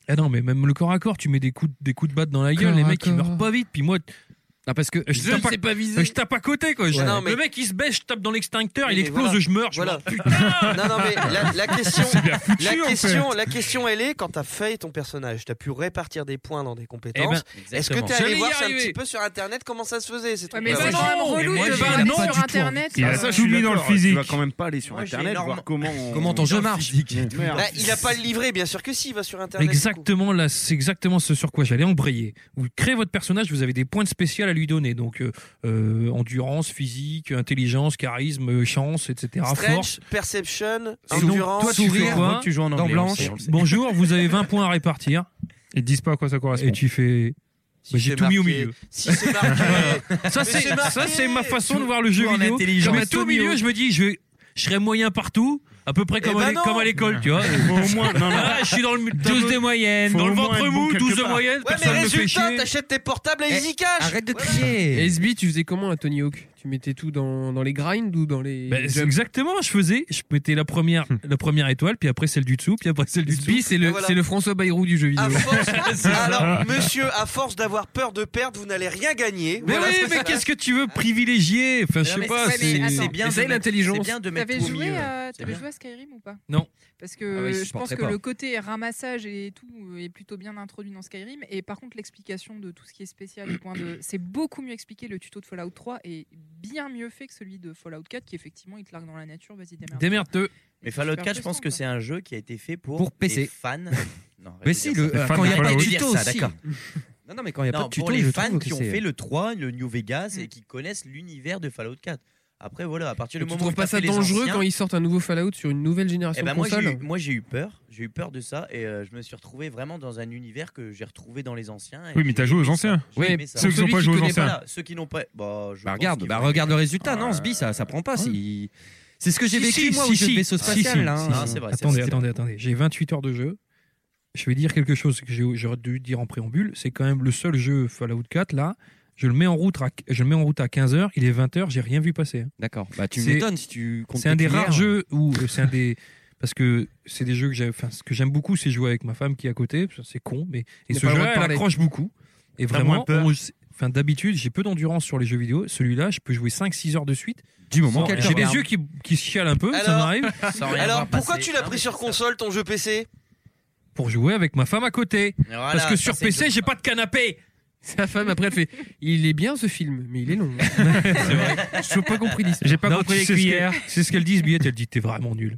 Ah non, mais même le corps à corps, tu mets des coups, des coups de batte dans la gueule, Corps les à mecs ils corps. meurent pas vite, puis moi. Ah, parce que je tape, sais à, pas viser. je tape à côté quoi. Je- Ouais. Non, mais- Le mec il se baisse, je tape dans l'extincteur, il Mais explose, voilà. je meurs. Je Voilà. meurs, putain. Non, non, mais la, la question, C'est bien foutu, la, en question fait. la question, elle est quand t'as fait ton personnage, t'as pu répartir des points dans des compétences. Eh ben, Est-ce que exactement. t'es allé J'allais y voir ça un arriver. petit peu sur internet comment ça se faisait ces Ouais, mais trucs-là c'est quand même relou moi, de j'ai voir pas aller du sur tout internet. Il a Ah, ça, je tout suis mis dans le d'accord. physique. Tu vas quand même pas aller sur Moi, j'ai internet énorme- voir comment. on- Comment ton jeu marche, Dick. Merde. Bah, il a pas le livret, bien sûr que si, il va sur internet. Exactement, là, c'est exactement ce sur quoi j'allais embrayer. Vous créez votre personnage, vous avez des points de spécial à lui donner, donc euh, euh, endurance, physique, intelligence, charisme, euh, chance, et cetera. Strange, Force. perception, Et donc, endurance. toi, tu fais quoi Tu joues en Dents anglais. blanches. aussi, on le sait. Bonjour, vous avez vingt points à répartir. Ils disent pas à quoi ça correspond. Et tu fais. Si Bah, j'ai c'est tout mis au marqué- milieu. Si c'est marqué. Ça, Mais c'est c'est marqué. ça, c'est ma façon de voir le jeu Tout en vidéo. intelligence. Je mets tout au milieu, je me dis, je vais. Je serai moyen partout, à peu près comme, ben à, l'é- non. comme à l'école, tu vois. Faut au moins. Non, non. Ah, je suis dans le douze de moyenne, Faut dans au le moins ventre être bon mou, quelque douze de part. moyenne, Ouais, mais personne me fait résultat, chier. t'achètes tes portables à Eh, Easy Cash. Arrête de Voilà. crier. Et S B, tu faisais comment à Tony Hawk? Tu mettais tout dans, dans les grinds ou dans les. Ben, c'est jumps? exactement, je faisais, je mettais la première, la première étoile, puis après celle du dessous, puis après celle du S dessous. B, c'est le, Voilà. c'est le François Bayrou du jeu vidéo. À force, alors, monsieur, à force d'avoir peur de perdre, vous n'allez rien gagner. Mais Voilà, oui, c'est mais ça. qu'est-ce que tu veux privilégier? Enfin, je Non, sais mais pas. ouais, mais c'est- attends. C'est bien, de Essaye mettre- l'intelligence. c'est bien de mettre T'avais tout au joué, milieu. à... C'est t'avais bien. joué à Skyrim ou pas? Non. Parce que Ah oui, je je pense supporterais que pas. le côté ramassage et tout est plutôt bien introduit dans Skyrim. Et par contre, l'explication de tout ce qui est spécial, les points de... c'est beaucoup mieux expliqué. Le tuto de Fallout trois est bien mieux fait que celui de Fallout quatre, qui effectivement il te largue dans la nature. Vas-y, démerde. Démerde-te. Mais C'est Fallout super quatre, je pense frustrant, que quoi. c'est un jeu qui a été fait pour, Pour P C. les fans. Non, arrête Mais de si, dire le, ça. euh, Fan quand il n'y a de pas de Fallout. tuto Ça, aussi. d'accord. Non, non, mais quand il n'y a pas Non, de tuto, pour les je fans trouve qui que ont c'est- fait le trois, le New Vegas Mm. et qui connaissent l'univers de Fallout quatre. Après, voilà, à partir Tu du moment trouves où pas t'as ça fait les dangereux anciens- quand ils sortent un nouveau Fallout sur une nouvelle Eh génération ben de moi, j'ai consoles? eu, moi j'ai eu peur, j'ai eu peur de ça et euh, je me suis retrouvé vraiment dans un univers que j'ai retrouvé dans les anciens. et Oui, mais j'ai t'as joué aux aimé ça. anciens. J'ai Ouais, aimé ça. Ceux qui n'ont celui pas qui joué aux connaît anciens. Voilà, ceux qui n'ont pas. Bah, je Bah, pense regarde, qu'ils bah, vont- regarde le résultat. Non, Ah, Sbi, ça, ça prend pas. si- C'est ce que j'ai Si, vécu, si, moi, si, au jeu de si, vaisseau si, spatial. si, hein. si, Non, c'est vrai. Attendez, c'est vrai. attendez, attendez. J'ai vingt-huit heures de jeu. Je vais dire quelque chose que j'ai- j'aurais dû dire en préambule. C'est quand même le seul jeu Fallout quatre, là. Je le mets en route à, je le mets en route à quinze heures. Il est vingt heures. J'ai rien vu passer. hein. D'accord. Bah, tu C'est- m'étonnes si tu comptes C'est un tes des cuillères. rares jeux où euh, c'est un des parce que c'est des jeux que j'aime. Enfin, ce que j'aime beaucoup, c'est jouer avec ma femme qui est à côté. C'est con, mais et N'a ce pas le droit jeu-là, de elle parler. accroche beaucoup. Et T'as moins vraiment, peur. on- enfin d'habitude, j'ai peu d'endurance sur les jeux vidéo. Celui-là, je peux jouer cinq six heures de suite. Du moment Sans- qu'elle te J'ai des regarde. yeux qui, qui se chialent un peu, ça Alors m'arrive, Sans rien Alors, voir pourquoi passer. tu l'as Non, pris mais sur c'est ça. console, ton jeu P C? pour jouer avec ma femme à côté. Voilà, Parce que ça, sur c'est P C, le- j'ai pas de canapé. Sa femme, après, elle fait Il est bien ce film, mais il est long. Je n'ai pas compris l'histoire. J'ai pas Non, compris tu les sais ce que- cuillères. C'est ce qu'elle dit, Biette. Elle dit t'es vraiment nul.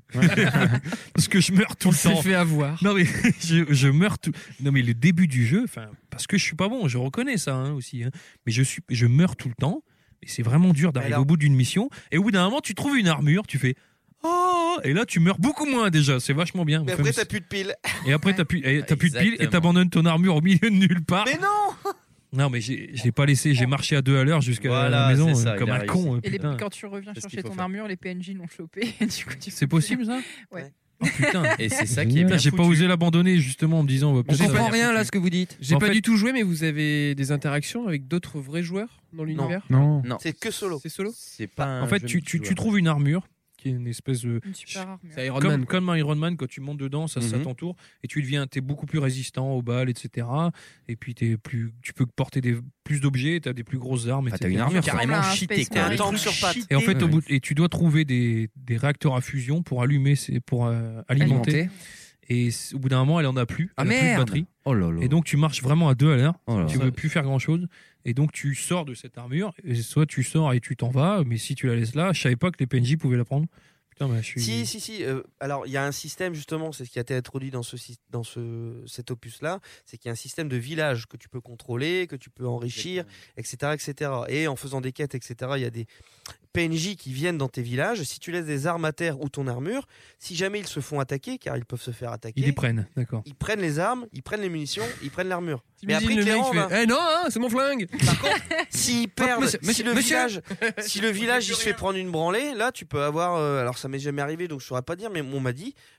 Parce que je meurs tout On le s'est temps. fait avoir. Non mais je, je meurs tout. Non mais le début du jeu, enfin parce que je suis pas bon, je reconnais ça hein, aussi. hein. Mais je suis, je meurs tout le temps. Et c'est vraiment dur d'arriver Alors- au bout d'une mission. Et au bout d'un moment, tu trouves une armure, tu fais oh, et là tu meurs beaucoup moins déjà. C'est vachement bien. Mais Enfin, après, t'as plus de piles. et après t'as plus, et t'as plus de piles et Exactement. t'abandonnes ton armure au milieu de nulle part. Mais non! Non mais j'ai, je l'ai pas laissé. J'ai marché à deux à l'heure jusqu'à Voilà, la maison c'est ça, euh, comme il a un réussi. con. euh, Et les- putain. quand tu reviens C'est ce chercher qu'il faut ton faire. armure, les P N J l'ont chopé. et du coup, tu C'est possible ça? Ouais. Oh, putain. Et c'est ça qui est Putain, bien j'ai pas foutu. osé l'abandonner justement en me disant on va On peut-être J'ai ça- comprend pas- rien là ce que vous dites. J'ai En pas fait- du tout joué, mais vous avez des interactions avec d'autres vrais joueurs dans l'univers? Non. Non, C'est que solo. C'est solo? c'est pas. un En fait, jeu tu, tu, tu multijoueur. trouves une armure qui est une espèce de. Une super armure. C'est Iron Comme, Man. comme un Iron Man, quand tu montes dedans, ça, ça Mhm. t'entoure et tu deviens, t'es beaucoup plus résistant aux balles, et cetera. Et puis t'es plus, tu peux porter des, plus d'objets, t'as des plus grosses armes, Ah, et t'as cetera. une armure. Carrément ressemble à un cheaté, Space quoi. Marine. Un Tank truc sur pattes. cheaté. Et en fait, au Ouais. bout, et tu dois trouver des, des réacteurs à fusion pour allumer, ces- pour euh, alimenter. Alimenté. Et c- au bout d'un moment, elle en a plus. Ah Elle a plus de merde. batterie. Oh là là. Et donc tu marches vraiment à deux à l'heure. Oh là Tu là. veux plus faire grand chose. Et donc tu sors de cette armure. Et soit tu sors et tu t'en vas. Mais si tu la laisses là, je savais pas que les P N J pouvaient la prendre. Putain, bah, je suis. Si, si, si. euh, alors, il y a un système, justement, c'est ce qui a été introduit dans, ce, syst- dans ce, cet opus-là, c'est qu'il y a un système de village que tu peux contrôler, que tu peux enrichir, et cetera, et cetera. Et en faisant des quêtes, et cetera, il y a des P N J qui viennent dans tes villages. Si tu laisses des armes à terre ou ton armure, si jamais ils se font attaquer, car ils peuvent se faire attaquer, Ils les prennent, d'accord. ils prennent les armes, ils prennent les munitions, ils prennent l'armure. Mais T'imagines après, ils le te les mec rendent. qui hein. fait Eh non, hein, c'est mon flingue! Par contre, s'ils perdent, monsieur, si monsieur, le monsieur. village, si le village il se fait prendre une branlée, là tu peux avoir. euh, alors ça m'est jamais arrivé donc je saurais pas dire, mais on m'a dit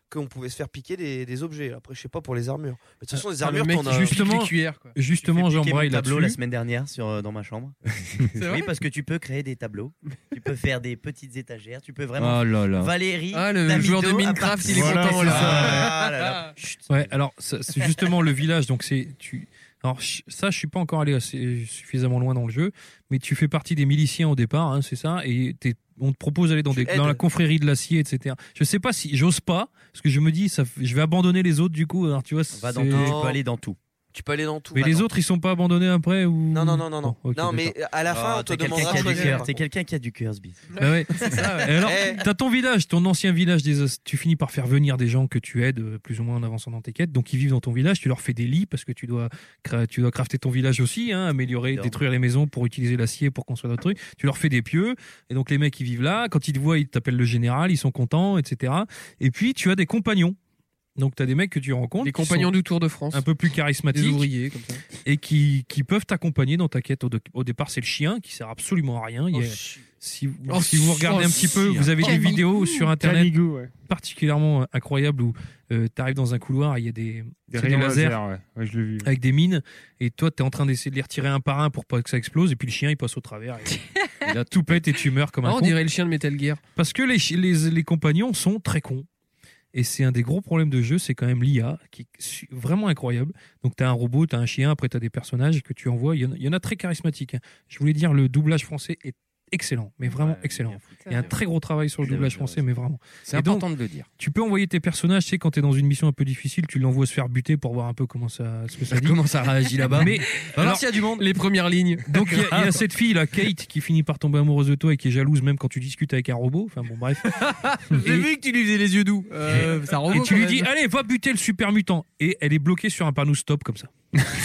qu'on pouvait se faire piquer des, des objets. Après, je sais pas pour les armures. Mais de toute façon, les Ah, le armures, mec t'en qui as. justement- Justement, quoi. justement, J'ai fait piquer j'embraye mon tableau la là-dessus. semaine dernière sur, euh, dans ma chambre. vrai Oui, parce que tu peux créer des tableaux. Tu peux faire des petites étagères. Tu peux vraiment. Oh là là. Valérie. Ah, le Damido, joueur de à Minecraft, partir- il est Voilà, content c'est là. ça. Ah là là. Chut. Ouais, alors ça, c'est justement le village, donc c'est tu. Alors ch- ça, je suis pas encore allé assez, suffisamment loin dans le jeu, mais tu fais partie des miliciens au départ, hein, c'est ça, et t'es- on te propose d'aller dans, Tu des, aides. dans la confrérie de l'acier, et cetera. Je sais pas si j'ose pas, parce que je me dis, ça, f- je vais abandonner les autres du coup. Alors tu vois, Va dans c'est- tout. Tu Non. peux aller dans tout. Tu peux aller dans tout. mais les Attends. autres, ils sont pas abandonnés après ou Non, non, non, non, non. Bon, ok, non, mais d'accord. à la fin, Oh, on te t'es quelqu'un demandera qui de a du choisir. cœur. par T'es contre. quelqu'un qui a du cœur, Sbi. Bah ouais. C'est ça, ouais. Et alors, Eh. t'as ton village, ton ancien village, des, os- tu finis par faire venir des gens que tu aides euh, plus ou moins en avançant dans tes quêtes, donc ils vivent dans ton village, tu leur fais des lits parce que tu dois, cra- tu dois crafter ton village aussi, hein, améliorer, Évidemment. détruire les maisons pour utiliser l'acier pour construire d'autres trucs. Tu leur fais des pieux, et donc les mecs ils vivent là, quand ils te voient, ils t'appellent le général, ils sont contents, et cetera. Et puis tu as des compagnons. Donc tu as des mecs que tu rencontres, Les qui compagnons sont du Tour de France. un peu plus Des charismatiques ouvriers, comme ça. et qui, qui peuvent t'accompagner dans ta quête. Au, de- au départ, c'est le chien qui sert absolument à rien. Il y a- si, vous- Oh, si vous regardez un oh, petit peu, si. vous avez des Canigou. vidéos sur internet Canigou, ouais. particulièrement incroyables où tu arrives dans un couloir et il y a des, Des c'est rayons lasers laser, ouais. Ouais, je l'ai vu. avec des mines et toi tu es en train d'essayer de les retirer un par un pour pas que ça explose et puis le chien il passe au travers et, et là tout pète et tu meurs comme Ah, un on con dirait le chien de Metal Gear. parce que les, chi- les, les compagnons sont très cons. Et c'est un des gros problèmes de jeu, c'est quand même l'I A, qui est su- vraiment incroyable. Donc tu as un robot, tu as un chien, après tu as des personnages que tu envoies. Il y en a, il y en a très charismatiques, hein. Je voulais dire, le doublage français est excellent, mais vraiment Ouais, excellent. bien foutu. Il y a un très gros travail sur le C'est doublage vrai, français, c'est mais vraiment. C'est Et donc, important de le dire. tu peux envoyer tes personnages, tu sais, quand tu es dans une mission un peu difficile, tu l'envoies se faire buter pour voir un peu comment ça, ce que ça dit. Comment ça réagit là-bas Mais Va alors, voir s'il y a du monde. Les premières lignes. donc il y, a- il y a cette fille là, Kate, qui finit par tomber amoureuse de toi et qui est jalouse même quand tu discutes avec un robot. Enfin bon, bref. J'ai Et- vu que tu lui faisais les yeux doux. Euh, ça Et remonte tu quand lui même. dis, allez, va buter le super mutant. Et elle est bloquée sur un panneau stop comme ça.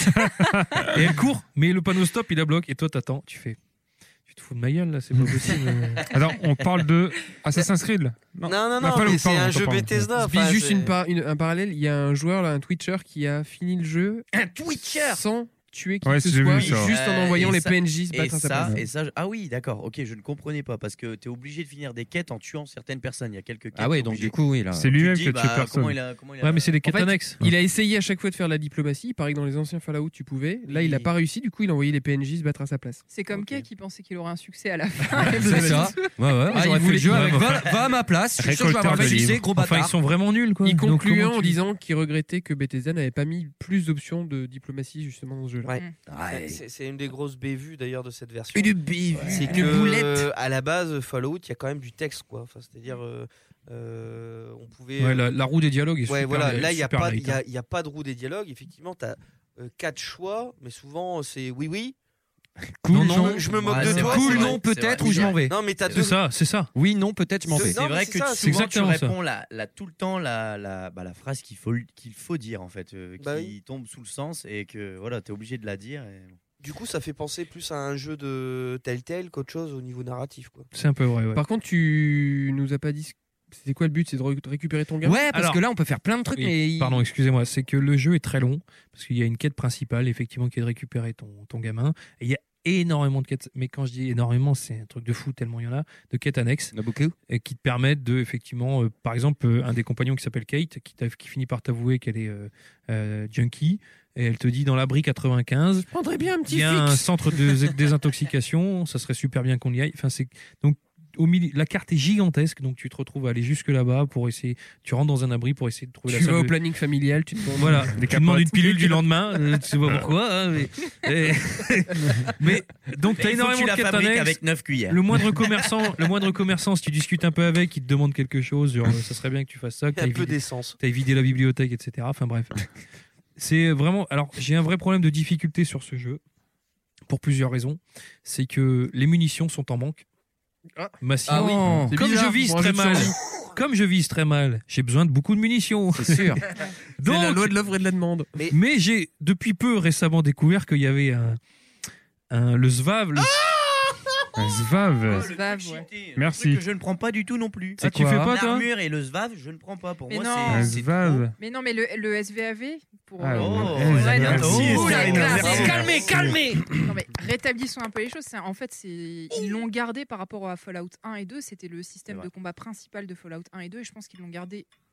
Et elle court, mais le panneau stop, il la bloque. Et toi, t'attends, tu fais. Tu te fous de ma gueule là, c'est pas possible. Alors, on parle de Assassin's Creed. Non, non, Ah, non, pardon, mais c'est pardon, un autant, jeu pardon. Bethesda. Sbi, enfin, juste c'est- une par- une- un parallèle. Il y a un joueur, là, un Twitcher, qui a fini le jeu Un Twitcher. sans tuer qui Ouais, que ce j'ai soit, vu ça. juste en Euh, envoyant et les ça- P N J se Et battre à sa ça, place. et ça, je- ah oui, d'accord, ok, je ne comprenais pas parce que tu es obligé de finir des quêtes en tuant certaines personnes. Il y a quelques quêtes. Ah ouais, donc obligées. du coup, oui, là. C'est Tu lui-même te dis, qui a bah, tué personne. comment il a- comment il a- Ouais, mais c'est des quêtes En fait, annexes. Il a essayé à chaque fois de faire de la diplomatie. Il paraît que dans les anciens Fallout, tu pouvais. Là, il n'a Oui. pas réussi. Du coup, il a envoyé les P N J se battre à sa place. C'est comme Ok. Kay qui pensait qu'il aurait un succès à la fin. C'est ça. Ouais, ouais. Ah, J'aurais il fait voulait- le jeu ouais, avec mais va, va à ma place. Je suis sûr que je vais Récolteur avoir de le succès, livres. gros Enfin, bâtard. ils sont vraiment nuls quoi. Il Donc, concluait comment en tu- disant qu'il regrettait que Bethesda n'avait pas mis plus d'options de diplomatie justement dans ce jeu-là. Ouais. Ouais. C'est- C'est une des grosses bévues d'ailleurs de cette version. Une bille, C'est une que boulette. euh, à la base Fallout, il y a quand même du texte quoi. Enfin, c'est-à-dire euh, euh, on pouvait. Ouais, la, la roue des dialogues est Ouais, super. voilà. Là, il y a super pas, light, il y a, hein. il y a pas de roue des dialogues. Effectivement, tu as quatre choix, mais souvent c'est oui oui. Cool, non, non. non, je me moque Ouais, de c'est toi. cool, c'est non, vrai. peut-être, vrai. ou je m'en vais. Non, mais t'as C'est deux. ça, c'est ça. Oui, non, peut-être, je m'en C'est- vais. non, C'est mais vrai c'est que ça, tu- c'est souvent tu exactement ça. réponds la, la, tout le temps la, la, bah, la phrase qu'il faut, qu'il faut dire en fait, euh, Bah qui oui. tombe sous le sens et que voilà, tu es obligé de la dire. Et... Du coup, ça fait penser plus à un jeu de Telltale qu'autre chose au niveau narratif quoi. C'est un peu vrai, ouais. Par contre, tu nous as pas dit. ce- C'était quoi le but? C'est de ré- récupérer ton gamin? Ouais, parce Alors- que là, on peut faire plein de trucs, Oui, mais. il- Pardon, excusez-moi, c'est que le jeu est très long parce qu'il y a une quête principale effectivement qui est de récupérer ton, ton gamin. Et il y a énormément de quêtes, mais quand je dis énormément, c'est un truc de fou tellement il y en a, de quêtes annexes Il y en a beaucoup. et qui te permettent de effectivement, euh, par exemple, euh, un des compagnons qui s'appelle Kate qui, t'a- qui finit par t'avouer qu'elle est euh, euh, junkie et elle te dit dans l'abri quatre-vingt-quinze. Je prendrais bien un Il petit y a un fixe. centre de désintoxication, ça serait super bien qu'on y aille. Enfin, c'est donc au milieu, la carte est gigantesque, donc tu te retrouves à aller jusque là-bas pour essayer. Tu rentres dans un abri pour essayer de trouver Tu la vas salle au de- planning familial, tu te demandes. Voilà, Des tu demandes capotes. une pilule du lendemain, euh, tu sais pas pourquoi. hein, mais et- mais donc Il faut t'as que énormément tu de la quêtes fabriques annexes. avec neuf cuillères. Le moindre commerçant, le moindre commerçant, si tu discutes un peu avec, il te demande quelque chose, genre, ça serait bien que tu fasses ça, que Un t'ailles peu vider, d'essence. t'ailles vider la bibliothèque, et cetera. Enfin bref, c'est vraiment. Alors j'ai un vrai problème de difficulté sur ce jeu pour plusieurs raisons. C'est que les munitions sont en manque. Ah. Massivement. Ah oui. C'est Comme bizarre, je vise pour un très jeu de mal, survie. comme je vise très mal, j'ai besoin de beaucoup de munitions. C'est sûr. C'est la Donc, loi de l'offre et de la demande. mais j'ai depuis peu récemment découvert qu'il y avait un, un le S V A V. le- Un Zvav. Oh, S V A V, ouais. Un Merci. truc que je ne prends pas du tout non plus. Ah, tu quoi fais pas toi L'armure et le Zvav, je ne prends pas. Pour Mais moi, non. c'est- Un c'est Zvav. Mais non, mais le, le S V A V, pour. Ah, euh, Oh, ouais. ouais, non, Merci, oh, la Estherine, classe. merci. Calmez, calmez. Non mais rétablissons un peu les choses. C'est- En fait, c'est ils l'ont gardé par rapport à Fallout un et deux. C'était le système C'est vrai. de combat principal de Fallout un et deux, et je pense qu'ils l'ont gardé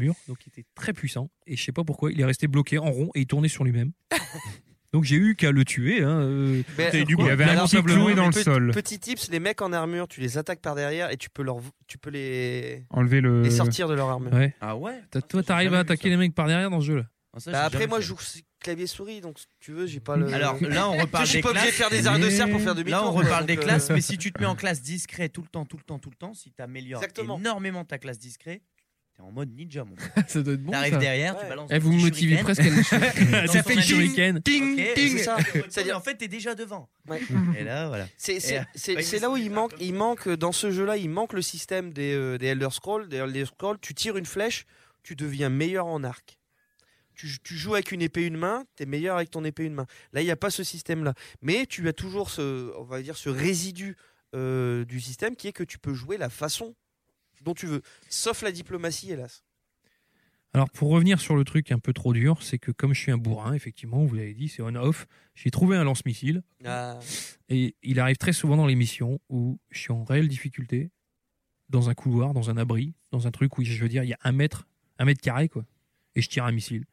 mur, donc il était très puissant. Et je sais pas pourquoi, il est resté bloqué en rond et il tournait sur lui-même. Donc j'ai eu qu'à le tuer. Hein, euh, Mais, et du coup, il y avait un alors, petit cloué dans le petit, sol. Petit tips, les mecs en armure, tu les attaques par derrière et tu peux leur, tu peux les, Enlever le. les sortir de leur armure. Ouais. Ah ouais. T'as- Toi, t'arrives à attaquer les mecs par derrière dans ce jeu-là. Ah, ça, Bah j'ai après, jamais moi, fait. je joue clavier souris, donc si tu veux, j'ai pas le. Alors là, on reparle Je suis des pas obligé de classes. faire des arts de serre pour faire demi-tour. Là, on quoi, reparle des donc, euh, classes, mais si tu te mets en classe discret tout le temps, tout le temps, tout le temps, si tu améliores Exactement. énormément ta classe discret, t'es en mode ninja, mon gars. Ça doit être bon. T'arrives ça. derrière, tu Ouais. balances. Eh, un vous me petit motivez shuriken. presque à le Dans Ça son fait le shuriken. shuriken. Ting, Ok, ting. c'est ça. C'est-à-dire- C'est-à-dire, en fait, t'es déjà devant. Ouais. Et là, voilà. C'est c'est- Et, euh, c'est- ouais, c'est là où il manque, il manque dans ce jeu-là, il manque le système des, euh, des Elder Scrolls. Des Elder Scrolls, tu tires une flèche, tu deviens meilleur en arc. Tu, tu joues avec une épée une main, t'es meilleur avec ton épée une main. Là, il n'y a pas ce système-là. Mais tu as toujours ce, on va dire, ce résidu euh, du système qui est que tu peux jouer la façon dont tu veux, sauf la diplomatie, hélas. Alors pour revenir sur le truc un peu trop dur, c'est que comme je suis un bourrin, effectivement, vous l'avez dit, c'est on-off, j'ai trouvé un lance-missile. Ah. Et il arrive très souvent dans les missions où je suis en réelle difficulté, dans un couloir, dans un abri, dans un truc où je veux dire, il y a un mètre, un mètre carré, quoi. Et je tire un missile.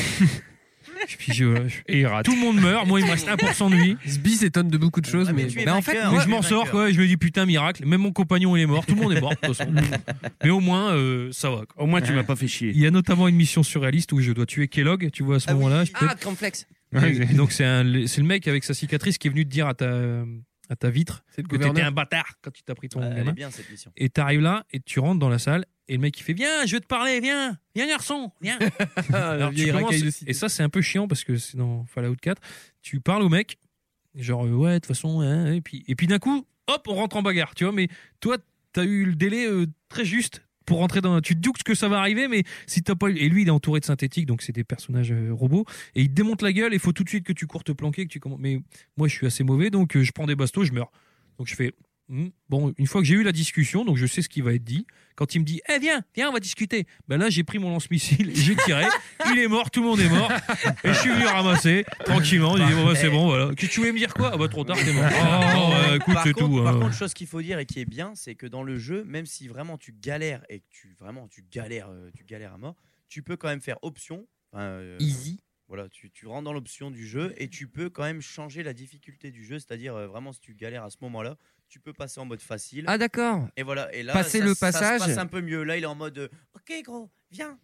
Puis je- je- Et il rate. tout le monde meurt, moi il me reste un pour cent de vie. Sbi s'étonne de beaucoup de choses, Ah, mais mais tu es bon. Mais en fait, vainqueur, mais tu je es m'en sors, vainqueur. quoi. Et je me dis putain, miracle. Même mon compagnon il est mort, tout le monde est mort, de toute façon. Mais au moins, euh, ça va. quoi. Au moins, tu m'as pas fait chier. Il y a notamment une mission surréaliste où je dois tuer Kellogg, tu vois, à ce Ah oui. moment-là. je peux- Ah, Complex. Ouais, Et donc c'est un- c'est le mec avec sa cicatrice qui est venu te dire à ta, à ta vitre C'est le que t'étais gouverneur. un bâtard quand tu t'as pris ton Ouais, Elle gamin. est bien cette mission. Et t'arrives là et tu rentres dans la salle et le mec il fait viens, je veux te parler, viens, viens garçon, viens. Ah, la Alors, tu vieille commences- racaille de cité. et ça c'est un peu chiant parce que c'est dans Fallout quatre. Tu parles au mec, genre euh, ouais de toute façon, hein, et puis et puis d'un coup hop on rentre en bagarre, tu vois. Mais toi t'as eu le délai euh, très juste pour rentrer dans. Tu te doutes que ça va arriver, mais si t'as pas eu- et lui il est entouré de synthétiques donc c'est des personnages euh, robots et il te démonte la gueule. Il faut tout de suite que tu cours te planquer, que tu commen- mais moi je suis assez mauvais donc euh, je prends des bastos, je meurs. Donc je fais hmm, bon, une fois que j'ai eu la discussion, donc je sais ce qui va être dit. Quand il me dit, eh viens, viens, on va discuter. Ben là, j'ai pris mon lance-missile, j'ai tiré, il est mort, tout le monde est mort, et je suis venu ramasser tranquillement. Il dit, bon, bah, c'est bon, voilà. Que tu voulais me dire quoi? Ah bah trop tard, t'es mort. Oh, euh, écoute, Par c'est contre, tout. par hein. contre, chose qu'il faut dire et qui est bien, c'est que dans le jeu, même si vraiment tu galères et que tu vraiment tu galères, euh, tu galères à mort, tu peux quand même faire option. enfin, euh, Easy. Voilà, tu, tu rentres dans l'option du jeu et tu peux quand même changer la difficulté du jeu, c'est-à-dire euh, vraiment si tu galères à ce moment-là, tu peux passer en mode facile. Ah, d'accord. Et voilà, et là, Passer ça, le ça se passage. passe un peu mieux. Là, il est en mode euh, OK, gros, viens.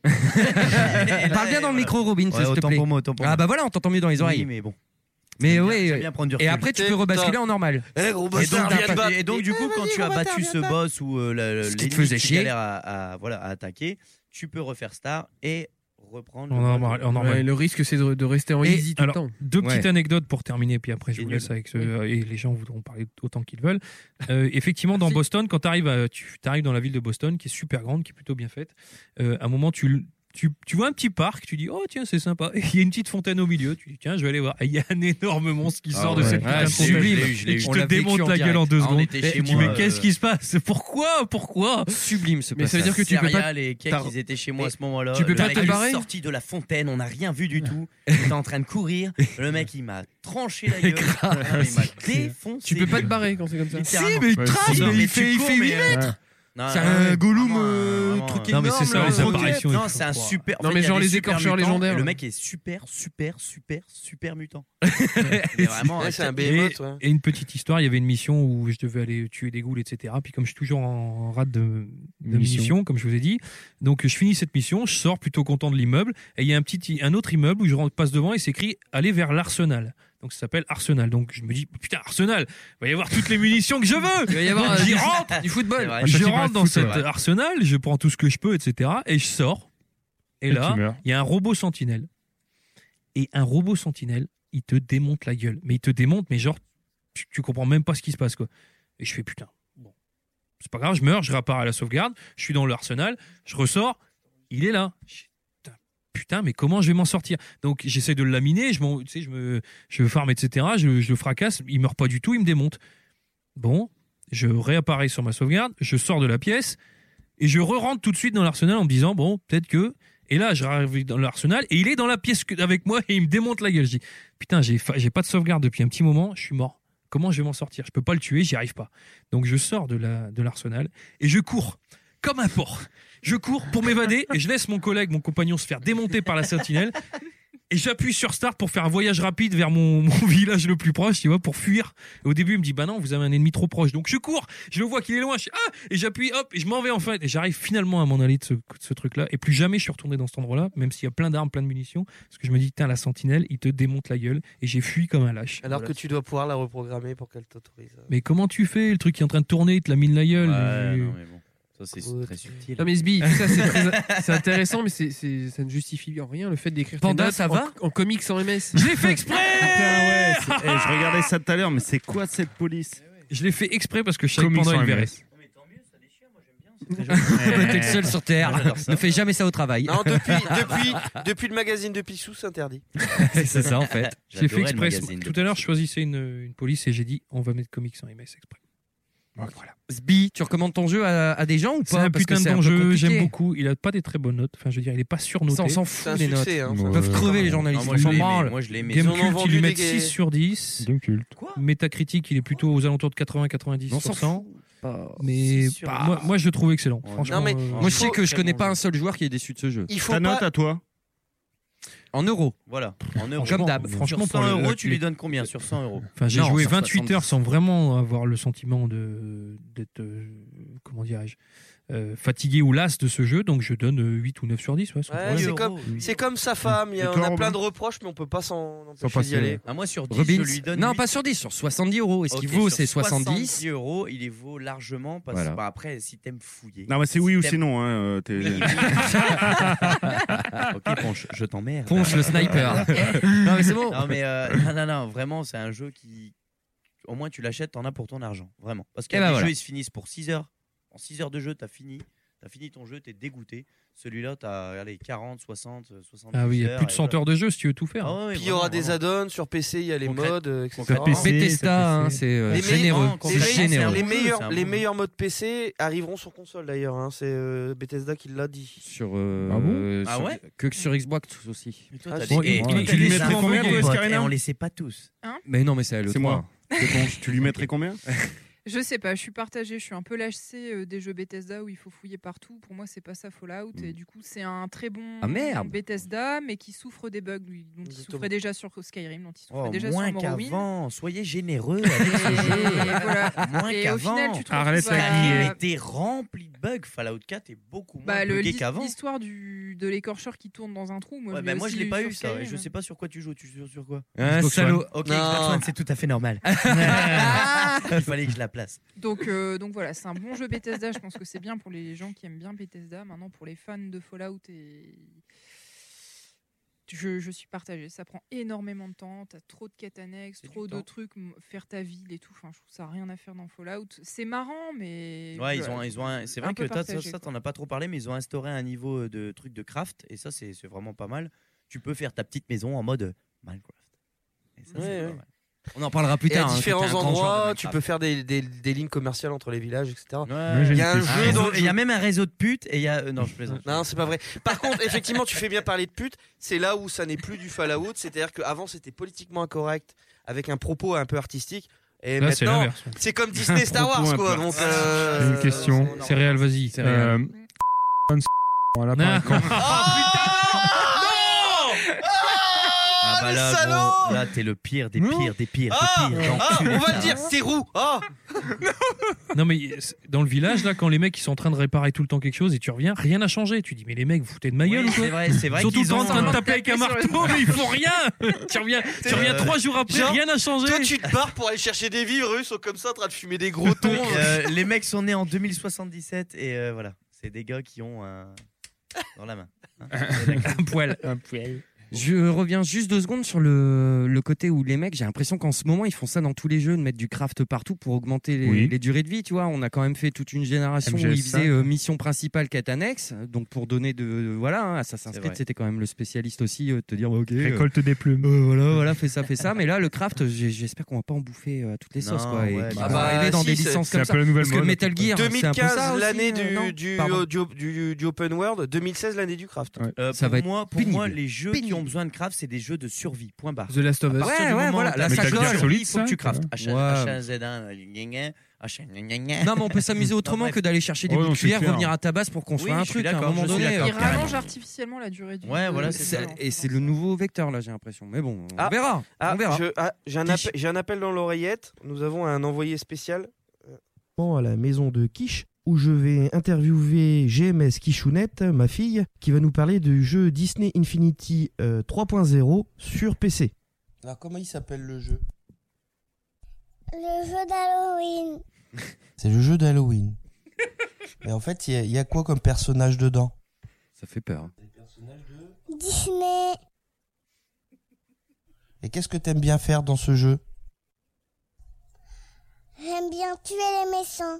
Parle bien dans le micro, Robin, s'il Ouais, te autant plaît. pour moi, autant pour Ah, moi. bah voilà, on t'entend mieux dans les oreilles. Oui, mais bon. Mais J'aime bien- ouais. j'aime bien prendre du Et recul. après, tu peux rebasculer en normal. Eh gros Et donc, bâtard, viens te du- battre. et donc, du coup, quand tu as battu ce boss ou euh, la- Ce qui te l'ennemi faisait que tu chier. galères à, à- voilà, à attaquer, tu peux refaire star et reprendre. En le normal- mode- en normal. Ouais, le risque, c'est de, de rester en Et easy tout alors, le temps. Deux petites Ouais. anecdotes pour terminer, puis après je Et vous nul. laisse avec ce. Et les gens voudront parler autant qu'ils veulent. Euh, effectivement, dans Boston, quand tu arrives, tu arrives dans la ville de Boston, qui est super grande, qui est plutôt bien faite, euh, à un moment, tu, tu, tu vois un petit parc, tu dis, oh tiens, c'est sympa. Et il y a une petite fontaine au milieu, tu dis, tiens, je vais aller voir. Et il y a un énorme monstre qui Ah sort de ouais. cette Ah, putain de je l'ai eu, fontaine je l'ai eu, je l'ai et eu. qui On te l'a vécu démonte en la gueule en direct. deux Ah, on secondes. était Et chez tu dis, moi, mais qu'est-ce euh, qui se passe? Pourquoi? Pourquoi? Sublime ce Mais ça veut passage. dire que tu peux pas. Céréales et cakes, t'as- ils étaient chez moi à ce moment-là. Tu peux Le pas mec te est barrer sorti de la fontaine, on n'a rien vu du tout. J'étais en train de courir. Le mec, il m'a tranché la gueule. Ah, il m'a défoncé. Tu peux pas te barrer quand c'est comme ça. Littéralement. mais il Ouais, trace, c'est ça. mais mais il fait, tu il cours, fait mais, huit euh, mètres. Non, C'est non, un ouais, Gollum vraiment, euh, vraiment, truc euh, Non, mais c'est énorme, ça, là. les apparitions. Non, il c'est un faut- super. Non, en fait, mais il y a genre des les super écorcheurs mutants, légendaires. et le mec est super, super, super, super mutant. Mais vraiment, Ouais, c'est un Et, behemoth, ouais. et une petite histoire, il y avait une mission où je devais aller tuer des ghouls, et cetera. Puis comme je suis toujours en rate de, de Mission. mission, comme je vous ai dit, donc je finis cette mission, je sors plutôt content de l'immeuble, et il y a un petit, un autre immeuble où je rentre- passe devant et c'est écrit aller vers l'Arsenal. Donc ça s'appelle Arsenal. Donc je me dis putain Arsenal, il va y avoir toutes les munitions que je veux. Il va y avoir Donc, euh, j'y du- rentre. du football. C'est vrai. Ah, ça, Je tu vas rentre te dans foutre, cet ouais. arsenal, je prends tout ce que je peux, et cetera. Et je sors. Et Et là, tu meurs. il y a un robot sentinelle. Et un robot sentinelle, il te démonte la gueule. Mais il te démonte, mais genre, tu, tu comprends même pas ce qui se passe, quoi. Et je fais putain, bon, c'est pas grave, je meurs, je répare à la sauvegarde, je suis dans l'arsenal, je ressors, il est là. Je- putain, Putain, mais comment je vais m'en sortir? Donc j'essaie de le laminer, je, m'en- tu sais, je me, je farme, et cetera. Je, je le fracasse, il meurt pas du tout, il me démonte. Bon, je réapparais sur ma sauvegarde, je sors de la pièce et je re-rentre tout de suite dans l'arsenal en me disant bon, peut-être que. Et là, j'arrive dans l'arsenal et il est dans la pièce que- avec moi et il me démonte la gueule. Je dis putain, j'ai, fa- j'ai pas de sauvegarde depuis un petit moment, je suis mort. Comment je vais m'en sortir? Je peux pas le tuer, j'y arrive pas. Donc je sors de, la, de l'arsenal et je cours comme un porc. Je cours pour m'évader et je laisse mon collègue, mon compagnon se faire démonter par la sentinelle. Et j'appuie sur Start pour faire un voyage rapide vers mon, mon village le plus proche, tu vois, pour fuir. Et au début, il me dit, bah non, vous avez un ennemi trop proche. Donc je cours, je le vois qu'il est loin, je, ah, et j'appuie, hop, et je m'en vais enfin. Et j'arrive finalement à m'en aller de ce, de ce truc-là. Et plus jamais je suis retourné dans cet endroit-là, même s'il y a plein d'armes, plein de munitions. Parce que je me dis, putain, la sentinelle, il te démonte la gueule. Et j'ai fui comme un lâche. Alors Voilà. que tu dois pouvoir la reprogrammer pour qu'elle t'autorise. Mais comment tu fais? Le truc qui est en train de tourner, il te la mine la gueule. Ouais, Et- non, mais bon. Ça, c'est Ouais, très subtil. Non mais Sbi, tout ça c'est très- c'est intéressant, mais c'est, c'est- ça ne justifie en rien le fait d'écrire tes Panda, notes ça en, va en comics sans M S. Je l'ai fait exprès. Putain, ouais, c'est- eh, je regardais ça tout à l'heure, mais c'est quoi cette police? Je l'ai fait exprès parce que je savais que Comics pendant sans il verrait. M S. T'es le seul sur Terre. Ne fais jamais ça au travail. Non, depuis, depuis, depuis le magazine de Picsou, c'est interdit. C'est ça en fait. J'ai fait J'adorais le exprès. magazine de Tout à l'heure, je choisissais une, une police et j'ai dit on va mettre comics sans M S exprès. Donc voilà. Sbi, tu recommandes ton jeu à, à des gens ou C'est pas? un Parce que putain de c'est un bon peu jeu, compliqué. j'aime beaucoup. Il a pas des très bonnes notes. Enfin, je veux dire, il est pas surnoté. Ça, on s'en C'est un fout des notes. succès. Hein, Ils Ouais. peuvent crever les Non, journalistes. moi, On je s'en l'ai aimé, branle. moi, je l'ai aimé. Ils en ont Gamecult, il vendu lui met des- six sur dix. Gamecult. Metacritic, il est plutôt aux alentours de quatre-vingts à quatre-vingt-dix On s'en pour cent. fout. Pas- Mais six sur bah, dix. moi, moi, je le trouve excellent. Non, Franchement, mais- euh, Moi, je sais faut- que je très connais bon pas jeu. un seul joueur qui est déçu de ce jeu. Il faut Ta note pas. à toi? En euros. Voilà, en euros. Comme d'hab. franchement, Sur pour cent le- euros, le- tu lui donnes combien sur cent euros? Enfin, j'ai Non, joué sur vingt-huit soixante-dix. heures sans vraiment avoir le sentiment de d'être euh, comment dirais-je euh, fatigué ou las de ce jeu, donc je donne euh, huit ou neuf sur dix. Ouais, sans Ouais, problème. c'est euros. comme, c'est comme sa femme. Il y a, Et on toi, a Robin plein de reproches, mais on peut pas s'en Sans empêcher passer, d'y aller. Ah, moi, sur dix, Robbins. je lui donne. Non, huit. pas sur dix, sur soixante-dix euros. Est-ce qu'il Ok, vaut sur ces soixante-dix? soixante-dix euros, il les vaut largement parce Voilà. que bah, après, si t'aimes fouiller. Non, mais c'est oui si ou t'aimes- sinon. Hein, euh, t'es- Ok, Ponche, je t'emmerde. Ponche le sniper. Non, mais c'est bon. Non, mais euh, non, non, non, vraiment, c'est un jeu qui. Au moins, tu l'achètes, t'en as pour ton argent. Vraiment. Parce qu'il y Eh a ben des voilà. jeux, ils se finissent pour six heures. En six heures de jeu, t'as fini. T'as fini ton jeu, t'es dégoûté. Celui-là, t'as allez, quarante, soixante, soixante-dix Ah oui, il y a heures. plus de et cent voilà. heures de jeu si tu veux tout faire. Ah ouais, ouais, Puis il y aura vraiment, des vraiment. add-ons sur P C, il y a les Concrète- modes, euh, et cetera. Sur P C, Bethesda, hein, c'est c'est euh, Les généreux. meilleurs- quand les ça C'est change, c'est généreux. un Les bon jeu, meilleurs, c'est un les bon meilleurs modes P C arriveront sur console d'ailleurs. Hein. C'est euh, Bethesda qui l'a dit. Sur, euh, Ah bon euh, Ah sur- ouais que sur Xbox aussi. Et toi, Ah, t'as bon, des- il- et- il- et- tu lui et- mettrais et- combien, toi, et- Escarina et on les sait pas tous. Mais non, mais c'est le C'est moi. Tu lui mettrais combien? Je sais pas, je suis partagée, je suis un peu lassée euh, des jeux Bethesda où il faut fouiller partout. Pour moi, c'est pas ça Fallout. Et du coup, c'est un très bon Ah, merde. Bethesda, mais qui souffre des bugs, lui, dont il Exactement. souffrait déjà sur Skyrim, dont il souffrait Oh, déjà moins sur Morrowind. qu'avant, soyez généreux avec ce Et jeu. voilà. Moins Et au final, qu'avant. tu te Arrête retrouves la à- grille. Il était rempli de bugs. Fallout quatre est beaucoup moins Bah, le- buggé l'his- qu'avant. l'histoire du, de l'écorcheur qui tourne dans un trou. Moi, Ouais, je bah, l'ai moi je aussi l'ai pas sur eu ça. Skyrim. Et je sais pas sur quoi tu joues. Tu joues sur quoi? Un Xbox salaud. Ok, Non. Xbox One, c'est tout à fait normal. Il fallait que je la place. Donc, euh, donc voilà, c'est un bon jeu Bethesda. Je pense que c'est bien pour les gens qui aiment bien Bethesda. Maintenant, pour les fans de Fallout, et... je, je suis partagée. Ça prend énormément de temps. T'as trop de quêtes annexes, C'est trop du de temps. trucs, m- faire ta ville et tout. Enfin, je trouve ça rien à faire dans Fallout. C'est marrant, mais Ouais, ils voilà, ont, ils ont un- c'est un vrai peu que t'as- ça, partagé, ça quoi. t'en as pas trop parlé, mais ils ont instauré un niveau de truc de craft et ça c'est c'est vraiment pas mal. Tu peux faire ta petite maison en mode Minecraft. Et ça, c'est Ouais, pas ouais. mal. On en parlera plus Et tard. à hein, différents c'était un grand joueur de endroits, tu Minecraft. peux faire des, des, des lignes commerciales entre les villages, et cetera. Ouais. Il y a un Un jeu réseau- dans le et il y a jeu. même un réseau de putes et il y a euh, non je plaisante. Non, c'est pas vrai. Par contre, effectivement, tu fais bien parler de pute. C'est là où ça n'est plus du Fallout. C'est-à-dire qu'avant, c'était politiquement incorrect avec un propos un peu artistique. Et Là, c'est maintenant, l'inverse. c'est comme Disney Star Wars, Propos un quoi. peu Donc, J'ai euh, une question. C'est réel, vas-y. C'est réel. Euh, Voilà, par Ah. exemple. Ah bah le là, salaud gros, là t'es le pire des pires des pires Ah, des pires. ah, l'enculé on de va ta le dire, race. c'est roux. Ah, Non mais c'est- dans le village là, quand les mecs ils sont en train de réparer tout le temps quelque chose et tu reviens, rien n'a changé. Tu dis mais les mecs vous foutez de ma gueule Oui, ou quoi? c'est vrai, c'est vrai Surtout qu'ils quand en train ont de taper avec un marteau, mais ils font rien. tu reviens, tu reviens Euh, trois jours après, genre, rien n'a changé. toi, tu te barres pour aller chercher des vivres. Eux, ils sont comme ça, en train de fumer des gros tons. Euh, les mecs sont nés en deux mille soixante-dix-sept et euh, voilà, c'est des gars qui ont un dans la main. Hein. Un poil. Un poil. Je reviens juste deux secondes sur le, le côté où les mecs, j'ai l'impression qu'en ce moment, ils font ça dans tous les jeux, de mettre du craft partout pour augmenter les, Oui. les durées de vie. Tu vois, on a quand même fait toute une génération M G S où ils faisaient cinq. euh, mission principale, quête annexe. Donc pour donner de. de- voilà, hein, Assassin's C'est Creed, vrai. c'était quand même le spécialiste aussi euh, de te dire, bah, ok. euh, Récolte des plumes. euh, voilà, voilà, fais ça, fais ça. Mais là, le craft, j'ai- j'espère qu'on va pas en bouffer euh, à toutes les Non, sauces, quoi. Et ouais, qu'ils bah, vont bah, arriver dans si, des c'est- licences c'est comme un ça. peu la nouvelle Parce que mode. Metal Gear, c'est un peu ça deux mille quinze, aussi, l'année euh, du, non du, Pardon. du, du- du open world. deux mille seize, l'année du craft. Ouais. Euh, Ça pour va être moi, pour pénible. moi, les jeux qui Pénible. ont besoin de craft, c'est des jeux de survie. Point barre. The Last of Us. À partir Ouais, du ouais, moment voilà, où la t'as Metal besoin Gear de Solid, survie, il faut que ça, tu craftes. tu H un Ouais. H un Z un, gna, gna, Ah, je... gna, gna, gna. Non, mais on peut s'amuser autrement Non, que d'aller chercher des Ouais, bouts de non, c'est cuillère, clair. revenir à ta base pour construire Oui, un je suis truc à un d'accord, moment je suis donné. d'accord. Il rallonge artificiellement la durée du Ouais, voilà, de- c'est C'est- ça. Et c'est le nouveau vecteur là, j'ai l'impression. Mais bon, on Ah, verra. Ah, on verra. je- ah, j'ai un, Quiche. appel- j'ai un appel dans l'oreillette. Nous avons un envoyé spécial à la maison de Quiche où je vais interviewer G M S Quichounette, ma fille, qui va nous parler du jeu Disney Infinity euh, trois point zéro sur P C. Alors, comment il s'appelle le jeu? Le jeu d'Halloween. C'est le jeu d'Halloween. Mais en fait, il y, a- il y a quoi comme personnage dedans? Ça fait peur. Disney. Et qu'est-ce que t'aimes bien faire dans ce jeu? J'aime bien tuer les méchants.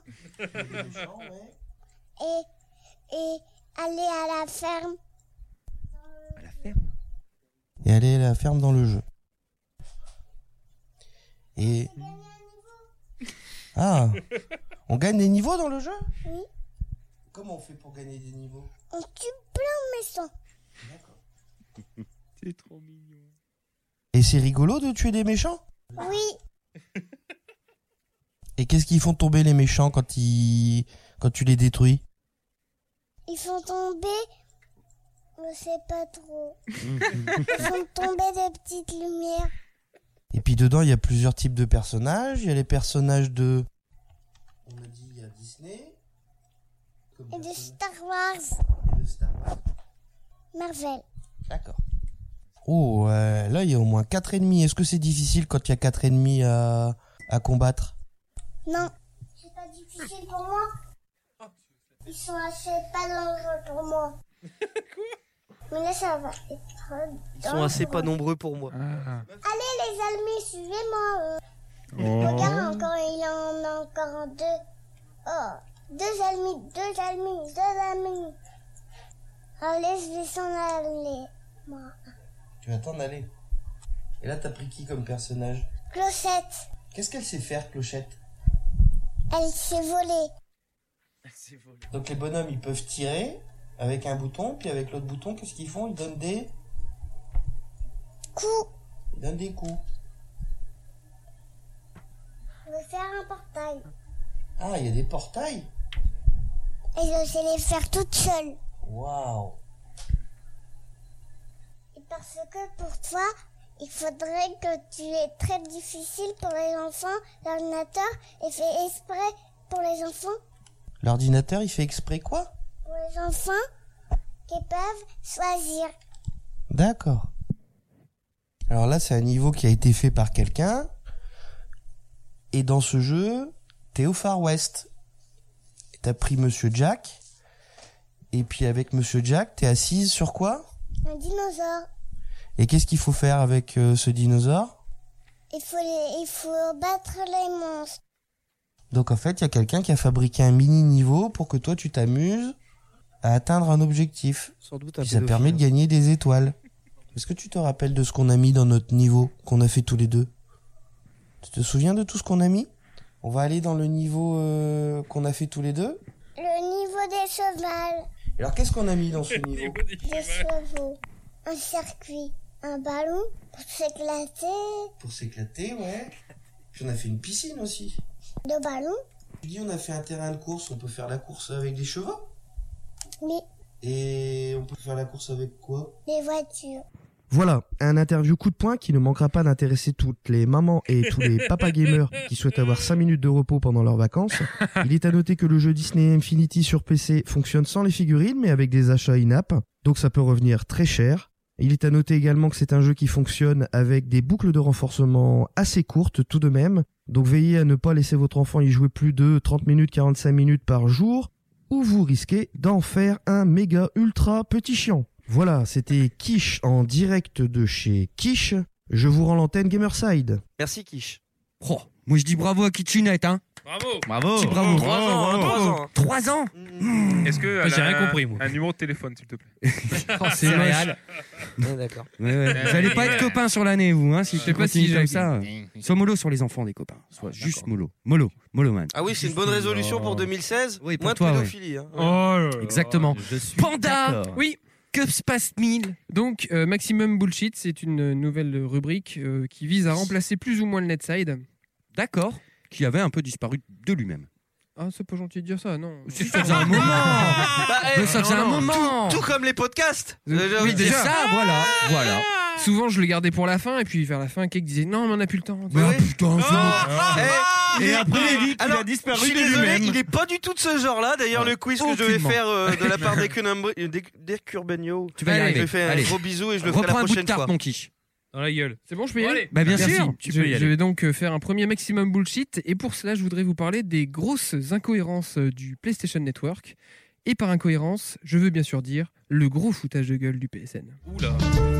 Et, et aller à la ferme. Et aller à la ferme dans le jeu. Et... Ah, on gagne des niveaux dans le jeu? Oui. Comment on fait pour gagner des niveaux? On tue plein de méchants. C'est trop mignon. Et c'est rigolo de tuer des méchants? Oui. Et qu'est-ce qu'ils font tomber les méchants quand ils... quand tu les détruis? Ils font tomber. Je sais pas trop. Ils font tomber des petites lumières. Et puis dedans, il y a plusieurs types de personnages. Il y a les personnages de... On a dit, il y a Disney. Et de Star Wars. Et de Star Wars. Marvel. D'accord. Oh, euh, là, il y a au moins quatre ennemis. Est-ce que c'est difficile quand il y a quatre ennemis à, à combattre? Non. C'est pas difficile pour moi. Ils sont assez pas dangereux pour moi. Mais là, ça va être Ils sont assez pas nombreux pour moi. Allez, les amis, suivez-moi. euh. Oh. Regarde, encore, il en a encore deux. Oh, deux amis, deux amis, deux amis. Allez, je vais s'en aller. Moi. Tu vas t'en aller. Et là, t'as pris qui comme personnage? Clochette, Qu'est-ce qu'elle sait faire, Clochette? elle s'est volée. Donc les bonhommes, ils peuvent tirer avec un bouton, puis avec l'autre bouton, qu'est-ce qu'ils font? Ils donnent des... Coups. Ils donnent des coups. Je vais faire un portail. Ah, il y a des portails? Et je sais les faire toute seule. Waouh. Et parce que pour toi, il faudrait que tu es très difficile pour les enfants. L'ordinateur est fait exprès pour les enfants. L'ordinateur, il fait exprès quoi? Pour les enfants qui peuvent choisir. D'accord. Alors là, c'est un niveau qui a été fait par quelqu'un. Et dans ce jeu, t'es au Far West. Et t'as pris Monsieur Jack. Et puis avec Monsieur Jack, t'es assise sur quoi? Un dinosaure. Et qu'est-ce qu'il faut faire avec euh, ce dinosaure? Il faut, les, il faut battre les monstres. Donc en fait, il y a quelqu'un qui a fabriqué un mini niveau pour que toi, tu t'amuses à atteindre un objectif. Sans doute un Puis ça pédophile. permet de gagner des étoiles. Est-ce que tu te rappelles de ce qu'on a mis dans notre niveau, qu'on a fait tous les deux? Tu te souviens de tout ce qu'on a mis? On va aller dans le niveau euh, qu'on a fait tous les deux. Le niveau des chevals. Alors qu'est-ce qu'on a mis dans ce niveau? Des chevaux. Un circuit. Un ballon pour s'éclater. Pour s'éclater, ouais. Puis on a fait une piscine aussi. De ballons. Tu dis on a fait un terrain de course, on peut faire la course avec des chevaux? Oui. Et on peut faire la course avec quoi? Des voitures. Voilà, un interview coup de poing qui ne manquera pas d'intéresser toutes les mamans et tous les papas gamers qui souhaitent avoir cinq minutes de repos pendant leurs vacances. Il est à noter que le jeu Disney Infinity sur P C fonctionne sans les figurines mais avec des achats in-app, donc ça peut revenir très cher. Il est à noter également que c'est un jeu qui fonctionne avec des boucles de renforcement assez courtes tout de même, donc veillez à ne pas laisser votre enfant y jouer plus de trente minutes, quarante-cinq minutes par jour, ou vous risquez d'en faire un méga ultra petit chiant. Voilà, c'était Quiche en direct de chez Quiche. Je vous rends l'antenne Gamerside. Merci Quiche. Oh, moi je dis bravo à Kitchenette, hein. Bravo. Bravo. Petit bravo. Trois ans, hein, trois ans. Trois ans. Est-ce que J'ai elle a rien un- compris, moi. Un numéro de téléphone, s'il te plaît. Oh, c'est réel. Ouais, d'accord. Ouais, ouais. Vous allez pas être copains sur l'année, vous, hein, si Je tu sais pas continues si comme j'ai- ça. Sois mollo sur les enfants des copains. Sois juste mollo. Mollo. Mollo, man. Ah oui, c'est une bonne résolution pour deux mille seize. Oui, pour Moins de toi, ouais. pédophilie. Hein. Oh là là. Exactement. Je suis Panda. d'accord. Oui. Que se passe-t-il? Donc, euh, Maximum Bullshit, c'est une nouvelle rubrique euh, qui vise à remplacer plus ou moins le Netside. D'accord. qui avait un peu disparu de lui-même. Ah, c'est pas gentil de dire ça, non. Si, ça faisait un moment. Bah, eh, Mais ça faisait non, un non, moment. Tout, tout comme les podcasts. Oui, Euh, j'ai envie de déjà. dire. Ça, voilà, voilà. Souvent, je le gardais pour la fin, et puis vers la fin, Cake disait non, mais on n'a plus le temps. Mais Oui. putain, c'est Ah, eh, il Et est- après, il dit qu'il Alors, a disparu je suis de désolé, lui-même. il est pas du tout de ce genre-là. D'ailleurs, Ouais. le quiz que je devais Aucunement. faire euh, de la part d'Ecurbenio, Tu vas y je arriver. lui fais un Allez. gros bisou et je le ferai Reprends la un bout de prochaine tarte, fois. mon quiche. Dans la gueule. C'est bon, je peux y aller Allez. Bah bien Merci. sûr. Tu je, peux y je aller. vais donc euh, faire un premier maximum bullshit, et pour cela, je voudrais vous parler des grosses incohérences euh, du PlayStation Network. Et par incohérence, je veux bien sûr dire le gros foutage de gueule du P S N. Oula.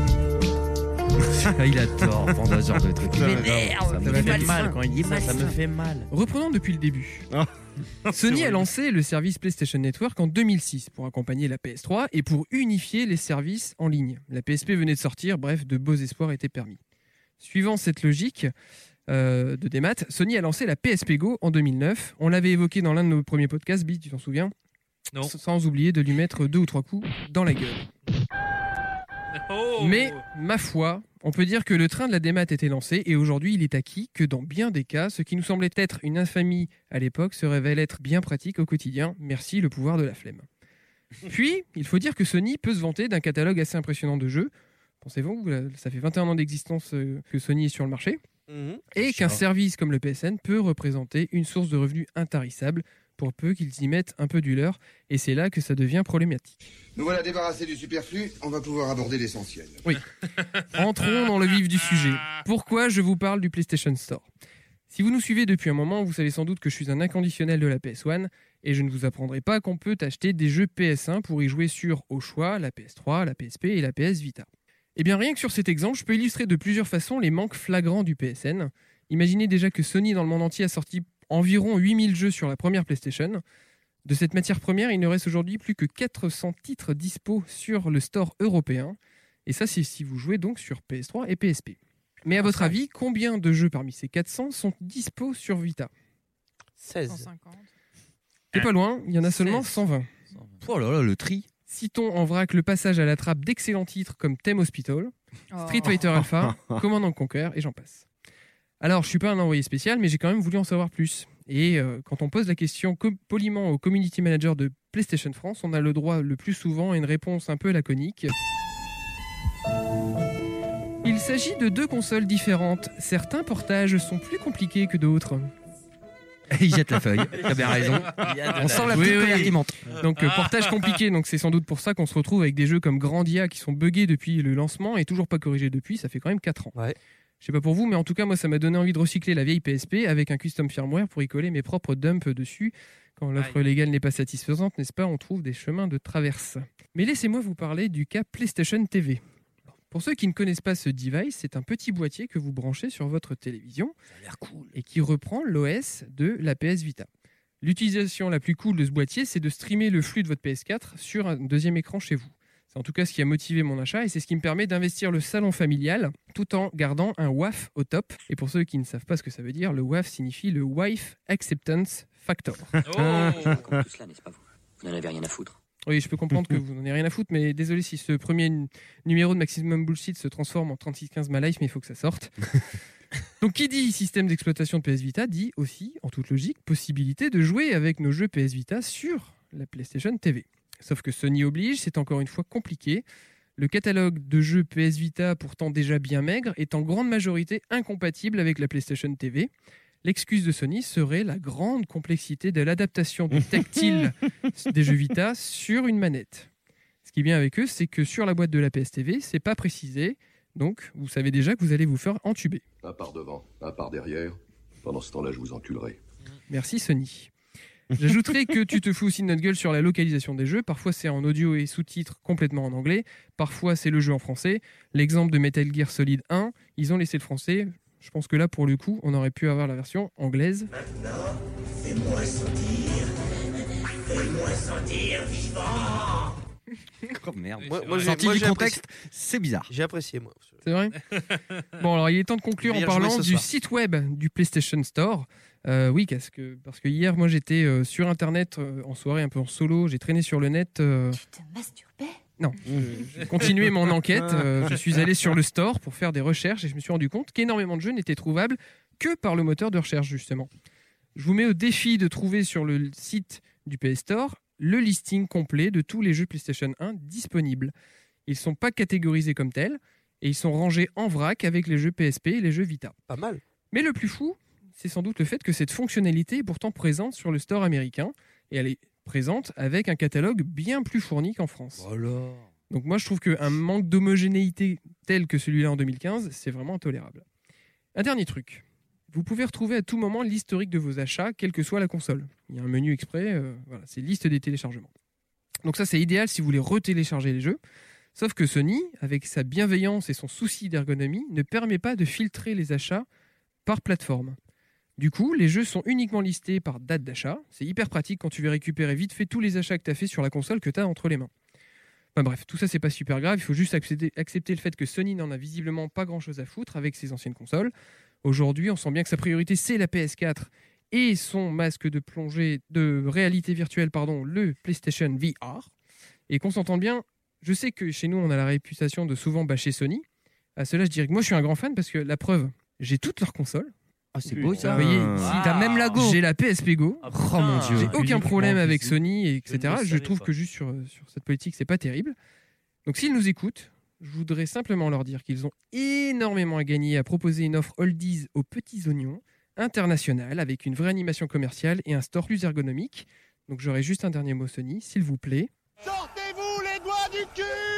Il adore pendant ce genre de truc. Il Ça m'énerve. me Il est fait malsain. mal quand il dit ça, ça me malsain. fait mal. Reprenons depuis le début. Sony a lancé le service PlayStation Network en deux mille six pour accompagner la P S trois et pour unifier les services en ligne. La P S P venait de sortir, bref, de beaux espoirs étaient permis. Suivant cette logique euh, de démat, Sony a lancé la P S P Go en deux mille neuf. On l'avait évoqué dans l'un de nos premiers podcasts, Bi, tu t'en souviens? Non. S- Sans oublier de lui mettre deux ou trois coups dans la gueule. Oh. Mais, ma foi, on peut dire que le train de la démat était lancé et aujourd'hui il est acquis que dans bien des cas, ce qui nous semblait être une infamie à l'époque se révèle être bien pratique au quotidien. Merci le pouvoir de la flemme. Puis, il faut dire que Sony peut se vanter d'un catalogue assez impressionnant de jeux. Pensez-vous, là, ça fait vingt et un ans d'existence euh, que Sony est sur le marché. Mhm. Et qu'un service comme le P S N peut représenter une source de revenus intarissable pour peu qu'ils y mettent un peu du leur. Et c'est là que ça devient problématique. Nous voilà débarrassés du superflu, on va pouvoir aborder l'essentiel. Oui. Entrons dans le vif du sujet. Pourquoi je vous parle du PlayStation Store? Si vous nous suivez depuis un moment, vous savez sans doute que je suis un inconditionnel de la P S un et je ne vous apprendrai pas qu'on peut acheter des jeux P S un pour y jouer sur, au choix, la P S trois, la P S P et la P S Vita. Eh bien, rien que sur cet exemple, je peux illustrer de plusieurs façons les manques flagrants du P S N. Imaginez déjà que Sony, dans le monde entier, a sorti environ huit mille jeux sur la première PlayStation. De cette matière première, il ne reste aujourd'hui plus que quatre cents titres dispo sur le store européen. Et ça, c'est si vous jouez donc sur P S trois et P S P. Mais à votre avis, combien de jeux parmi ces quatre cents sont dispo sur Vita? seize. cent cinquante. T'es pas loin, il y en a seulement seize. cent vingt. Oh là là, le tri. Citons en vrac le passage à la trappe d'excellents titres comme Theme Hospital, Street Oh. Fighter Alpha, Command and Conquer et j'en passe. Alors, je suis pas un envoyé spécial, mais j'ai quand même voulu en savoir plus. Et euh, quand on pose la question co- poliment au community manager de PlayStation France, on a le droit le plus souvent à une réponse un peu laconique. Il s'agit de deux consoles différentes. Certains portages sont plus compliqués que d'autres. Il jette la feuille. T'as bien raison. On sent la Oui, petite oui. colère qui monte. Donc euh, portage compliqué, donc c'est sans doute pour ça qu'on se retrouve avec des jeux comme Grandia qui sont buggés depuis le lancement et toujours pas corrigés depuis, ça fait quand même quatre ans. Ouais. Je sais pas pour vous, mais en tout cas moi ça m'a donné envie de recycler la vieille P S P avec un custom firmware pour y coller mes propres dumps dessus. Quand l'offre légale n'est pas satisfaisante, n'est-ce pas, on trouve des chemins de traverse. Mais laissez-moi vous parler du cas PlayStation T V. Pour ceux qui ne connaissent pas ce device, c'est un petit boîtier que vous branchez sur votre télévision et qui reprend l'O S de la P S Vita. L'utilisation la plus cool de ce boîtier, c'est de streamer le flux de votre P S quatre sur un deuxième écran chez vous. C'est en tout cas ce qui a motivé mon achat et c'est ce qui me permet d'investir le salon familial tout en gardant un W A F au top. Et pour ceux qui ne savent pas ce que ça veut dire, le W A F signifie le Wife Acceptance Factor. Comme tout cela, n'est-ce pas vous? Vous n'en avez rien à foutre. Oui, je peux comprendre que vous n'en avez rien à foutre, mais désolé si ce premier n- numéro de Maximum Bullshit se transforme en trente-six quinze My Life, mais il faut que ça sorte. Donc, qui dit système d'exploitation de P S Vita dit aussi, en toute logique, possibilité de jouer avec nos jeux P S Vita sur la PlayStation T V. Sauf que Sony oblige, c'est encore une fois compliqué. Le catalogue de jeux P S Vita, pourtant déjà bien maigre, est en grande majorité incompatible avec la PlayStation T V. L'excuse de Sony serait la grande complexité de l'adaptation du tactile des jeux Vita sur une manette. Ce qui est bien avec eux, c'est que sur la boîte de la P S T V, c'est pas précisé. Donc, vous savez déjà que vous allez vous faire entuber. Un par devant, un par derrière. Pendant ce temps-là, je vous enculerai. Merci Sony. J'ajouterai que tu te fous aussi de notre gueule sur la localisation des jeux. Parfois c'est en audio et sous-titres complètement en anglais. Parfois c'est le jeu en français. L'exemple de Metal Gear Solid un, ils ont laissé le français. Je pense que là pour le coup, on aurait pu avoir la version anglaise. Maintenant, fais-moi sentir. Fais-moi sentir vivant. Oh merde. Moi, moi, j'ai- Sorti moi, du j'ai contexte, apprécié. c'est bizarre. J'ai apprécié, moi. C'est vrai. Bon, alors il est temps de conclure Je vais en y rejouer parlant ce du soir. site web du PlayStation Store. Euh, oui, parce que, parce que hier, moi j'étais euh, sur internet euh, en soirée, un peu en solo. J'ai traîné sur le net. euh, Te masturbais? Non, je- j'ai continué mon enquête. euh, je suis allé sur le store pour faire des recherches et je me suis rendu compte qu'énormément de jeux n'étaient trouvables que par le moteur de recherche, justement. Je vous mets au défi de trouver sur le site du P S Store le listing complet de tous les jeux PlayStation un disponibles. Ils ne sont pas catégorisés comme tels et ils sont rangés en vrac avec les jeux P S P et les jeux Vita. Pas mal. Mais le plus fou, c'est sans doute le fait que cette fonctionnalité est pourtant présente sur le store américain et elle est présente avec un catalogue bien plus fourni qu'en France. Voilà. Donc moi je trouve qu'un manque d'homogénéité tel que celui-là en deux mille quinze, c'est vraiment intolérable. Un dernier truc. Vous pouvez retrouver à tout moment l'historique de vos achats, quelle que soit la console. Il y a un menu exprès, euh, voilà, c'est liste des téléchargements. Donc ça c'est idéal si vous voulez retélécharger les jeux. Sauf que Sony, avec sa bienveillance et son souci d'ergonomie, ne permet pas de filtrer les achats par plateforme. Du coup, les jeux sont uniquement listés par date d'achat. C'est hyper pratique quand tu veux récupérer vite fait tous les achats que tu as fait sur la console que tu as entre les mains. Enfin bref, tout ça c'est pas super grave, il faut juste accepter, accepter le fait que Sony n'en a visiblement pas grand chose à foutre avec ses anciennes consoles. Aujourd'hui, on sent bien que sa priorité c'est la P S quatre et son masque de plongée de réalité virtuelle, pardon, le PlayStation V R. Et qu'on s'entende bien, je sais que chez nous on a la réputation de souvent bâcher Sony. À cela je dirais que moi je suis un grand fan parce que la preuve, j'ai toutes leurs consoles. Ah, c'est beau ça. Vous voyez, Ah. T'as même la Go. J'ai la P S P Go. Oh mon Dieu. J'ai aucun problème avec Sony, et Je ne etc. le Je, savais trouve pas. que juste sur, sur cette politique, c'est pas terrible. Donc s'ils nous écoutent, je voudrais simplement leur dire qu'ils ont énormément à gagner à proposer une offre oldies aux petits oignons, internationale, avec une vraie animation commerciale et un store plus ergonomique. Donc j'aurais juste un dernier mot Sony, s'il vous plaît. Sortez-vous les doigts du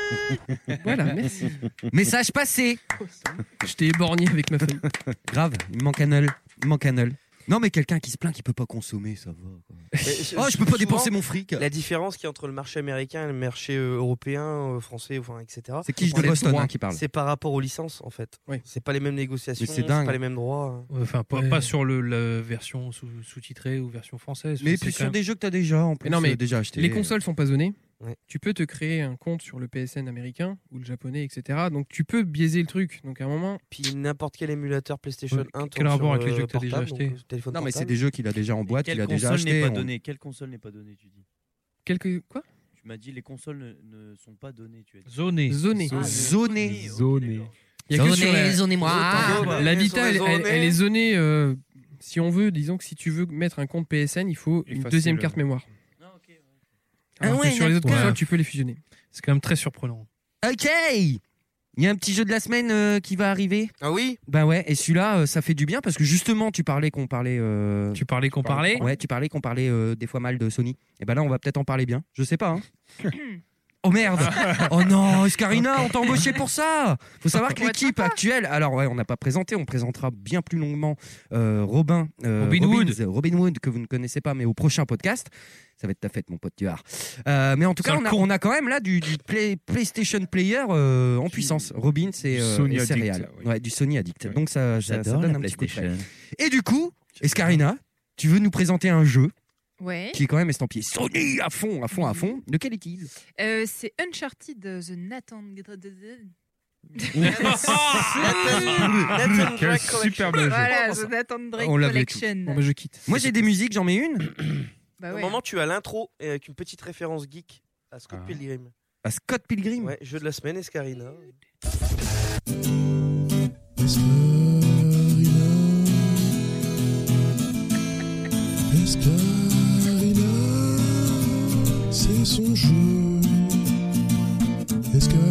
cul. Voilà, merci. Message passé. Je t'ai éborgné avec ma feuille. Grave, il me manque un œil. Il me manque un œil. Non, mais quelqu'un qui se plaint qu'il peut pas consommer, ça va. quoi. Oh, je peux pas Souvent, dépenser mon fric. La différence qu'il y a entre le marché américain et le marché euh, européen, euh, français, enfin, et cetera. C'est Quiche de Boston hein, qui parle. C'est par rapport aux licences, en fait. Oui. C'est pas les mêmes négociations, Mais c'est c'est dingue. pas les mêmes droits. Enfin, pas, Ouais. pas sur le, la version sous- sous-titrée ou version française. Mais C'est puis quand sur même- des jeux que t'as déjà en plus Mais non, mais euh, déjà acheté. les consoles sont pas zonées. Ouais. Tu peux te créer un compte sur le P S N américain ou le japonais, et cetera. Donc tu peux biaiser le truc. Donc à un moment. Puis n'importe quel émulateur PlayStation Ouais, un. quel tourne rapport sur, avec les euh, jeux que t'as déjà portable, achetés donc, euh, téléphone Non, mais c'est portable. des jeux qu'il a déjà en boîte, qu'il Quelle a déjà console n'est acheté. pas on- donnée Quelle console n'est pas donnée, tu dis Quelque quoi? Tu m'as dit les consoles ne, ne sont pas données. Tu as dit. Zoné. Zoné. Ah, Zoné. Zoné. Il y a que sur Zonez, la, zonez-moi. Ah, la ouais, Vita, elle, sur elle- les elle est zonée. euh, si on veut, disons que si tu veux mettre un compte P S N, il faut une Effacer deuxième le- carte mémoire. Ah, ok, ouais. Alors Ah que ouais, sur les autres d'accord. consoles, tu peux les fusionner. C'est quand même très surprenant. Ok. Il y a un petit jeu de la semaine euh, qui va arriver. Ah oui. Bah ouais, et celui-là, euh, ça fait du bien parce que justement, tu parlais qu'on parlait. euh, Tu parlais qu'on parlait Ouais, tu parlais qu'on parlait euh, des fois mal de Sony. Et ben là, on va peut-être en parler bien. Je sais pas. Hein. Oh merde. Oh non, Escarina, on t'a embauché pour ça. Faut savoir que Pour être l'équipe actuelle. Alors ouais, on n'a pas présenté. On présentera bien plus longuement euh, Robin, euh, Robin Wood. Robbins, Robin Wood que vous ne connaissez pas, mais au prochain podcast. Ça va être ta fête, mon pote Tuard. Euh, mais en tout cas, Sale on a, con. on a quand même là du, du play- PlayStation Player euh, en puissance. Robin, c'est Du euh, Sony et c'est Addict, réel. là, oui. Ouais, du Sony Addict. Ouais. Donc ça, ça, ça J'adore donne la un petit coup de frais. PlayStation. Et du coup, Escarina, tu veux nous présenter un jeu Ouais. qui est quand même estampillé Sony à fond, à fond, à fond. Lequel est-il? Euh, c'est Uncharted euh, The Nathan. Nathan Quel Drake Collection. superbe jeu. Voilà, The Nathan Drake On l'avait Collection. Bon, bah, je quitte. Moi, j'ai des musiques, j'en mets une. Bah Au ouais. moment, tu as l'intro et avec une petite référence geek à Scott Ah. Pilgrim. À Scott Pilgrim. Ouais, jeu de la semaine, Escarina. Escarina, c'est son jeu. Escarina.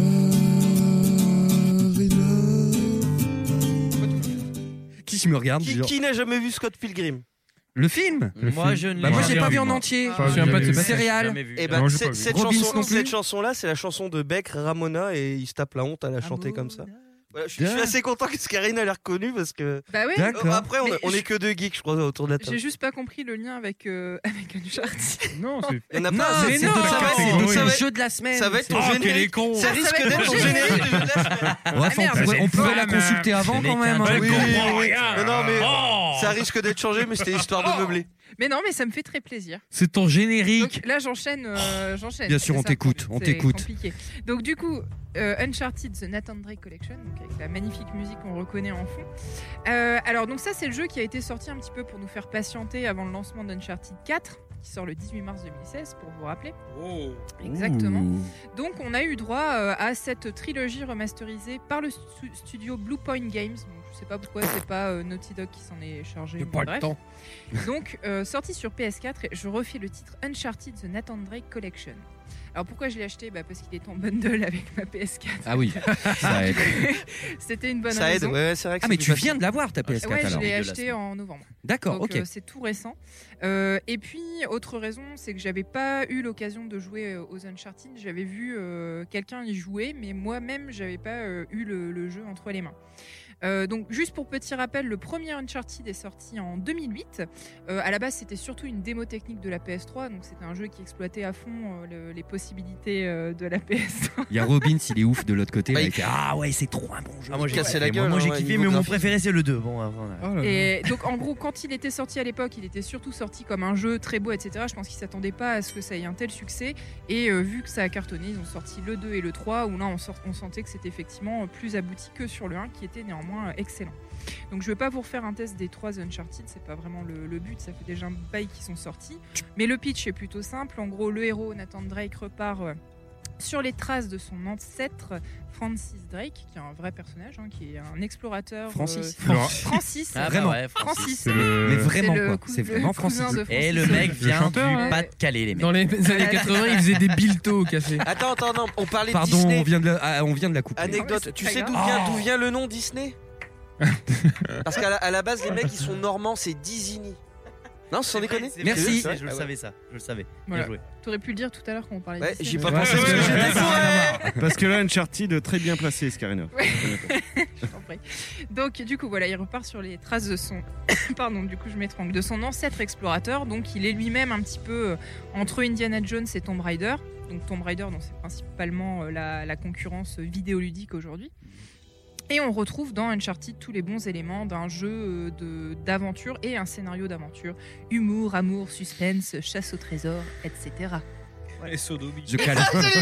Qui me regarde Qui, genre- qui n'a jamais vu Scott Pilgrim? Le film Moi, je ne Bah l'ai moi, jamais j'ai pas vu, vu en moi. entier. Je me souviens pas de ce passage. Céréales. Jamais vu. Eh ben, Non, j'ai c'est- pas vu. cette Robbins chanson, non plus. cette chanson-là, c'est la chanson de Beck, Ramona, et il se tape la honte à la chanter comme ça. Voilà, je, suis- je suis assez content que Scarina l'ait reconnu parce que. Bah oui. D'accord. Euh, Après, on, Mais on je- est que deux geeks, je crois, autour de la table. J'ai juste pas compris le lien avec, euh, avec Uncharted. Non, c'est. Il y en a Non, pas. c'est c'est- non, ça va c'est être- catégorie. ça va le être- jeu de la semaine. Ça va être ton Oh, quel est générique. con. Ça Ça risque va être d'être ton ton générique du jeu de la semaine. Ouais, Ah, enfin, on merde, pourrait, c'est on pourrait la femme. consulter avant Ce n'est quand même. qu'un hein. Elle Oui, comprend oui. rien. Non, non, mais Oh. ça risque d'être changé, mais c'était histoire de meubler. Mais non, mais ça me fait très plaisir. C'est ton générique. Donc là, j'enchaîne. euh, j'enchaîne. Bien sûr, C'est on ça, t'écoute, on c'est t'écoute. compliqué. Donc du coup, euh, Uncharted The Nathan Drake Collection, donc avec la magnifique musique qu'on reconnaît en fond. Euh, alors donc ça, c'est le jeu qui a été sorti un petit peu pour nous faire patienter avant le lancement d'Uncharted quatre. qui sort le dix-huit mars deux mille seize, pour vous rappeler. Oh. Exactement. Ouh. Donc on a eu droit euh, à cette trilogie remasterisée par le stu- studio Blue Point Games. Donc, je sais pas pourquoi c'est pas euh, Naughty Dog qui s'en est chargé. Il n'y a pas bref. le temps. Donc euh, sorti sur P S quatre, et je refais le titre Uncharted The Nathan Drake Collection. Alors pourquoi je l'ai acheté, bah parce qu'il est en bundle avec ma P S quatre. Ah oui, ça aide. C'était une bonne Ça raison. aide, ouais, c'est vrai que Ah c'est mais plus tu facile. viens de l'avoir ta P S quatre Ouais, alors. je l'ai acheté en novembre. D'accord, Donc, ok. euh, c'est tout récent. Euh, et puis, autre raison, c'est que j'avais pas eu l'occasion de jouer euh, aux Uncharted. J'avais vu euh, quelqu'un y jouer, mais moi-même, j'avais pas euh, eu le, le jeu entre les mains. Euh, donc juste pour petit rappel, le premier Uncharted est sorti en deux mille huit. Euh, à la base, c'était surtout une démo technique de la P S trois, donc c'était un jeu qui exploitait à fond euh, le- les possibilités euh, de la P S trois. Il y a Robbins, il est ouf de l'autre côté. Bah, là, il- il fait ah ouais, c'est trop un bon jeu. Ah, moi j'ai Casser kiffé, la gueule, moi, moi, j'ai hein, kiffé, niveau mais mon graphique. préféré c'est le deux. Bon, avant, là. Oh là là. Et donc en gros, quand il était sorti à l'époque, il était surtout sorti comme un jeu très beau, et cetera. Je pense qu'ils s'attendaient pas à ce que ça ait un tel succès. Et euh, vu que ça a cartonné, ils ont sorti le deux et le trois, où là on, sort- on sentait que c'était effectivement plus abouti que sur le un, qui était néanmoins euh, excellent. Donc je vais pas vous refaire un test des trois Uncharted, c'est pas vraiment le, le but, ça fait déjà un bail qui sont sortis. Mais le pitch est plutôt simple. En gros, le héros Nathan Drake repart euh, sur les traces de son ancêtre Francis Drake, qui est un vrai personnage, hein, qui est un explorateur. Francis. euh, Flora. Francis. Ah, bah Vraiment. ouais, Francis. Francis. C'est le- Mais vraiment C'est le quoi, cou- c'est le vraiment cousin Francis. de Et le Francis. mec vient chanteur, du hein. Pas-de-Calais, les mecs. Dans les années quatre-vingts, il faisait des biltos cassés. Attends, attends, non, on parlait de Pardon, Disney. on vient de la, ah, on vient de la couper. Anecdote, c'est tu pas sais grave. d'où vient, Oh. d'où vient le nom Disney Parce qu'à la, à la base, les mecs, ils sont normands, c'est Disney. Non, sans déconner. C'est vrai, Merci. c'est vrai, Je le Ah ouais. savais ça. Je le savais. Voilà. Bien joué. T'aurais pu le dire tout à l'heure quand on parlait Ouais, de j'y ai Disney. pas Ouais, pensé c'est parce ce que que j'étais j'ai dit. bourré. Parce que là, Uncharted, très bien placé, Scarina. Je t'en prie. Donc du coup voilà, il repart sur les traces de son pardon, du coup je m'étrangle, de son ancêtre explorateur. Donc il est lui-même un petit peu euh, entre Indiana Jones et Tomb Raider. Donc Tomb Raider, donc c'est principalement euh, la, la concurrence vidéoludique aujourd'hui. Et on retrouve dans Uncharted tous les bons éléments d'un jeu euh, de d'aventure et un scénario d'aventure. Humour, amour, suspense, chasse au trésor, et cetera. Et sodomie. Je calme,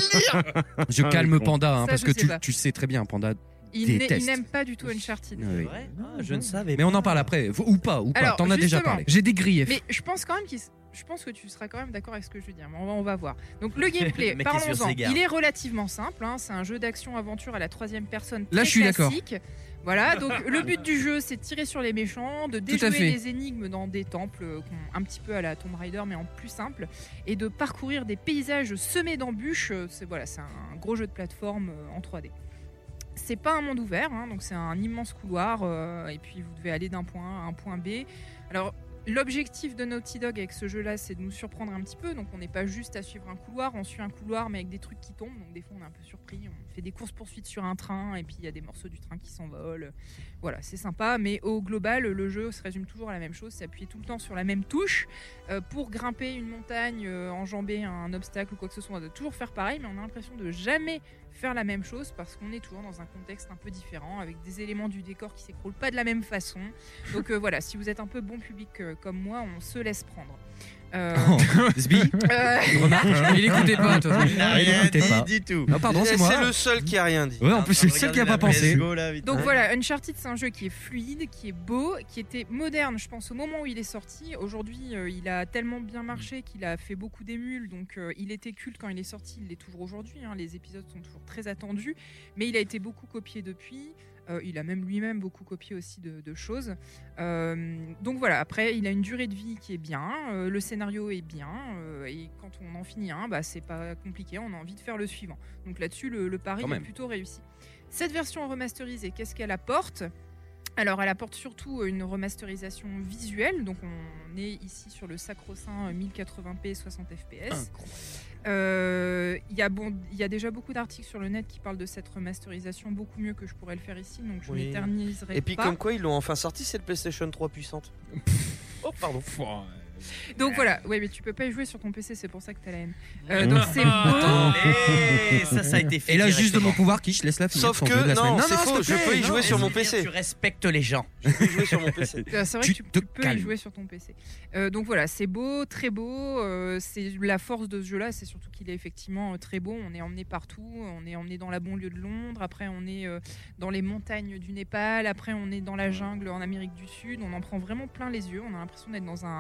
je Ah, calme le con. Panda, hein, Ça, parce je que sais tu, pas. tu sais très bien, Panda. Il n'est- Déteste. il n'aime pas du tout Uncharted. Oui. Vrai Ah, je ne savais Mais on pas. en parle après, Faut- ou pas, ou pas. Alors, T'en as déjà justement, parlé. J'ai des griefs. Mais je pense quand même qu'il s- je pense que tu seras quand même d'accord avec ce que je veux dire. Mais on va, on va voir. Donc le gameplay, Le mec est sur parlons-en. ses gardes. Il est relativement simple. Hein, c'est un jeu d'action-aventure à la troisième personne. Là, très je suis d'accord. classique. Voilà. Donc le but du jeu, c'est de tirer sur les méchants, de à déjouer fait. des énigmes dans des temples, euh, qu'on- un petit peu à la Tomb Raider, mais en plus simple, et de parcourir des paysages semés d'embûches. Euh, C'est voilà, c'est un gros jeu de plateforme euh, en trois D. C'est pas un monde ouvert, hein, donc c'est un immense couloir, euh, et puis vous devez aller d'un point A à un point B. Alors, l'objectif de Naughty Dog avec ce jeu-là, c'est de nous surprendre un petit peu. Donc, on n'est pas juste à suivre un couloir, on suit un couloir, mais avec des trucs qui tombent. Donc, des fois, on est un peu surpris. On fait des courses-poursuites sur un train, et puis il y a des morceaux du train qui s'envolent. Voilà, c'est sympa, mais au global, le jeu se résume toujours à la même chose. C'est appuyer tout le temps sur la même touche euh, pour grimper une montagne, euh, enjamber un obstacle ou quoi que ce soit. On doit toujours faire pareil, mais on a l'impression de jamais faire la même chose parce qu'on est toujours dans un contexte un peu différent avec des éléments du décor qui s'écroulent pas de la même façon. Donc euh, voilà, si vous êtes un peu bon public euh, comme moi, on se laisse prendre. Euh... Oh, Sbi, euh, remarque, Il écoutait pas, toi. Il n'a Il rien écoutait dit pas. du tout. Ah, pardon, c'est moi. C'est le seul qui a rien dit. Ouais, en plus, c'est le seul qui a pas pensé. Donc voilà, Uncharted, c'est un jeu qui est fluide, qui est beau, qui était moderne, je pense, au moment où il est sorti. Aujourd'hui, euh, il a tellement bien marché qu'il a fait beaucoup d'émules, donc euh, il était culte quand il est sorti, il l'est toujours aujourd'hui. Hein, les épisodes sont toujours très attendus, mais il a été beaucoup copié depuis. Euh, il a même lui-même beaucoup copié aussi de, de choses. Euh, donc voilà, après, il a une durée de vie qui est bien, euh, le scénario est bien, euh, et quand on en finit un, bah, c'est pas compliqué, on a envie de faire le suivant. Donc là-dessus, le, le pari Quand est même. plutôt réussi. Cette version remasterisée, qu'est-ce qu'elle apporte ? Alors, elle apporte surtout une remasterisation visuelle. Donc, on est ici sur le sacro-saint mille quatre-vingts p soixante F P S. Euh, Il y, a bon, il y a déjà beaucoup d'articles sur le net qui parlent de cette remasterisation beaucoup mieux que je pourrais le faire ici. Donc, je Oui. m'éterniserai Et puis, pas. comme quoi, ils l'ont enfin sorti cette PlayStation trois puissante. Oh, pardon. Donc voilà, ouais, mais tu peux pas y jouer sur ton P C, c'est pour ça que t'as la haine. Euh, donc c'est Attends. beau. Et ça, ça a été fait. Et là, juste de directement. mon pouvoir, qui je laisse la finir. Sauf son que, jeu de la non, semaine. c'est faux, s'il te je peux plaît, y non. jouer sur mon Est-ce que P C. Tu respectes les gens. Je peux y jouer sur mon P C. Euh, C'est vrai Tu que tu, te tu peux calmes. y jouer sur ton P C. Euh, donc voilà, c'est beau, très beau. euh, c'est la force de ce jeu-là, c'est surtout qu'il est effectivement euh, très beau. On est emmené partout. On est emmené dans la banlieue de Londres. Après, on est euh, dans les montagnes du Népal. Après, on est dans la jungle en Amérique du Sud. On en prend vraiment plein les yeux. On a l'impression d'être dans un,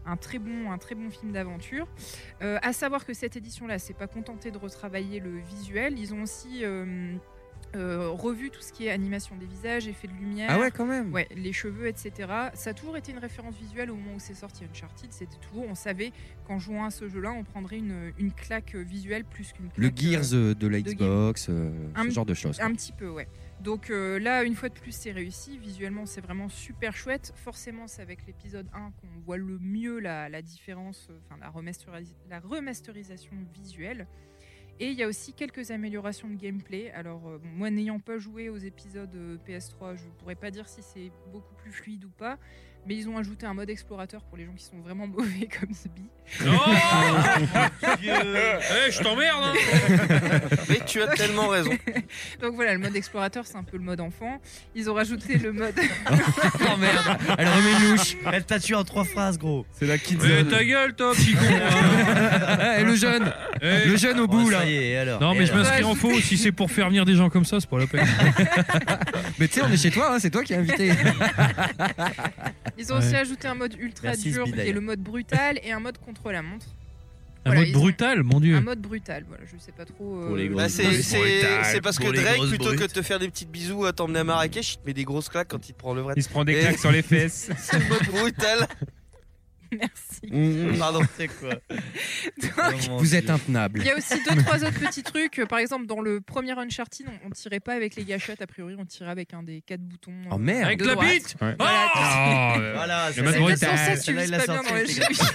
un très bon, un très bon film d'aventure. Euh, à savoir que cette édition-là, c'est pas contenté de retravailler le visuel. Ils ont aussi euh, euh, revu tout ce qui est animation des visages, effets de lumière. Ah ouais, quand même. Ouais, les cheveux, et cetera. Ça a toujours été une référence visuelle au moment où c'est sorti Uncharted. C'était toujours, on savait qu'en jouant à ce jeu-là, on prendrait une, une claque visuelle plus qu'une claque. Le Gears euh, de la de Xbox, euh, un, ce genre de choses. Un petit peu, ouais. Donc euh, là, une fois de plus, c'est réussi. Visuellement, c'est vraiment super chouette. Forcément, c'est avec l'épisode un qu'on voit le mieux la, la différence, enfin la, remasteris- la remasterisation visuelle. Et il y a aussi quelques améliorations de gameplay. Alors, euh, bon, moi, n'ayant pas joué aux épisodes euh, P S trois, je ne pourrais pas dire si c'est beaucoup plus fluide ou pas. Mais ils ont ajouté un mode explorateur pour les gens qui sont vraiment mauvais comme Sbi. Oh Dieu. Eh, je t'emmerde hein. Mais tu as tellement raison. Donc voilà, le mode explorateur, c'est un peu le mode enfant. Ils ont rajouté le mode... Oh merde, elle remet une louche. Elle t'a tué en trois phrases, gros. C'est la kids. Eh, ta gueule, toi, petit con. Eh, le jeune, Eh. le jeune au bout Oh, là. ça y est, alors. Non, mais Et je alors m'inscris en faux. Si c'est pour faire venir des gens comme ça, c'est pas la peine. Mais tu sais, on est chez toi, hein, c'est toi qui es invité. Ils ont aussi Ouais. ajouté un mode ultra Merci, dur, Sbi, qui est d'ailleurs. le mode brutal, et un mode contre-la-montre. Un Voilà, mode ils ont- brutal, mon dieu. Un mode brutal, voilà, je sais pas trop. euh, Pour les Bah, grosses c'est, brutes. c'est, Brutal, c'est parce que pour les Drake, grosses plutôt que de brutes. te faire des petites bisous à t'emmener à Marrakech, il te met des grosses claques quand il te prend le vrai. Il se prend des Et- claques sur les fesses. C'est le mode brutal. Merci. Pardon. C'est quoi Donc, Vous êtes intenable. il y a aussi deux, trois autres petits trucs. Par exemple, dans le premier Uncharted, on, on tirait pas avec les gâchettes, a priori, on tirait avec un des quatre boutons. Oh euh, merde. Avec de la droite. bite Ouais. Voilà, tu sais. Ah, euh, Voilà, le c'est mode De toute façon, brutal. ça, tu Celle-là, vises il l'a pas bien sorti dans les avec jeux.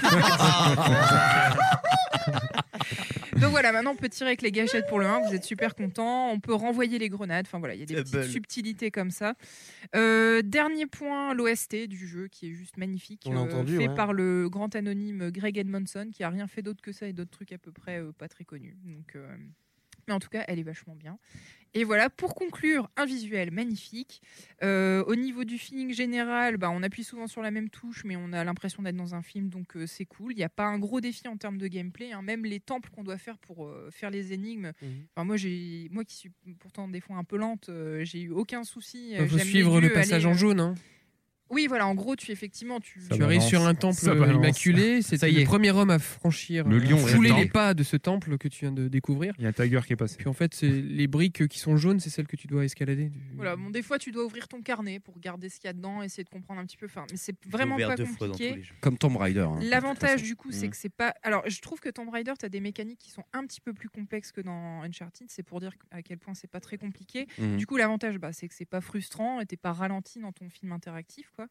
Ah, Donc voilà, maintenant on peut tirer avec les gâchettes pour le un, vous êtes super content. On peut renvoyer les grenades. Enfin voilà, il y a des C'est petites belle. subtilités comme ça. Euh, dernier point, l'O S T du jeu qui est juste magnifique, On l'a entendu, fait ouais. par le grand anonyme Greg Edmondson qui a rien fait d'autre que ça et d'autres trucs à peu près euh, pas très connus. Donc, euh, mais en tout cas, elle est vachement bien. Et voilà, pour conclure, un visuel magnifique. Euh, au niveau du feeling général, bah, on appuie souvent sur la même touche, mais on a l'impression d'être dans un film, donc euh, c'est cool. Il n'y a pas un gros défi en termes de gameplay. Hein. Même les temples qu'on doit faire pour euh, faire les énigmes. Mhm. Enfin, moi, j'ai, moi qui suis pourtant des fois un peu lente, euh, j'ai eu aucun souci. Il faut J'aime suivre les le lieux, passage aller, en euh, jaune. Hein. Oui, voilà, en gros, tu effectivement, tu, Tu arrives sur un temple Ça balance. immaculé, c'est Ça y le est. premier homme à franchir, Le à lion fouler réptant. les pas de ce temple que tu viens de découvrir. Il y a un tiger qui est passé. Puis en fait, c'est les briques qui sont jaunes, c'est celles que tu dois escalader. Voilà, bon, des fois, tu dois ouvrir ton carnet pour regarder ce qu'il y a dedans, essayer de comprendre un petit peu. Enfin, mais c'est vraiment ouvert pas deux fois dans tous compliqué. les jeux. Comme Tomb Raider. hein, de toute L'avantage façon. du coup, c'est Mm. que c'est pas. Alors, je trouve que Tomb Raider, tu as des mécaniques qui sont un petit peu plus complexes que dans Uncharted. C'est pour dire à quel point c'est pas très compliqué. Mhm. Du coup, l'avantage, bah, c'est que c'est pas frustrant et t'es pas ralenti dans ton film interactif, quoi.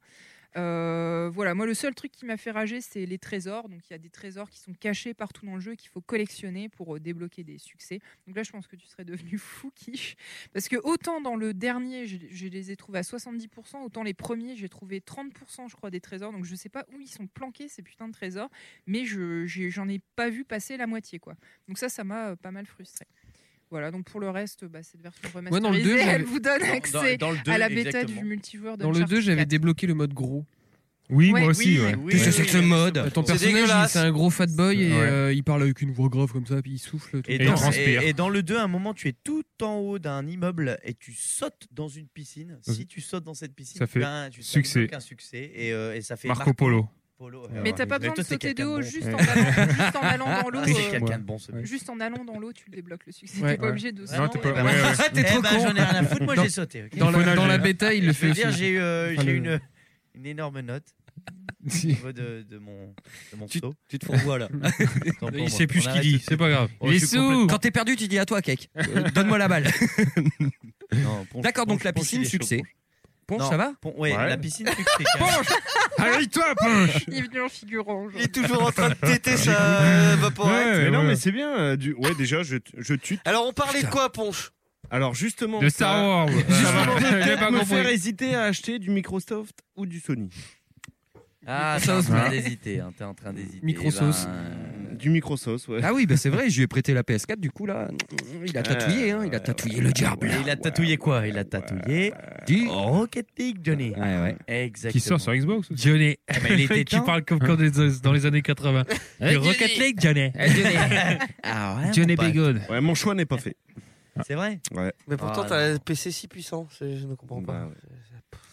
Euh, voilà, moi, le seul truc qui m'a fait rager, c'est les trésors. Donc, il y a des trésors qui sont cachés partout dans le jeu qu'il faut collectionner pour euh, débloquer des succès. Donc là, je pense que tu serais devenu fou, quiche. Parce que autant dans le dernier, je, je les ai trouvés à soixante-dix pour cent, autant les premiers, j'ai trouvé trente pour cent, je crois, des trésors. Donc, je sais pas où ils sont planqués, ces putains de trésors, mais je j'ai- j'en ai pas vu passer la moitié, quoi. Donc ça, ça m'a euh, pas mal frustré. Voilà, donc pour le reste, bah, cette version Moi, dans le remasterisée, deux, elle j'avais- vous donne Dans- accès dans le deux, à la bêta exactement. du multijoueur Dans le d'Uncharted deux, j'avais quatre. débloqué le mode gros. Oui, Ouais, moi aussi. oui, ouais. Oui, Qu'est-ce que oui, c'est que ce oui. mode Ton C'est personnage, il- dégueulasse. c'est un gros fat boy et Ouais. euh, il parle avec une voix grave comme ça, puis il souffle. tout Et le Et dans, temps. il transpire. et- et dans le deux, à un moment, tu es tout en haut d'un immeuble et tu sautes dans une piscine. Si tu sautes dans cette piscine, Ça fait ben, tu succès. débloques un succès et, euh, et ça fait Marco Polo. Polo. Mais t'as pas Mais besoin toi, de t'es sauter de quelqu'un haut, bon. juste, Ouais. en allant, juste en allant dans l'eau. T'es euh, quelqu'un Ouais. de bon, ce mec. Juste en allant dans l'eau, tu le débloques le succès. Ouais. T'es pas Ouais. obligé de Non, sauter. t'es pas- Voilà. ouais, ouais. Ah, t'es Eh trop ben, con. j'en ai rien à foutre, moi Dans- j'ai sauté. ok Dans Faut la, dans nager. la bêta, il Je le veux fait dire, aussi. j'ai eu, euh, Enfin, j'ai eu le- une, une énorme note au niveau de, de mon, de mon saut. Tu te fourvoies là. Tant pour Il moi. sait plus On ce qu'il arrête dit, tout de c'est suite. pas grave. Oh, Il est je suis sous. complètement- Quand t'es perdu, tu dis à toi, Cake. Euh, Donne-moi la balle. Non, Ponche- D'accord, donc Ponche- la Ponche, piscine, il est chaud, succès. Ponche. Ponche, Non, ça va Pon- ouais, Ouais. la piscine succès. Ponche Arrête-toi, Ponche Il est venu en figurant. genre. Il est toujours en train de téter sa vaporette. Ouais, Mais non, ouais. mais c'est bien. euh, du... Ouais, déjà, je, je tue. Alors, on parlait de quoi, Ponche? Alors, justement. De ça- Star Wars. Ça va J'ai peut-être pas me compris. faire hésiter à acheter du Microsoft ou du Sony. Ah, t'es en train d'hésiter. Hein, t'es en train d'hésiter. Microsoft. Ben, euh, Du Microsoft, ouais. Ah oui, bah c'est vrai, je lui ai prêté la P S quatre, du coup là, il a tatouillé, hein, il a tatouillé le diable. Et il a tatouillé quoi Il a tatouillé Du Rocket League, Johnny. Ouais, ouais. Exactement. Qui sort sur Xbox aussi. Johnny. Eh ben, il Le était mec qui temps. parle comme quand des- dans les années quatre-vingts. Le Rocket League, Johnny. Ah ouais, Johnny mon pote. Bigood. Ouais, mon choix n'est pas fait. C'est vrai. Ouais. Mais pourtant, Ah, t'as un P C si puissant. c'est- Je ne comprends pas. Bah,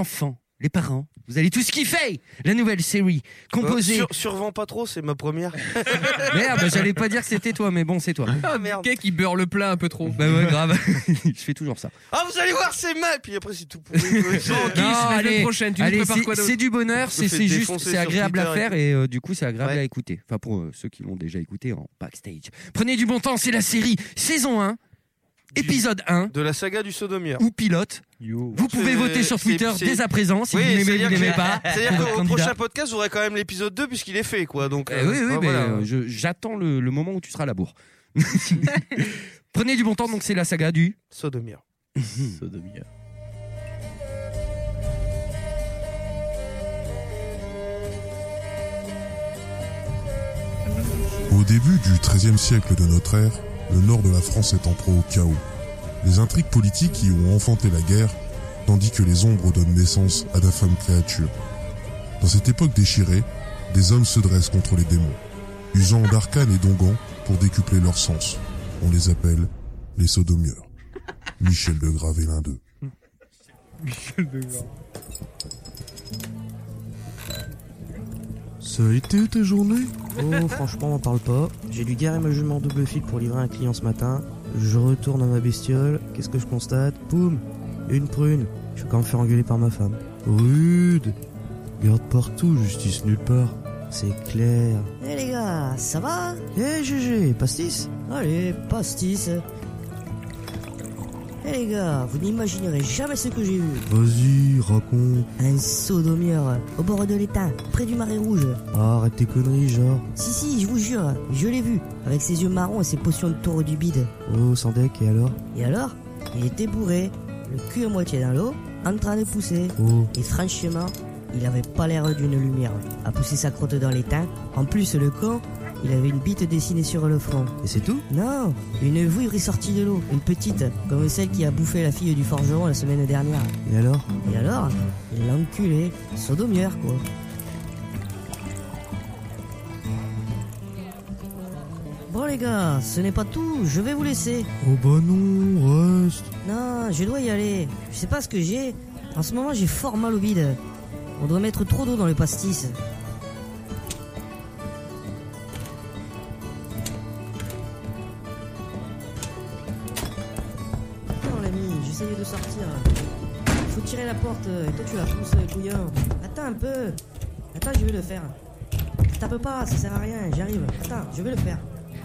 enfants, les parents, Vous allez tous kiffer la nouvelle série composée. Euh, sur, survends pas trop, c'est ma première. Merde, bah, j'allais pas dire que c'était toi, mais bon, c'est toi. Ah merde. Quelqu'un qui beurre le plat un peu trop. Bah ouais, grave. Je fais toujours ça. Ah, vous allez voir, c'est mal. Puis après, c'est tout pourri. Non, allez, prochaine, tu nous allez, prépares c'est, quoi d'autre c'est du bonheur, Je c'est, me fais c'est juste, défoncer c'est sur agréable à Twitter et faire tout. et euh, du coup, c'est agréable Ouais. à écouter. Enfin, pour euh, ceux qui l'ont déjà écouté en backstage. Prenez du bon temps, c'est la série saison un, épisode un. De la saga du sodomieur. Ou pilote. Yo. Vous pouvez C'est- voter sur c'est- Twitter c'est- dès à présent si Oui, vous l'aimez ou c'est-à-dire vous l'aimez que- pas. C'est-à-dire pour votre qu'au candidat. prochain podcast, vous aurez quand même l'épisode deux puisqu'il est fait, quoi. Donc, Eh euh, oui, oui, ouais, mais voilà. euh, je- j'attends le, le moment où tu seras à la bourre. Prenez du bon temps, donc c'est la saga du Sodomieur. Sodomieur. Au début du treizième siècle de notre ère, le nord de la France est en proie au chaos. Les intrigues politiques y ont enfanté la guerre, tandis que les ombres donnent naissance à d'infâmes créatures. Dans cette époque déchirée, des hommes se dressent contre les démons, usant d'arcanes et d'onguents pour décupler leur sens. On les appelle les sodomieurs. Michel Degrave est l'un d'eux. Michel Degrave. Ça a été ta journée? Oh, franchement, on m'en parle pas. J'ai dû garer ma jument en double fil pour livrer un client ce matin. Je retourne à ma bestiole. Qu'est-ce que je constate? Poum! Une prune. Je vais quand même faire engueuler par ma femme. Rude! Garde partout, justice nulle part. C'est clair. Eh les gars, ça va? Eh G G, pastis? Allez, pastis. Eh les gars, vous n'imaginerez jamais ce que j'ai vu. Vas-y, raconte. Un sodomieur au bord de l'étang, près du Marais Rouge. Ah, arrête tes conneries, genre. Si, si, je vous jure, je l'ai vu, avec ses yeux marrons et ses potions de taureau du bide. Oh, sans deck, et alors? Et alors? Il était bourré, le cul à moitié dans l'eau, en train de pousser. Oh. Et franchement, il avait pas l'air d'une lumière. À pousser sa crotte dans l'étang. En plus, le con, il avait une bite dessinée sur le front. Et c'est tout? Non, une vouivre est sortie de l'eau, une petite, comme celle qui a bouffé la fille du forgeron la semaine dernière. Et alors? Et alors, il l'a enculé, sodomieur quoi. Bon les gars, ce n'est pas tout, je vais vous laisser. Oh bah non, reste. Non, je dois y aller. Je sais pas ce que j'ai. En ce moment, j'ai fort mal au bide. On doit mettre trop d'eau dans le pastis. Non l'ami, j'essayais de sortir. Il faut tirer la porte et toi tu la pousses, couillon. Attends un peu. Attends, je vais le faire. Tape pas, ça sert à rien, j'arrive. Attends, je vais le faire.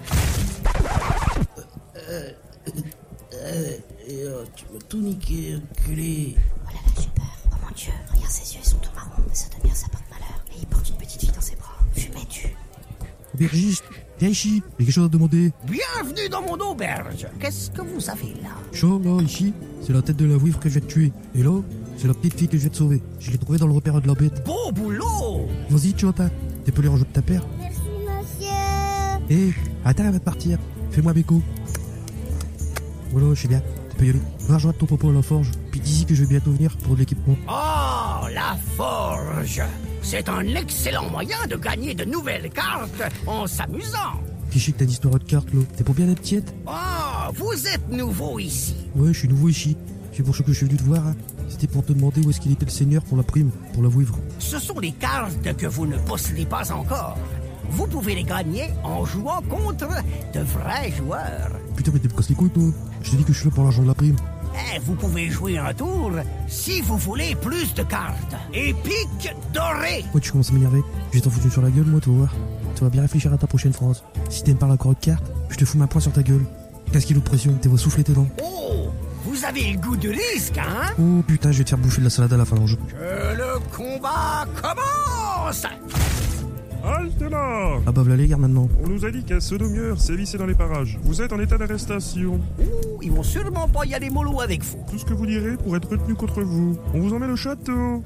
Euh, euh, et, oh, tu m'as tout niqué, enculé. Oh là là, j'ai peur. Oh mon dieu, regarde ses yeux, ils sont tout marrons. Ça devient, ça porte malheur. Et il porte une petite fille dans ses bras. Fumée du. Aubergiste, viens ici, j'ai quelque chose à te demander. Bienvenue dans mon auberge. Qu'est-ce que vous avez là? Chaud, là, ici, c'est la tête de la vouivre que je vais te tuer. Et là, c'est la petite fille que je vais te sauver. Je l'ai trouvée dans le repère de la bête. Beau boulot. Vas-y, tu vois pas. T'es pelé en jeu de ta père. Merci, monsieur. Hé, attends, elle va partir. Fais-moi béco. Voilà, je sais bien. Tu peux y aller. Va rejoindre ton popo à la forge. Puis dis-y que je vais bientôt venir pour de l'équipement. Oh, la forge. C'est un excellent moyen de gagner de nouvelles cartes en s'amusant. Fiché que t'as une histoire de cartes, là. T'es pour bien être tiède? Oh, vous êtes nouveau ici. Ouais, je suis nouveau ici. C'est pour ça que je suis venu te voir. Hein. C'était pour te demander où est-ce qu'il était le seigneur pour la prime, pour la vouivre. Ce sont des cartes que vous ne possédez pas encore. Vous pouvez les gagner en jouant contre de vrais joueurs. Putain, mais t'es me casse les couilles, toi. Je t'ai dit que je suis là pour l'argent de la prime. Eh, vous pouvez jouer un tour si vous voulez plus de cartes. Épique doré. Pourquoi tu commences à m'énerver? Je vais t'en foutre une sur la gueule, moi, tu vas voir. Tu vas bien réfléchir à ta prochaine phrase. Si t'aimes pas l'accord de cartes, je te fous ma poing sur ta gueule. quinze kilos de pression, t'es va souffler tes dents. Oh, vous avez le goût de risque, hein? Oh putain, je vais te faire bouffer de la salade à la fin d'un jeu. Que le combat commence! Halte là! Ah bah voilà les gars maintenant. On nous a dit qu'un sodomieur sévissait dans les parages. Vous êtes en état d'arrestation. Ouh, ils vont sûrement pas y aller mollo avec vous. Tout ce que vous direz pour être retenu contre vous. On vous emmène au château.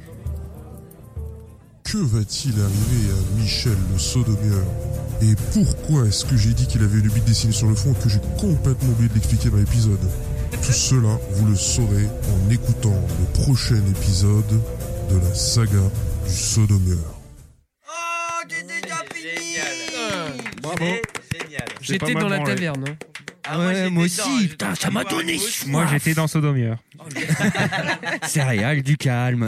Que va-t-il arriver à Michel le sodomieur? Et pourquoi est-ce que j'ai dit qu'il avait une bite dessinée sur le front et que j'ai complètement oublié de l'expliquer dans l'épisode? Tout cela, vous le saurez en écoutant le prochain épisode de la saga du sodomieur. Bravo. Génial. J'étais dans la taverne. Hein. Ah, moi, Ouais, j'étais moi dedans, aussi, j'étais putain, en ça train de m'a boire donné une soif. Moi, j'étais dans Sodomière. Céréales, du calme.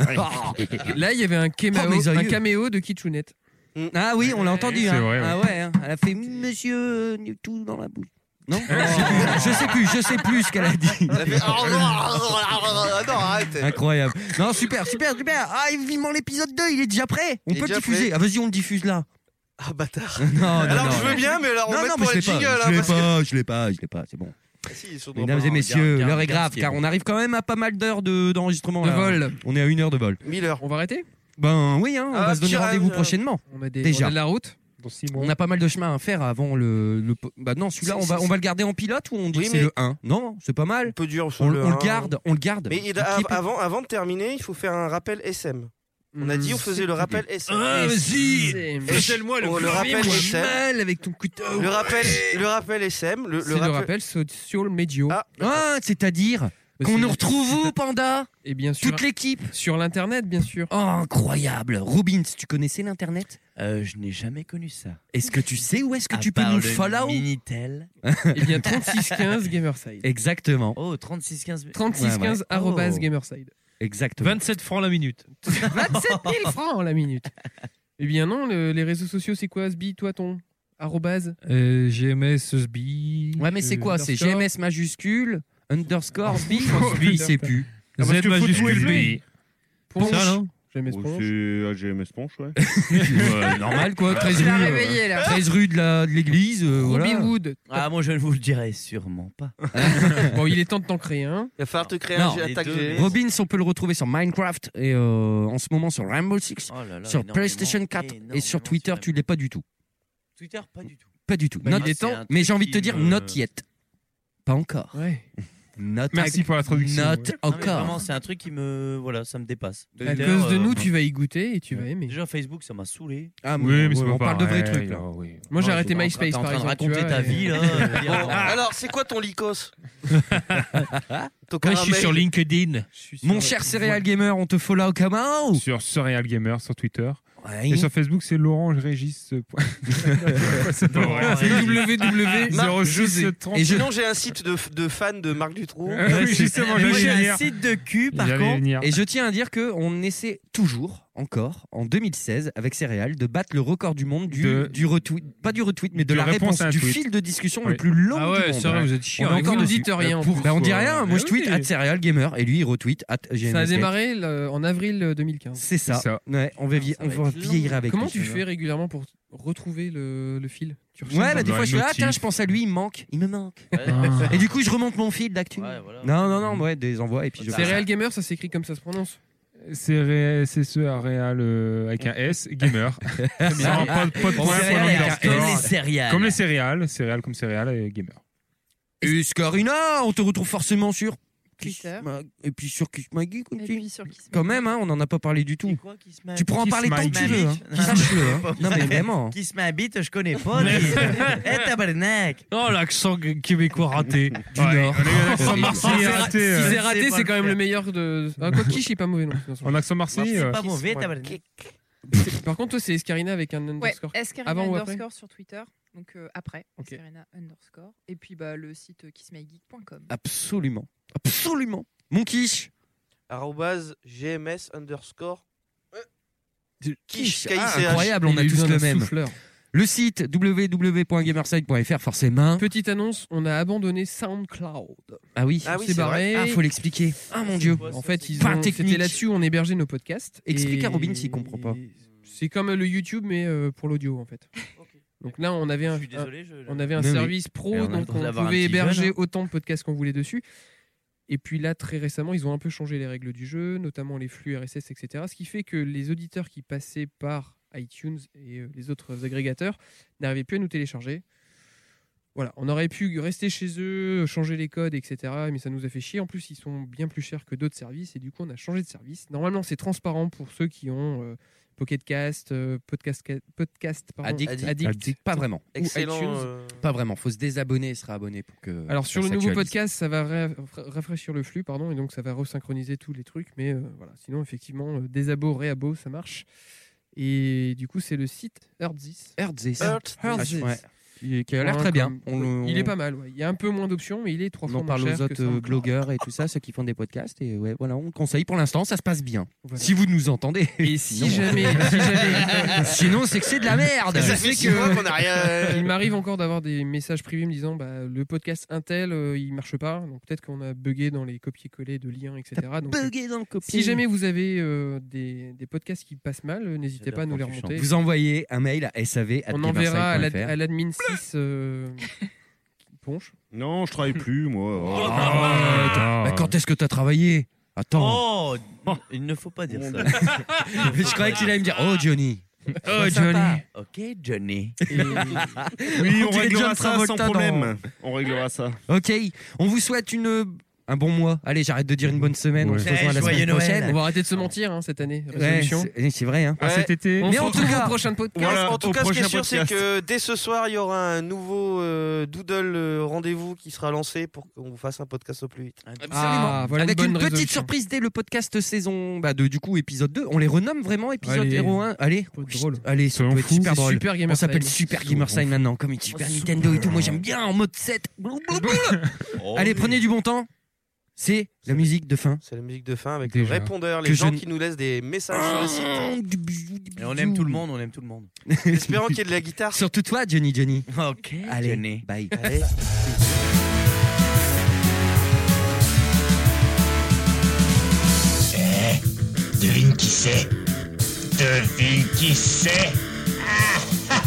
Là, il y avait un caméo, Oh, mes un aïeux. caméo de Kitchounette. Ah oui, on l'a entendu. C'est hein. vrai, ouais. Ah ouais, hein. Elle a fait monsieur euh, tout dans la bouche. Non Je sais plus, je sais plus ce qu'elle a dit. Elle a fait, oh, non, ah, non, arrête. Incroyable. Non, super, super, super. Ah, vivement l'épisode deux, il est déjà prêt. On Il est peut le déjà diffuser. prêt. Ah, vas-y, on le diffuse là. Ah, bâtard. Non, non, Alors, non. je veux bien, mais alors, on Non, met non, pour mais les je l'ai jingles. pas. hein, Je l'ai parce que- pas, je l'ai pas, je l'ai pas, c'est bon. Ah, si, ils sont Mesdames et Regarde, messieurs, regarde, l'heure est regarde grave ce qui est car bon. on arrive quand même à pas mal d'heures de- d'enregistrement. De là. vol. On est à une heure de vol. mille heures. On va arrêter. Ben oui, hein, on Ah, va se donner petit rendez-vous rêve. prochainement. On a, des, Déjà. on a de la route. Dans six mois. On a pas mal de chemin à faire avant le. le po- bah non, celui-là, C'est- on va, c'est- on va le garder en pilote ou on dit Oui, que c'est mais- le un. Non, c'est pas mal. Un peu dur sur On, le on le un. garde, on le garde. Mais il- On keep it. avant, avant de terminer, il faut faire un rappel S M. On a dit on faisait le rappel S M. Ah, vas-y. Fais-le-moi le, le rappel S M. mal avec ton couteau. Le rappel, le rappel S M. Le, C'est le rappel social media. Ah, Ah, c'est-à-dire qu'on c'est- nous retrouve où, Panda Et bien sûr. Toute l'équipe. Sur l'internet, bien sûr. Oh, incroyable. Robbins, tu connaissais l'internet Euh, je n'ai jamais connu ça. Est-ce que tu sais où est-ce que À tu peux part nous le follow Minitel. Eh bien, trente-six quinze Gamerside. Exactement. Oh, trente-six quinze. trente-six quinze Ouais, ouais. arrobase Oh. Gamerside. Exactement. vingt-sept francs la minute. vingt-sept mille francs la minute. Eh bien non, le- les réseaux sociaux, c'est quoi, Sbi, toi, ton arrobase Euh, G M S, S B I. Ouais, mais c'est euh, quoi C'est G M S majuscule, underscore, B, Oh, B, il sait plus. Ah, parce Z que faut tout majuscule élever. B. Ponche. Ça, non G M S Oh, Ponche. c'est A G M S Ponche, ouais. Ouais, normal quoi, treize Tu l'as rue, réveillé, euh, là. treize rue de la- de l'église. euh, Robbie voilà. Wood. Ah, moi, je ne vous le dirai sûrement pas. Bon, il est temps de t'en créer un. Il va falloir te créer Non, un les attaque deux, G S. Robbins, on peut le retrouver sur Minecraft et euh, en ce moment sur Rainbow Six, Oh là là, sur énormément, PlayStation quatre et énormément sur Twitter, sur tu l'es pas du tout. Twitter, pas du tout. Pas du tout. Bah, Not- il est c'est temps. un mais truc j'ai envie de te qui dire me- not yet. Pas encore. Ouais. Not Merci pour la traduction. Not ouais. Non, mais vraiment, encore. c'est un truc qui me, voilà, ça me dépasse. À Twitter, cause de euh, nous, non. tu vas y goûter et tu vas aimer. Déjà, Facebook, ça m'a saulé. Ah, Oui, mais c'est ouais, pas on parle de vrais pareil, trucs là. là, oui. Moi, j'ai Non, arrêté j'étais en train- MySpace, t'es en par train de exemple. tu raconter vois, ta et- vie, là. je veux dire, Bon, non. alors, c'est quoi ton Lycos Ton Moi, je suis caramel. sur LinkedIn. Je suis sur- Mon cher Céréal Gamer, on te follow comment Sur Surreal Gamer sur Twitter. Ouais. Et sur Facebook, c'est Laurent Régis. euh, point- c'est pas vrai. C'est www. Marc, zéro six trente. Et sinon, j'ai un site de, de fans de Marc Dutroux. Ah oui, justement, Moi, j'allais j'ai venir. un site de cul, par J'allais contre. venir. Et je tiens à dire qu'on essaie toujours, encore, en deux mille seize, avec Céréal, de battre le record du monde du, De- du retweet, pas du retweet, mais de, de la réponse réponse, à un du tweet. fil de discussion Oui. le plus long Ah du ouais, monde. c'est vrai, vous êtes chiant. On est avec Vous encore ne dessus. dites rien. en Pour- plus. bah, on dit quoi. rien, moi je Mais tweet oui. at Céréal Gamer et lui il retweet at G M S. Ça a démarré le- en avril deux mille quinze. C'est ça. C'est ça. Ouais, on va, vie- Ça on va va être long. vieillir avec Comment lui. tu fais régulièrement pour retrouver le, le fil Tu recherches Ouais, bah dans- des Dans fois je les suis là, ah, notifs. tiens, je pense à lui, il me manque. Il me manque. Ouais, Ah. Et du coup, je remonte mon fil d'actu. ouais, voilà. Non, non, non, ouais, des envois et puis je. Céréal Gamer, ça s'écrit comme ça se prononce. C'est ré- c'est ce à réal euh, avec un S, gamer. bien. Non, pas, de- pas de point, Céréales point avec un underscore. Comme les céréales. Comme les céréales, céréales comme céréales et gamer. Et Scarina, on te retrouve forcément sur Twitter. Mag- et puis sur Kiss My Geek Et aussi. puis sur Kiss Quand même, hein, on n'en a pas parlé du tout. Quoi, qui se met Tu pourras en Kiss parler tant My que tu Geek. veux. Hein. Non, Sache-le. mais Hein. pas Non, mais vrai. vraiment. Qui se m'habite, je connais pas. lui. Eh, tabarnak. Oh, l'accent québécois raté. Du Nord. L'accent Si marseillais c'est raté. si euh, c'est raté, c'est pas c'est le quand même faire. le meilleur de. Ah, quoi, Quiche, il est pas mauvais non. En accent marseillais. C'est euh, pas mauvais, Ouais. tabarnak. C'est- Par contre, toi, c'est Escarina avec un Ouais, underscore. Escarina Avant ou après underscore sur Twitter. Donc euh, après, Ok. Escarina underscore. Et puis bah, le site euh, kissmygeek point com. Absolument. Absolument. Mon quiche. Arrobase G M S underscore. Quiche. K I C H. Ah, incroyable, on Il a eu tous besoin le d'un même. souffleur. Le site w w w point gamerside point f r, forcément. Petite annonce, on a abandonné SoundCloud. Ah oui. Ah oui, c'est c'est barré. Ah, faut l'expliquer. Ah mon dieu. En fait, ils Pas ont- technique. c'était là-dessus où on hébergeait nos podcasts. Explique Et- à Robin s'il comprend pas. C'est comme le YouTube, mais euh, pour l'audio en fait. Donc là, on avait un, Je suis désolé, je- un- on avait un Mais oui. service pro, Et on a le donc droit on d'avoir un pouvait petit héberger jeune, hein. autant de podcasts qu'on voulait dessus. Et puis là, très récemment, ils ont un peu changé les règles du jeu, notamment les flux R S S, et cetera. Ce qui fait que les auditeurs qui passaient par iTunes et euh, les autres agrégateurs n'arrivaient plus à nous télécharger. Voilà, on aurait pu rester chez eux, changer les codes, et cetera. Mais ça nous a fait chier. En plus, ils sont bien plus chers que d'autres services. Et du coup, on a changé de service. Normalement, c'est transparent pour ceux qui ont euh, Pocket Cast, euh, Podcast, podcast pardon, Addict. Addict. Pas vraiment. Ou Excellent. iTunes. euh, Pas vraiment. Faut se désabonner et se réabonner pour que. Alors sur ça le nouveau s'actualise. podcast, ça va ra- ra- rafraîchir le flux, pardon, et donc ça va resynchroniser tous les trucs. Mais euh, voilà, sinon effectivement, euh, désabo, réabo, ça marche. Et du coup, c'est le site Earthzis. Earthzis. Earthzis. Earthzis. Ouais. Il- qui a l'air Ouais, très bien. comme- On le- Il est pas mal. Ouais. Il y a un peu moins d'options, mais il est trois On fois en moins parle cher aux que autres SoundCloud. euh, blogueurs et tout ça, ceux qui font des podcasts. Et ouais, voilà, on le conseille. Pour l'instant, ça se passe bien. Voilà. Si vous nous entendez. Et si Sinon- jamais, si jamais- Sinon, c'est que c'est de la merde. Je Ça sais fait six mois qu'on a rien- Il m'arrive encore d'avoir des messages privés me disant bah, le podcast Intel euh, il marche pas, donc peut-être qu'on a bugué dans les copier-coller de liens, et cetera. Donc, bugué dans le copier. si jamais vous avez euh, des, des podcasts qui passent mal, euh, n'hésitez pas à nous les remonter. Vous envoyez un mail à S A V On enverra à l'ad- à l'admin six euh, Ponche. Non, je travaille plus, moi. Oh. Ah, bah, quand est-ce que t'as travaillé? Attends. Oh, il ne faut pas dire ça. Je croyais qu'il allait me dire oh Johnny. Oh, Ouais, sympa. Johnny. Ok, Johnny. Oui, on dirait réglera John ça Travolta sans dans- problème. On réglera ça. Ok, on vous souhaite une un bon mois. Allez, j'arrête de dire une bonne semaine. On Ouais. se rejoint la Joyeux semaine Noël. prochaine. On va arrêter de se mentir hein, cette année. Ouais, Résolution. c'est c'est vrai. Hein. Ah, cet été. On Mais se en tout retrouve cas- au prochain podcast. Voilà. En tout au cas, ce qui est prochain sûr, c'est podcast. que dès ce soir, il y aura un nouveau euh, Doodle euh, rendez-vous qui sera lancé pour qu'on vous fasse un podcast au plus vite. Absolument. Ah, voilà Avec une une, bonne petite résolution. surprise dès le podcast saison bah, de, du coup épisode deux. On les renomme vraiment épisode Allez. zéro un. Allez, Faut être drôle. allez, ça Soyons peut être fous. super C'est drôle. Super On Gamer s'appelle Sign. Super Gamer Sign maintenant, comme une Super Nintendo et tout. Moi j'aime bien en mode sept. Allez, prenez du bon temps. C'est la musique de fin. C'est la musique de fin avec Déjà. le répondeur, les Que gens je- qui nous laissent des messages sur le site. Et on aime tout le monde, on aime tout le monde. Espérons qu'il y ait de la guitare. Surtout toi, Johnny Johnny. Ok, Allez, Johnny. bye. Allez. Eh, devine qui c'est. Devine qui c'est. Ah.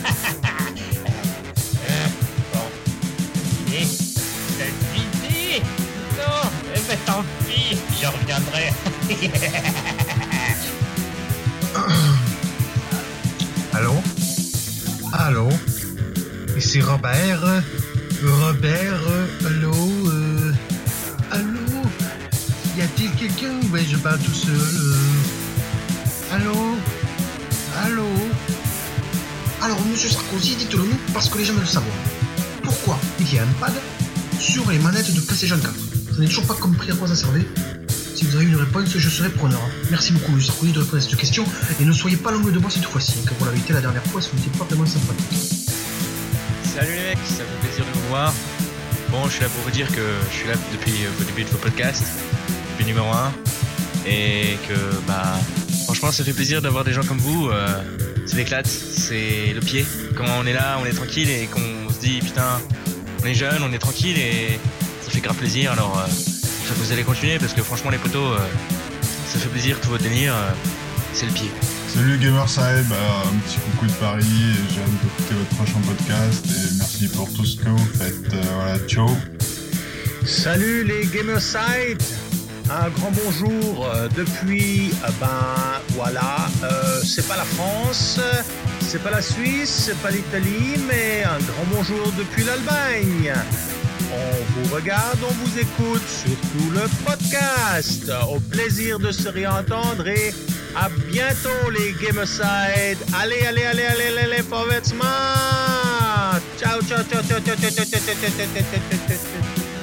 Euh, bon. Et cette idée. Non, eh ben tant pis, je reviendrai. Allô? Allô? Ici Robert. Robert, euh, allô? euh, Allô? Y a-t-il quelqu'un? Ouais, je parle tout seul. euh. Allô? Allô? Alors, monsieur Sarkozy, dites-le nous parce que les gens veulent le savoir. Pourquoi il y a un pad sur les manettes de PlayStation quatre? Je n'ai toujours pas compris à quoi ça servait. Si vous avez une réponse, je serai preneur. Merci beaucoup, monsieur Sarkozy, de répondre à cette question. Et ne soyez pas l'angle de bois cette fois-ci, car pour la vérité, la dernière fois, ce n'était pas vraiment sympathique. Salut les mecs, ça fait plaisir de vous voir. Bon, je suis là pour vous dire que je suis là depuis euh, le début de vos podcasts, depuis numéro un, et que bah franchement ça fait plaisir d'avoir des gens comme vous. Euh, c'est l'éclate, c'est le pied. Quand on est là, on est tranquille et qu'on se dit putain, on est jeune, on est tranquille et ça fait grave plaisir. Alors euh, j'espère que vous allez continuer parce que franchement les potos, euh, ça fait plaisir tout votre délire, euh, c'est le pied. Salut Gamerside, bah, un petit coucou de Paris, et j'ai hâte d'écouter votre prochain podcast et merci pour tout ce que vous faites. Euh, voilà, ciao. Salut les Gamerside, un grand bonjour euh, depuis, euh, ben voilà, euh, c'est pas la France, c'est pas la Suisse, c'est pas l'Italie, mais un grand bonjour depuis l'Allemagne. On vous regarde, on vous écoute, surtout le podcast. Au plaisir de se réentendre et à bientôt les Gamerside. Allez, allez, allez, allez, allez, allez, vorwärts, Ciao, ciao, ciao, ciao, ciao, ciao, ciao, ciao, ciao, ciao, ciao, ciao, ciao.